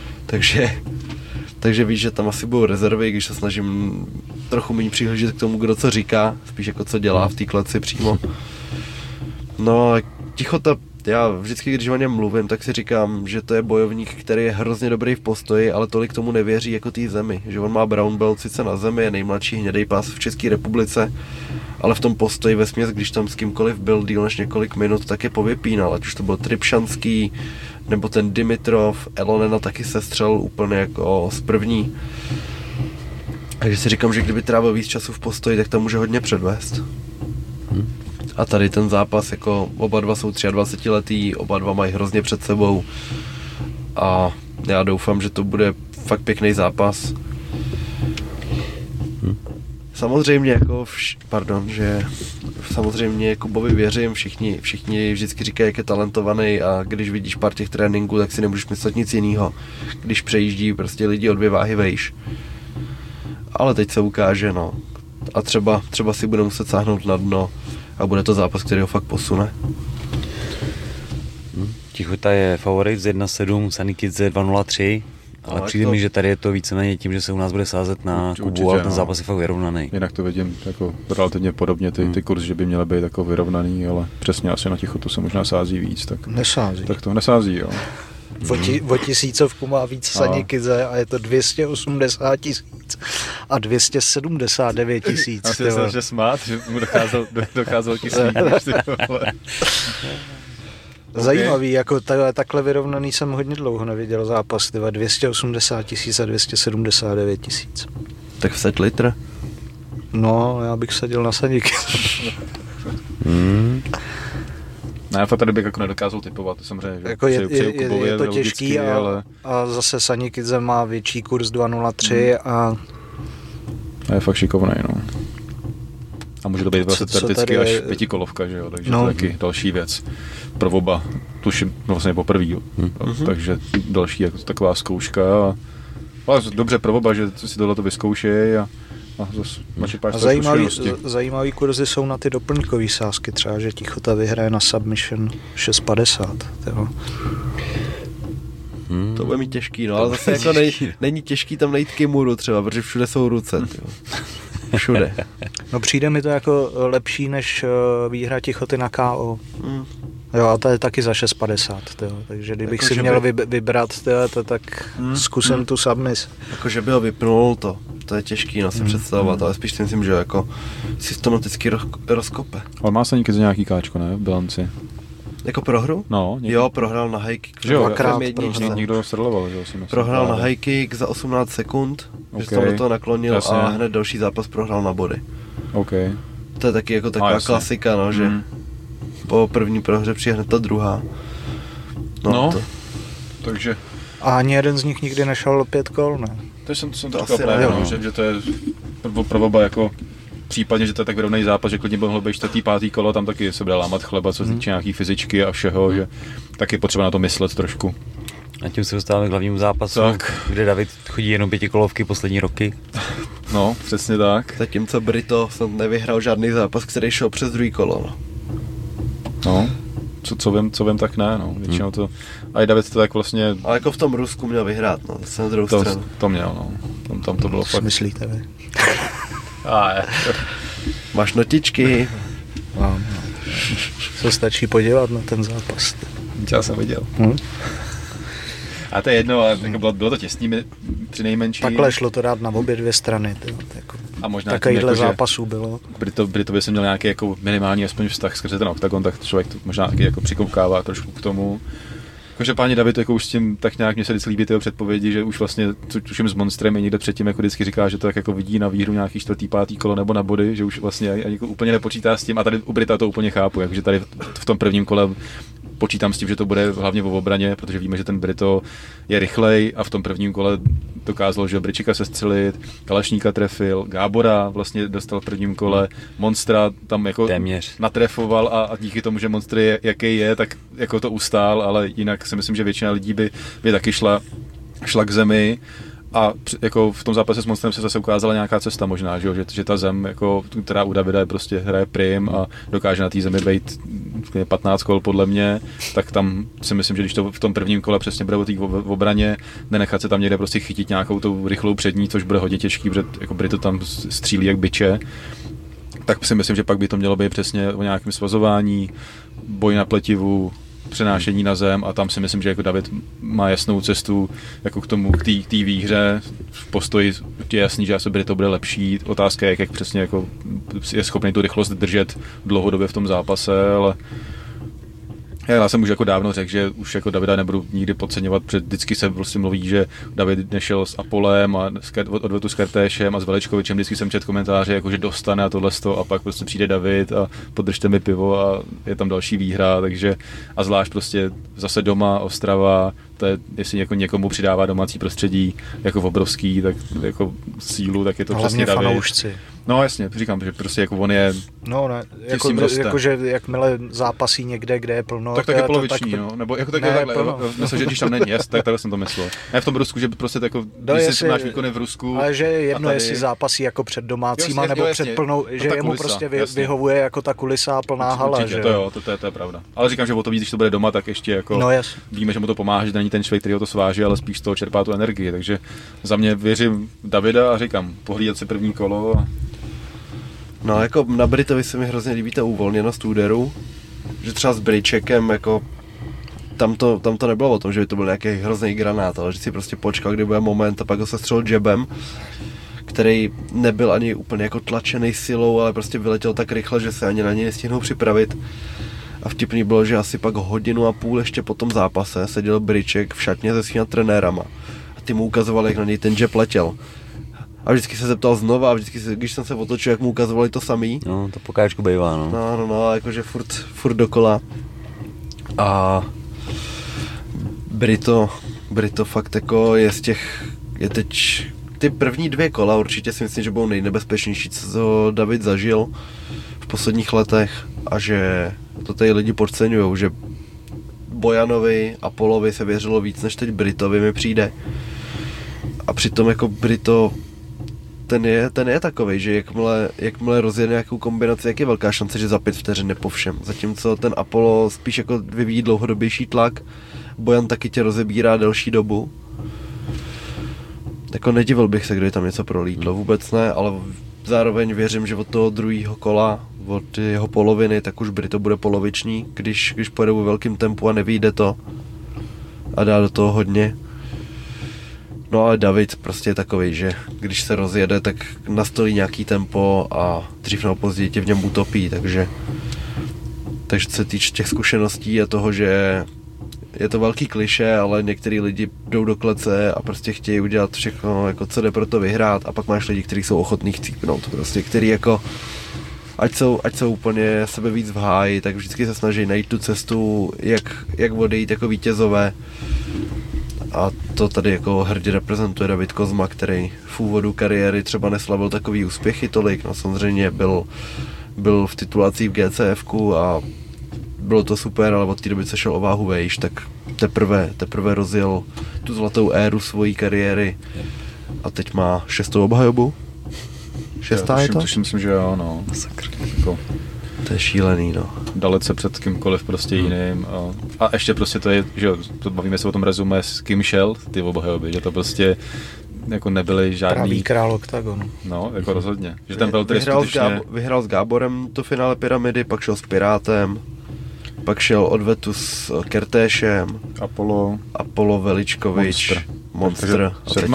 Takže víš, že tam asi budou rezervy, když se snažím trochu méně přihlížet k tomu, kdo co říká, spíš jako co dělá v té kleci přímo. No a Tichota, já vždycky, když o něm mluvím, tak si říkám, že to je bojovník, který je hrozně dobrý v postoji, ale tolik tomu nevěří jako té zemi. Že on má brown belt sice na zemi, je nejmladší hnědej pás v České republice, ale v tom postoji vesměs, když tam s kýmkoliv byl díl než několik minut, tak je povypínal, ať už to byl Tripšanský, nebo ten Dimitrov, Elonena taky sestřel úplně jako z první. Takže si říkám, že kdyby trávil víc času v postoji, tak to může hodně předvést. A tady ten zápas, jako oba dva jsou 23 letý, oba dva mají hrozně před sebou a já doufám, že to bude fakt pěkný zápas. Samozřejmě jako samozřejmě Kubovi věřím, všichni vždycky říkají, jak je talentovaný a když vidíš pár těch tréninků, tak si nemůžeš myslet nic jiného, když přejíždí prostě lidi o 2 váhy vejš. Ale teď se ukáže, no. A třeba si bude muset sáhnout na dno a bude to zápas, který ho fakt posune. Tichota je favorit z 1-7, Sunny Kidze 2-0-3. Ale přijde mi, že tady je to víceméně tím, že se u nás bude sázet na Kubu, ale ten zápas je fakt vyrovnaný. Jinak to vidím jako relativně podobně, ty kurzy, že by měly být jako vyrovnaný, ale přesně asi na Tichotu se možná sází víc. Tak nesází. Tak to nesází, jo. O tisícovku má víc Sanikidze a je to 280 000 a 279 000. Já si se smát, že mu dokázal tisíc. Zajímavý, jako takhle vyrovnaný jsem hodně dlouho neviděl zápas, 280 000 a 279 000. Tak vsaď litr. No, já bych sadil na Sanikidze. Ne, fakt tady bych jako nedokázal typovat, to samozřejmě, že jako je to těžký a zase Sanikidze má větší kurz 2,03 a je fakt šikovnej, no. A může to být vlastně teoreticky až pětikolovka, že jo, takže to je taky další věc. Pro oba, tuším, vlastně poprvý, takže další jako taková zkouška. Ale dobře pro oba, že si tohleto vyzkoušejí a zase pár zajímavý kurzy jsou na ty doplňkový sázky, třeba, že Tichota vyhraje na submission 6,50. To bude mít těžký, no, ale zase jako není těžký tam najít Kimuru třeba, protože všude jsou ruce. Všude. No přijde mi to jako lepší, než výhra Tichoty na KO. Jo, a to je taky za 6,50, takže kdybych jako si měl vybrat, tak zkusím tu submiss. Jakože by ho vypnul, to je těžký, no, si představovat, ale spíš si myslím, že jako systematicky rozkope. Ale má se někdy nějaký káčko, ne, v bilanci? Jako prohru? No. Jo, prohrál na high kick. Dvakrát někdo srloval, že si prohrál na high kick za 18 sekund, že se tam do toho naklonil a hned další zápas prohrál na body. Okay. To je taky jako taková klasika, no, že po první prohře přijde hned ta druhá. No. Takže... A ani jeden z nich nikdy nešel 5 kol, ne? To jsem říkal právě, že to je pro oba jako případně, že to je tak vyrovnaný zápas, že klidně by mohlo být 4. 5. kolo, tam taky se bude lámat chleba, co se týče nějaký fyzičky a všeho, že taky potřeba na to myslet trošku. A tím se dostáváme k hlavnímu zápasu, kde David chodí jenom 5 kolovky poslední roky. No, přesně tak. Zatímco Brito jsem nevyhrál žádný zápas, který šel přes 2. kolo. No, co vím, tak ne, no, většinou to, a i David to tak vlastně... Ale jako v tom Rusku měl vyhrát, no, zase na druhou stranu. To měl, no, tam to bylo fakt... Myslíte vy? Máš notičky. Mám. Co stačí podívat na ten zápas. Já jsem viděl. A to je jedno, ale bylo to těsný při nejmenší. Takhle šlo to rád na obě dvě strany. Jako, a možná takovýhle jako, zápasů bylo. Britovi jsem měl nějaký jako minimální aspoň vztah skrze ten oktagon, tak člověk to možná taky jako přikoukává trošku k tomu. Jakože páni David jako už s tím tak nějak mě se vždycky líbí ty předpovědi, že už vlastně, tuším s Monstrem, je někde předtím jako vždycky říká, že to tak jako vidí na výhru nějaký 4., 5. kolo nebo na body, že už vlastně ani jako úplně nepočítá s tím a tady u Brita to úplně chápu, jakože tady v tom prvním kole počítám s tím, že to bude hlavně o obraně, protože víme, že ten Brito je rychlej a v tom prvním kole dokázal, že Bričika sestřelit, Kalašníka trefil, Gábora vlastně dostal v prvním kole, Monstra tam jako téměř natrefoval a díky tomu, že Monster je jaký je, tak jako to ustál, ale jinak si myslím, že většina lidí by taky šla k zemi. A jako v tom zápase s Monstrem se zase ukázala nějaká cesta možná, že ta zem, jako, která u Davida je prostě hraje prim a dokáže na té zemi být 15 kol podle mě, tak tam si myslím, že když to v tom prvním kole přesně bude o té obraně, nenechat se tam někde prostě chytit nějakou tou rychlou přední, což bude hodně těžký, protože jako Brito tam střílí jak biče, tak si myslím, že pak by to mělo být přesně o nějakém svazování, boj na pletivu, přenášení na zem a tam si myslím, že jako David má jasnou cestu jako k tomu, k té výhře. V postoji je jasný, že asi Brito bude lepší. Otázka je, jak přesně jako je schopný tu rychlost držet dlouhodobě v tom zápase, ale já jsem už jako dávno řekl, že už jako Davida nebudu nikdy podceňovat, protože vždycky se prostě mluví, že David nešel s Apolem a odvetu s Kertéšem a s Velečkovičem, vždycky jsem četl komentáře, jako že dostane a tohleto a pak prostě přijde David a podržte mi pivo a je tam další výhra, takže a zvlášť prostě zase doma Ostrava, to je, jestli jako někomu přidává domácí prostředí jako obrovský, tak jako sílu, tak je to přesně David. Fanoušci. No jasně, říkám, že prostě jako on je... No ne, jako že jakmile zápasí někde, kde je plno... Tak je poloviční, tak, no, nebo jako takhle, myslím, že když tam není, takhle jsem to myslel. Ne v tom Rusku, že prostě jako, když si máš výkony v Rusku... Ale že jedno, tady... jestli zápasí jako před domácíma, nebo před plnou, že jemu kulisa, prostě vyhovuje jako ta kulisa plná hala, určitě, že to je pravda. Ale říkám, že o to víc, když to bude doma, tak ještě jako víme, že mu to pomáhá, že není ten člověk, který ho to sváží, ale spíš to čerpá tu energii, takže za mě věřím Davida a říkám, pohlídat si první kolo. No jako na Britovi se mi hrozně líbí ta uvolněnost úderu, že třeba s Bričekem jako tam to nebylo o tom, že by to byl nějaký hrozný granát, ale že si prostě počkal, kdy bude moment a pak ho sestřelil jabem, který nebyl ani úplně jako tlačený silou, ale prostě vyletěl tak rychle, že se ani na něj nestihnul připravit. A vtipný bylo, že asi pak 1,5 hodiny ještě po tom zápase seděl Bryček v šatně se svýma trenérama a ty mu ukazovali, jak na něj ten jab letěl. A vždycky se zeptal znova a vždycky, když jsem se otočil, jak mu ukazovali to samý. No, to pokáčku bývá, no. No, jakože furt dokola. A Brito fakt jako je teď ty první 2 kola určitě si myslím, že budou nejnebezpečnější, co David zažil v posledních letech a že to tady lidi podceňujou, že Bojanovi a Polovi se věřilo víc než teď Britovi mi přijde. A přitom jako Brito ten je takovej, že jakmile rozjede nějakou kombinaci, jak je velká šance, že za 5 vteřin je po všem. Zatímco ten Apollo spíš jako vyvíjí dlouhodobější tlak, Bojan taky tě rozebírá delší dobu. Jako nedivil bych se, kdyby tam něco prolítlo, vůbec ne, ale zároveň věřím, že od toho druhého kola, od jeho poloviny, tak už Brito bude poloviční, když pojede ve velkém tempu a nevyjde to a dá do toho hodně. No ale David prostě je takový, že když se rozjede, tak nastolí nějaký tempo a dřív nebo později tě v něm utopí, takže se týče těch zkušeností a toho, že je to velký klišé, ale některý lidi jdou do klece a prostě chtějí udělat všechno, jako co jde pro to vyhrát a pak máš lidi, kteří jsou ochotní chcípnout, prostě, který jako ať jsou úplně sebe víc v háji, tak vždycky se snaží najít tu cestu, jak odejít jako vítězové. A to tady jako hrdě reprezentuje David Kozma, který v úvodu kariéry třeba neslavil takový úspěchy tolik, no samozřejmě byl v titulacích v GCFku a bylo to super, ale od té doby se šel o váhu vejš, tak teprve rozjel tu zlatou éru svojí kariéry a teď má 6. obhajobu. 6. je to? Myslím, že jo, no. Jako, to je šílený, no. Dalece před kýmkoliv prostě jiným. A ještě prostě to je, že to bavíme se o tom rezumé, s kým šel ty obhajoby, že to prostě jako nebyly žádný... Pravý král oktagonu. No, jako rozhodně. Že ten byl skutečně... Vyhrál s Gáborem to finále pyramidy, pak šel s Pirátem, pak šel odvetu s Kertéšem. Apollo Veličkovič. Monster.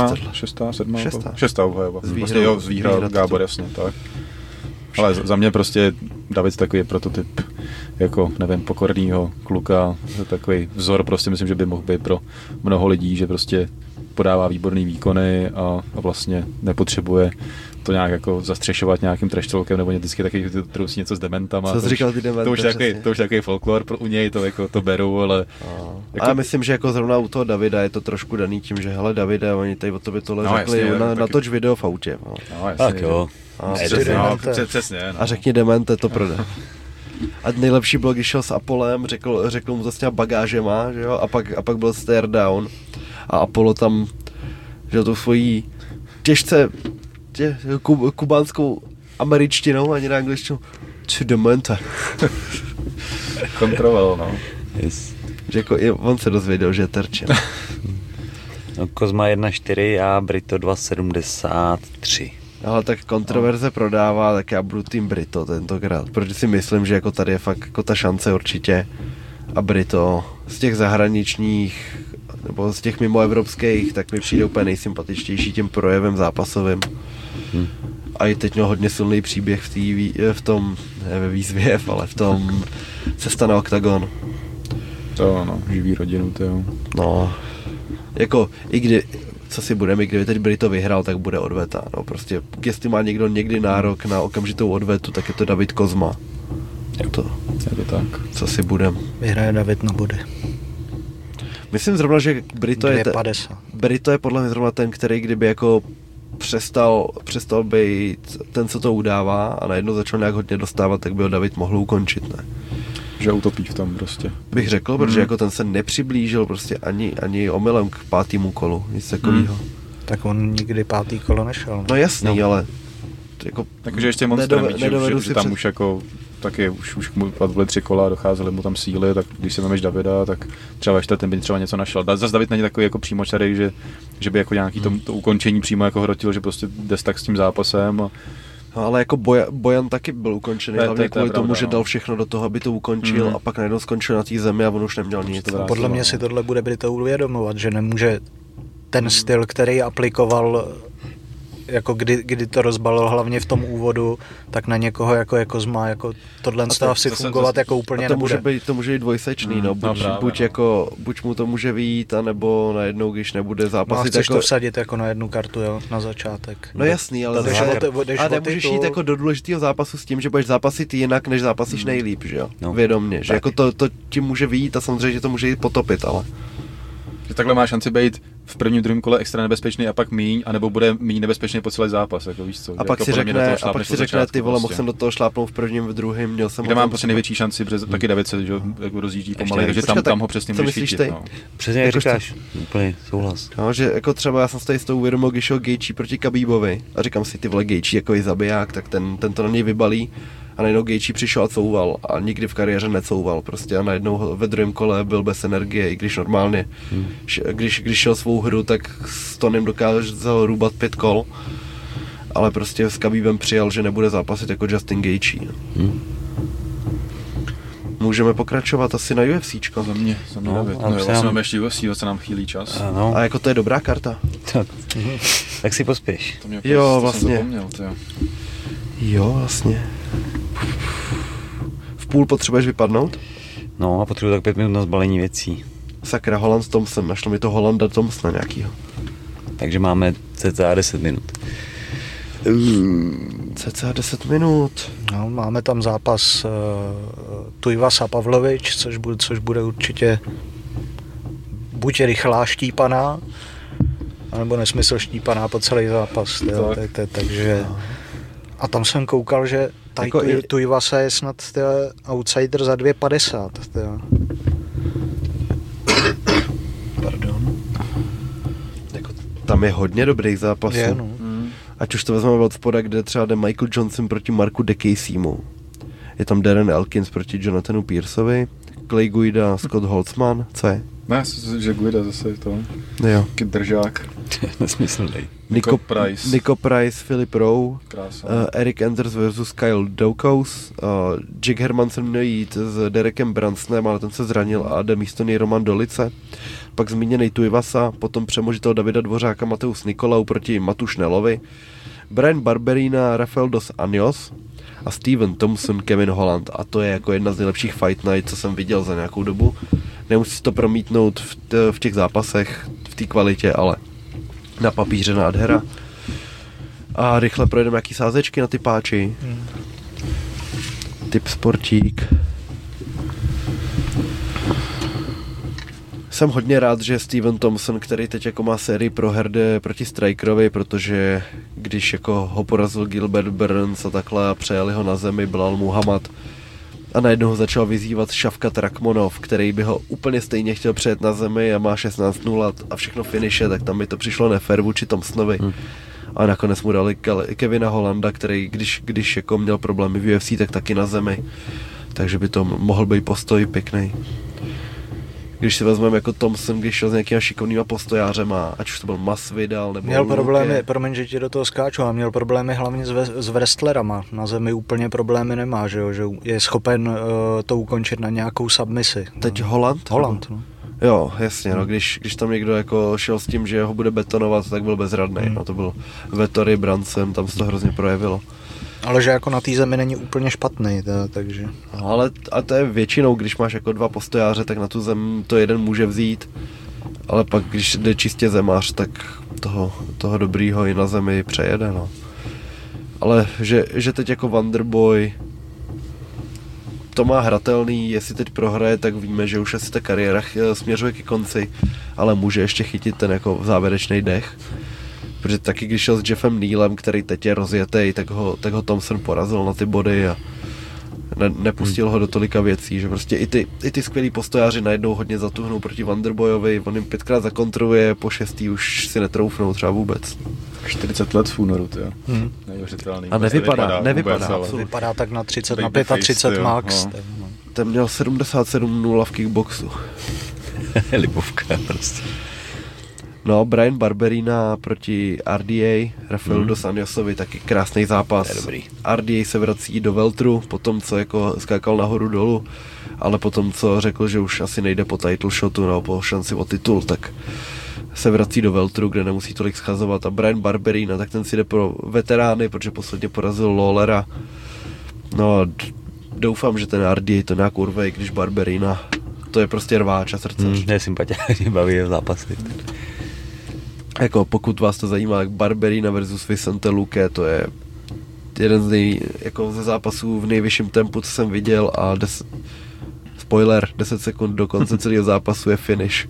Šestá obhajoba. Vlastně jo, vyhrál Gábor, jasně, tak. Ale za mě prostě David takový prototyp jako, nevím, pokornýho kluka, takový vzor, prostě myslím, že by mohl být pro mnoho lidí, že prostě podává výborný výkony a vlastně nepotřebuje to nějak jako zastřešovat nějakým trashtalkem nebo vždycky taky trusí něco s dementama. Co jsi říkal ty dementy? To už takový folklor u něj, to jako to beru, ale... Jako... A myslím, že jako zrovna u toho Davida je to trošku daný tím, že hele Davide, oni tady o tobě tohle řekli, natoč video v autě. No, jasně, tak jo. Přesně. A řekni demente, to prodá. A nejlepší byl, když šel s Apollem, řekl mu to s těma bagážema, že jo, a pak byl stare down a Apollo tam, že tou svojí těžce kubánskou američtinou, ani na angličtinu, co demente. Kontroval, no. Yes. Že jako on se dozvěděl, že je terčem. No, Kozma 1.4 a Brito 2.73. Ale tak kontroverze prodává, tak já budu tým Brito tentokrát, protože si myslím, že jako tady je fakt jako ta šance určitě a Brito z těch zahraničních nebo z těch mimoevropských, tak mi přijde úplně nejsympatičtější tím projevem zápasovým. A i teď měl hodně silný příběh v tom, ne ve výzvěv, ale v tom cesta na oktagon. To no, živí rodinu, to jo. No, jako co si budeme, kdyby teď Brito vyhrál, tak bude odveta. No, prostě, jestli má někdo někdy nárok na okamžitou odvetu, tak je to David Kozma. Je to tak. Co si budem. Vyhraje David na body. Myslím zrovna, že Brito je podle mě zrovna ten, který kdyby jako přestal být ten, co to udává a najednou začal nějak hodně dostávat, tak by ho David mohl ukončit, ne? Že utopí v tom prostě. Bych řekl, protože jako ten se nepřiblížil prostě ani omylem k 5. kolu, nic takového. Tak on nikdy 5. kolo nešel, ne? No jasný, ale jako takže ještě monstrem, že tam už jako taky už mu byly 3 kola, docházely mu tam síly, tak když si vemeš Davida, tak třeba ještě ten by třeba něco našel. Zase David není takový jako přímočarý, že by jako nějaký to ukončení přímo jako hrotil, že prostě jde tak s tím zápasem a No, ale jako Bojan taky byl ukončený, hlavně kvůli tomu, že dal všechno do toho, aby to ukončil a pak najednou skončil na té zemi a on už neměl nic. Podle mě si tohle bude Brito uvědomovat, že nemůže ten styl, který aplikoval, jako kdy to rozbalil hlavně v tom úvodu, tak na někoho jako Kozma, jako tohle stav si fungovat jako úplně nebude. To může být dvojsečný, buď mu to může vyjít, anebo najednou, když nebude zápasit. No chceš to vsadit jako na jednu kartu, jo, na začátek. No jasný, ale nemůžeš jít jako do důležitého zápasu s tím, že budeš zápasit jinak, než zápasíš nejlíp, že jo, vědomně, že jako to ti může vyjít a samozřejmě, že to může jít potopit, ale... Že takhle má šanci být v prvním, druhém kole extra nebezpečný a pak míň, anebo bude míň nebezpečný po celý zápas, jako víš co. A pak si řekne, ty vole, mohl jsem do toho šlápnout v prvním, v druhém, měl jsem... Kde mám prostě největší šanci, protože taky David se jako rozjíždí pomalej, takže tam ho přesně můžeš chytit. No. Přesně jak říkáš, úplně souhlas. No, že jako třeba já jsem se tady s tou uvědomil, když šel Gaethje proti Khabíbovi a říkám si, ty vole, Gaethje jako je zabiják, tak ten to na něj vybalí. A najednou Gaethje přišel a couval a nikdy v kariéře necouval prostě a najednou ve druhém kole byl bez energie, i když normálně, když šel svou hru, tak s Tonym dokázal růbat 5 kol, ale prostě s Khabíbem přijal, že nebude zápasit jako Justin Gaethje. Můžeme pokračovat asi na UFCčko. Za mě vlastně máme ještě UFC, co nám chýlí čas. A jako to je dobrá karta. Tak si pospěš. Jo, vlastně. Jo, vlastně. V půl potřebuješ vypadnout? No a potřebuji tak 5 minut na zbalení věcí. Sakra, Holland Thompson, našlo mi to Hollanda Thompsona nějakýho. Takže máme cca 10 minut. Cca 10 minut. No, máme tam zápas Tuivasa Pavlovič, což bude určitě buď rychlá štípaná, anebo nesmysl štípaná po celý zápas. Takže... A tam jsem koukal, že jako Tuivasa je snad outsider za 2,50. Pardon. Jako, tam je hodně dobrých zápasů. Je, no. Ať už to vezmeme od spoda, kde třeba jde Michael Johnson proti Marku Decaseymu. Je tam Darren Elkins proti Jonathanu Pearsovi, Clay Guida, Scott Holtzman, co je? Ne, že Guida zase je to. Jo. Držák. Nesmyslný. Nico Price, Philip Rowe, Eric Anders versus Kyle Daukaus, Jack Hermansen měl jít s Derekem Bransonem, ale ten se zranil a jde místo něj Roman Dolice. Pak zmíněný Tuivasa, potom přemožitel Davida Dvořáka Mateus Nikolau proti Matu Schnelovi, Brian Barberina, Rafael dos Anjos a Steven Thompson, Kevin Holland. A to je jako jedna z nejlepších fight night, co jsem viděl za nějakou dobu. Nemusíš to promítnout v těch zápasech, v té kvalitě, ale na papíře nádhera. A rychle projedeme jaký sázečky na ty páči. Tip sportík. Jsem hodně rád, že Steven Thompson, který teď jako má sérii proher, jde proti Strikerovi, protože když jako ho porazil Gilbert Burns a takhle a přejeli ho na zemi Bilal Muhammad a najednou ho začal vyzývat Shavkat Rakhmonov, který by ho úplně stejně chtěl přejet na zemi a má 16-0 a všechno finiše, tak tam mi to přišlo nefér vůči Thompsonovi. A nakonec mu dali Kevina Hollanda, který když jako měl problémy v UFC, tak taky na zemi. Takže by to mohl být postoj pěkný. Když si vezmeme jako Thompson, když šel s nějakýma šikovnýma postojářema, ať už to byl Masvidal nebo měl problémy, promiň, že ti do toho skáču, a měl problémy hlavně s wrestlerama. Na zemi úplně problémy nemá, že je schopen to ukončit na nějakou submisi. Teď Holland, no. Jo, jasně, no, když tam někdo jako šel s tím, že ho bude betonovat, tak byl bezradný. No, to byl Vettori, Brunson, tam se to hrozně projevilo. Ale že jako na té zemi není úplně špatný, takže... Ale a to je většinou, když máš jako dva postojáře, tak na tu zem to jeden může vzít, ale pak když jde čistě zemář, tak toho dobrýho i na zemi přejede, no. Ale že teď jako Wonderboy to má hratelný, jestli teď prohraje, tak víme, že už asi ta kariéra směřuje ke konci, ale může ještě chytit ten jako závěrečný dech. Protože taky když šel s Jeffem Nealem, který teď je rozjetej, tak ho Thompson porazil na ty body a nepustil ho do tolika věcí, že prostě i ty skvělí postojáři najednou hodně zatuhnou proti Wonderboyovi, on jim 5krát zakontruje, po 6. už si netroufnou třeba vůbec. 40 let v únoru, to jo. Neuvěřitelný. A nevypadá. Vypadá tak na 30, na 35 max. No. Ten měl 77-0 v kickboxu. Libovka prostě. No, Brian Barberina proti RDA, Rafael dos Anjosovi, taky krásný zápas. RDA se vrací do weltru, potom co jako skákal nahoru dolů, ale potom co řekl, že už asi nejde po title shotu nebo po šanci o titul, tak se vrací do weltru, kde nemusí tolik schazovat. A Brian Barberina, tak ten si jde pro veterány, protože posledně porazil Lawlera. No, doufám, že ten RDA to nějak urve, i když Barberina, to je prostě rváč a srdce. Je sympatiák, mě baví zápasy. Jako pokud vás to zajímá, tak Barberina versus Vicente Luque, to je jeden jako ze zápasů v nejvyšším tempu, co jsem viděl, a spoiler, 10 sekund do konce celého zápasu je finish.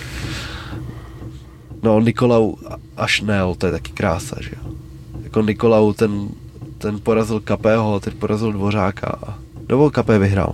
No, Nikolau a Schnell, to je taky krása, že jo. Jako Nikolau, ten porazil Kapého, teď porazil Dvořáka. Nebo Kapé vyhrál?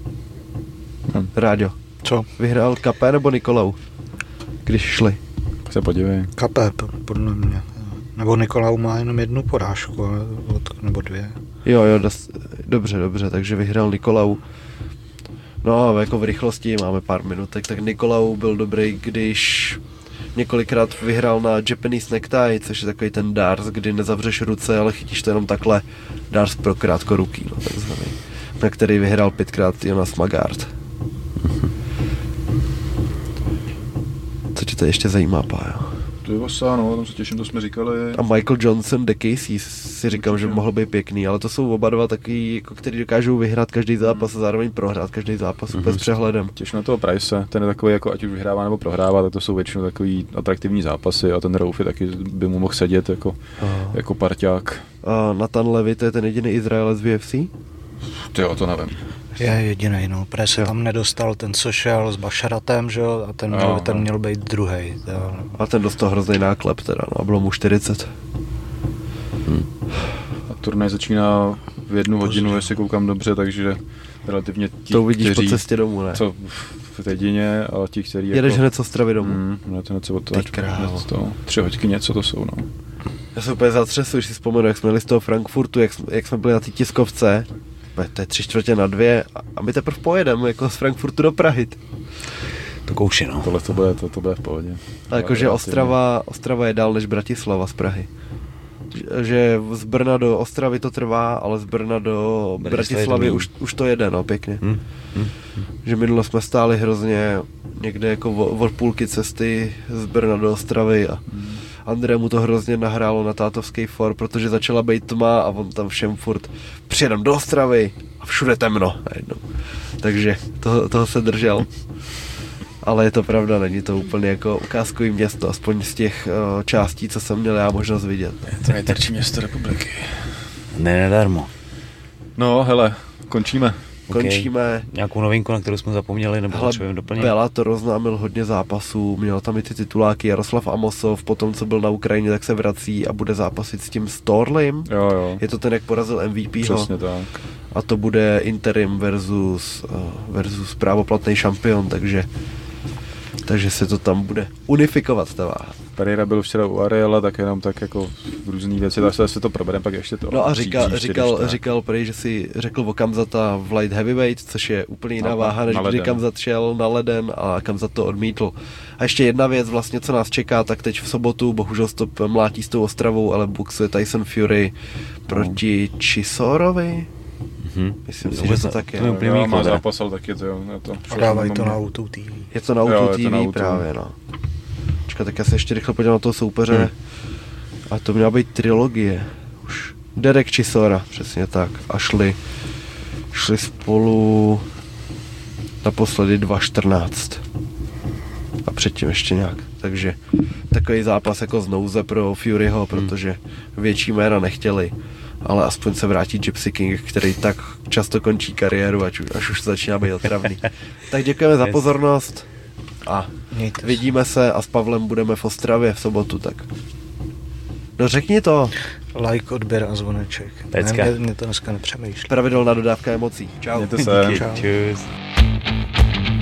Ráďo. Co? Vyhrál Kapé nebo Nikolau? Když šli? Se podívej. Kapé, podle mě. Nebo Nikolau má jenom jednu porážku, nebo dvě. Jo, dobře, takže vyhrál Nikolau. No, jako v rychlosti máme pár minutek, tak Nikolau byl dobrý, když několikrát vyhrál na Japanese necktie, což je takový ten dars, kdy nezavřeš ruce, ale chytíš to jenom takhle. Dars pro krátkoruký, no, takzvaný. Na který vyhrál 5krát Jonas Magard. Co tě to ještě zajímá, Pájo? To je osa, no, tam se těším, to jsme říkali. A Michael Johnson, De Casey, si říkám, že by mohl být pěkný, ale to jsou oba dva takový, jako, který dokážou vyhrát každý zápas a zároveň prohrát každý zápas úplně s přehledem. Těším na toho Price, ten je takový, jako ať už vyhrává nebo prohrává, tak to jsou většinou takový atraktivní zápasy a ten Rauf je taky, by mu mohl sedět jako parťák. A Nathan Levy, to je ten jediný Izraelec v UFC? Tyjo, to nevím. Je jediný, no, protože se tam nedostal ten, co šel s Bašaratem, že jo, a ten měl být druhej. A ten dostal hrozný náklep teda, no, a bylo mu 40. A turnaj začíná v 1 hodinu, jestli koukám dobře, takže relativně ti, to uvidíš po cestě domů, ne? Co v jedině, ale ti, kteří jedeš hned z Ostravy domů. Hned co od toho, 3 hodiny něco to jsou, no. Já se úplně zatřesu, když si vzpomenu, jak jsme jeli z toho Frankfurtu, jak jsme byli na té tiskovce, to je 3/4 a my teprve pojedeme jako z Frankfurtu do Prahy. To kouši, no. Tohle to bude v pohodě. A jakože Ostrava je dál než Bratislava z Prahy. Že z Brna do Ostravy to trvá, ale z Brna do Bratislavy už to jede, no, pěkně. Že minule jsme stáli hrozně někde jako od půlky cesty z Brna do Ostravy a André mu to hrozně nahrálo na tátovský for, protože začala být tma a on tam všem furt přijedem do Ostravy a všude temno najednou. Takže toho se držel. Ale je to pravda, není to úplně jako ukázkový město, aspoň z těch částí, co jsem měl já možnost vidět. Je to nejtrčí město republiky. Nedarmo. No, hele, končíme. Končíme. Nějakou novinku, na kterou jsme zapomněli, nebo potřebujeme doplnit? Bellator oznámil hodně zápasů, měl tam i ty tituláky. Jaroslav Amosov, potom co byl na Ukrajině, tak se vrací a bude zápasit s tím Storlim. Jo. Je to ten, jak porazil MVPho. Přesně tak. A to bude interim versus právoplatný šampion, takže se to tam bude unifikovat, ta váha. Pereira byl včera u Ariela, tak jenom tak jako v různý věci, tak se to probereme, pak ještě to. No a říkal prej, že si řekl o Kamzata v light heavyweight, což je úplně jiná váha, než kdy Kamzat šel na leden a Kamzat to odmítl. A ještě jedna věc vlastně, co nás čeká, tak teď v sobotu, bohužel to mlátí s tou Ostravou, ale boxuje Tyson Fury proti Chisorovi. Myslím si, že to tak je. Jo, má zápas, ale taky to. Dávají to na Auto TV. Je to na Auto TV právě, no. Čekat, tak já se ještě rychle podívám na toho soupeře. A to měla být trilogie. Už. Derek Chisora, přesně tak. A šli spolu naposledy 2:14. A předtím ještě nějak. Takže takový zápas jako z nouze pro Furyho, protože větší jména nechtěli. Ale aspoň se vrátí Gypsy King, který tak často končí kariéru, až už začíná být otravný. Tak děkujeme za pozornost a vidíme se a s Pavlem budeme v Ostravě v sobotu, tak. No řekni to. Like, odběr a zvoneček. Mě to dneska nepřemýšlí. Pravidelná dodávka emocí. Čau. Mějte se. Čus.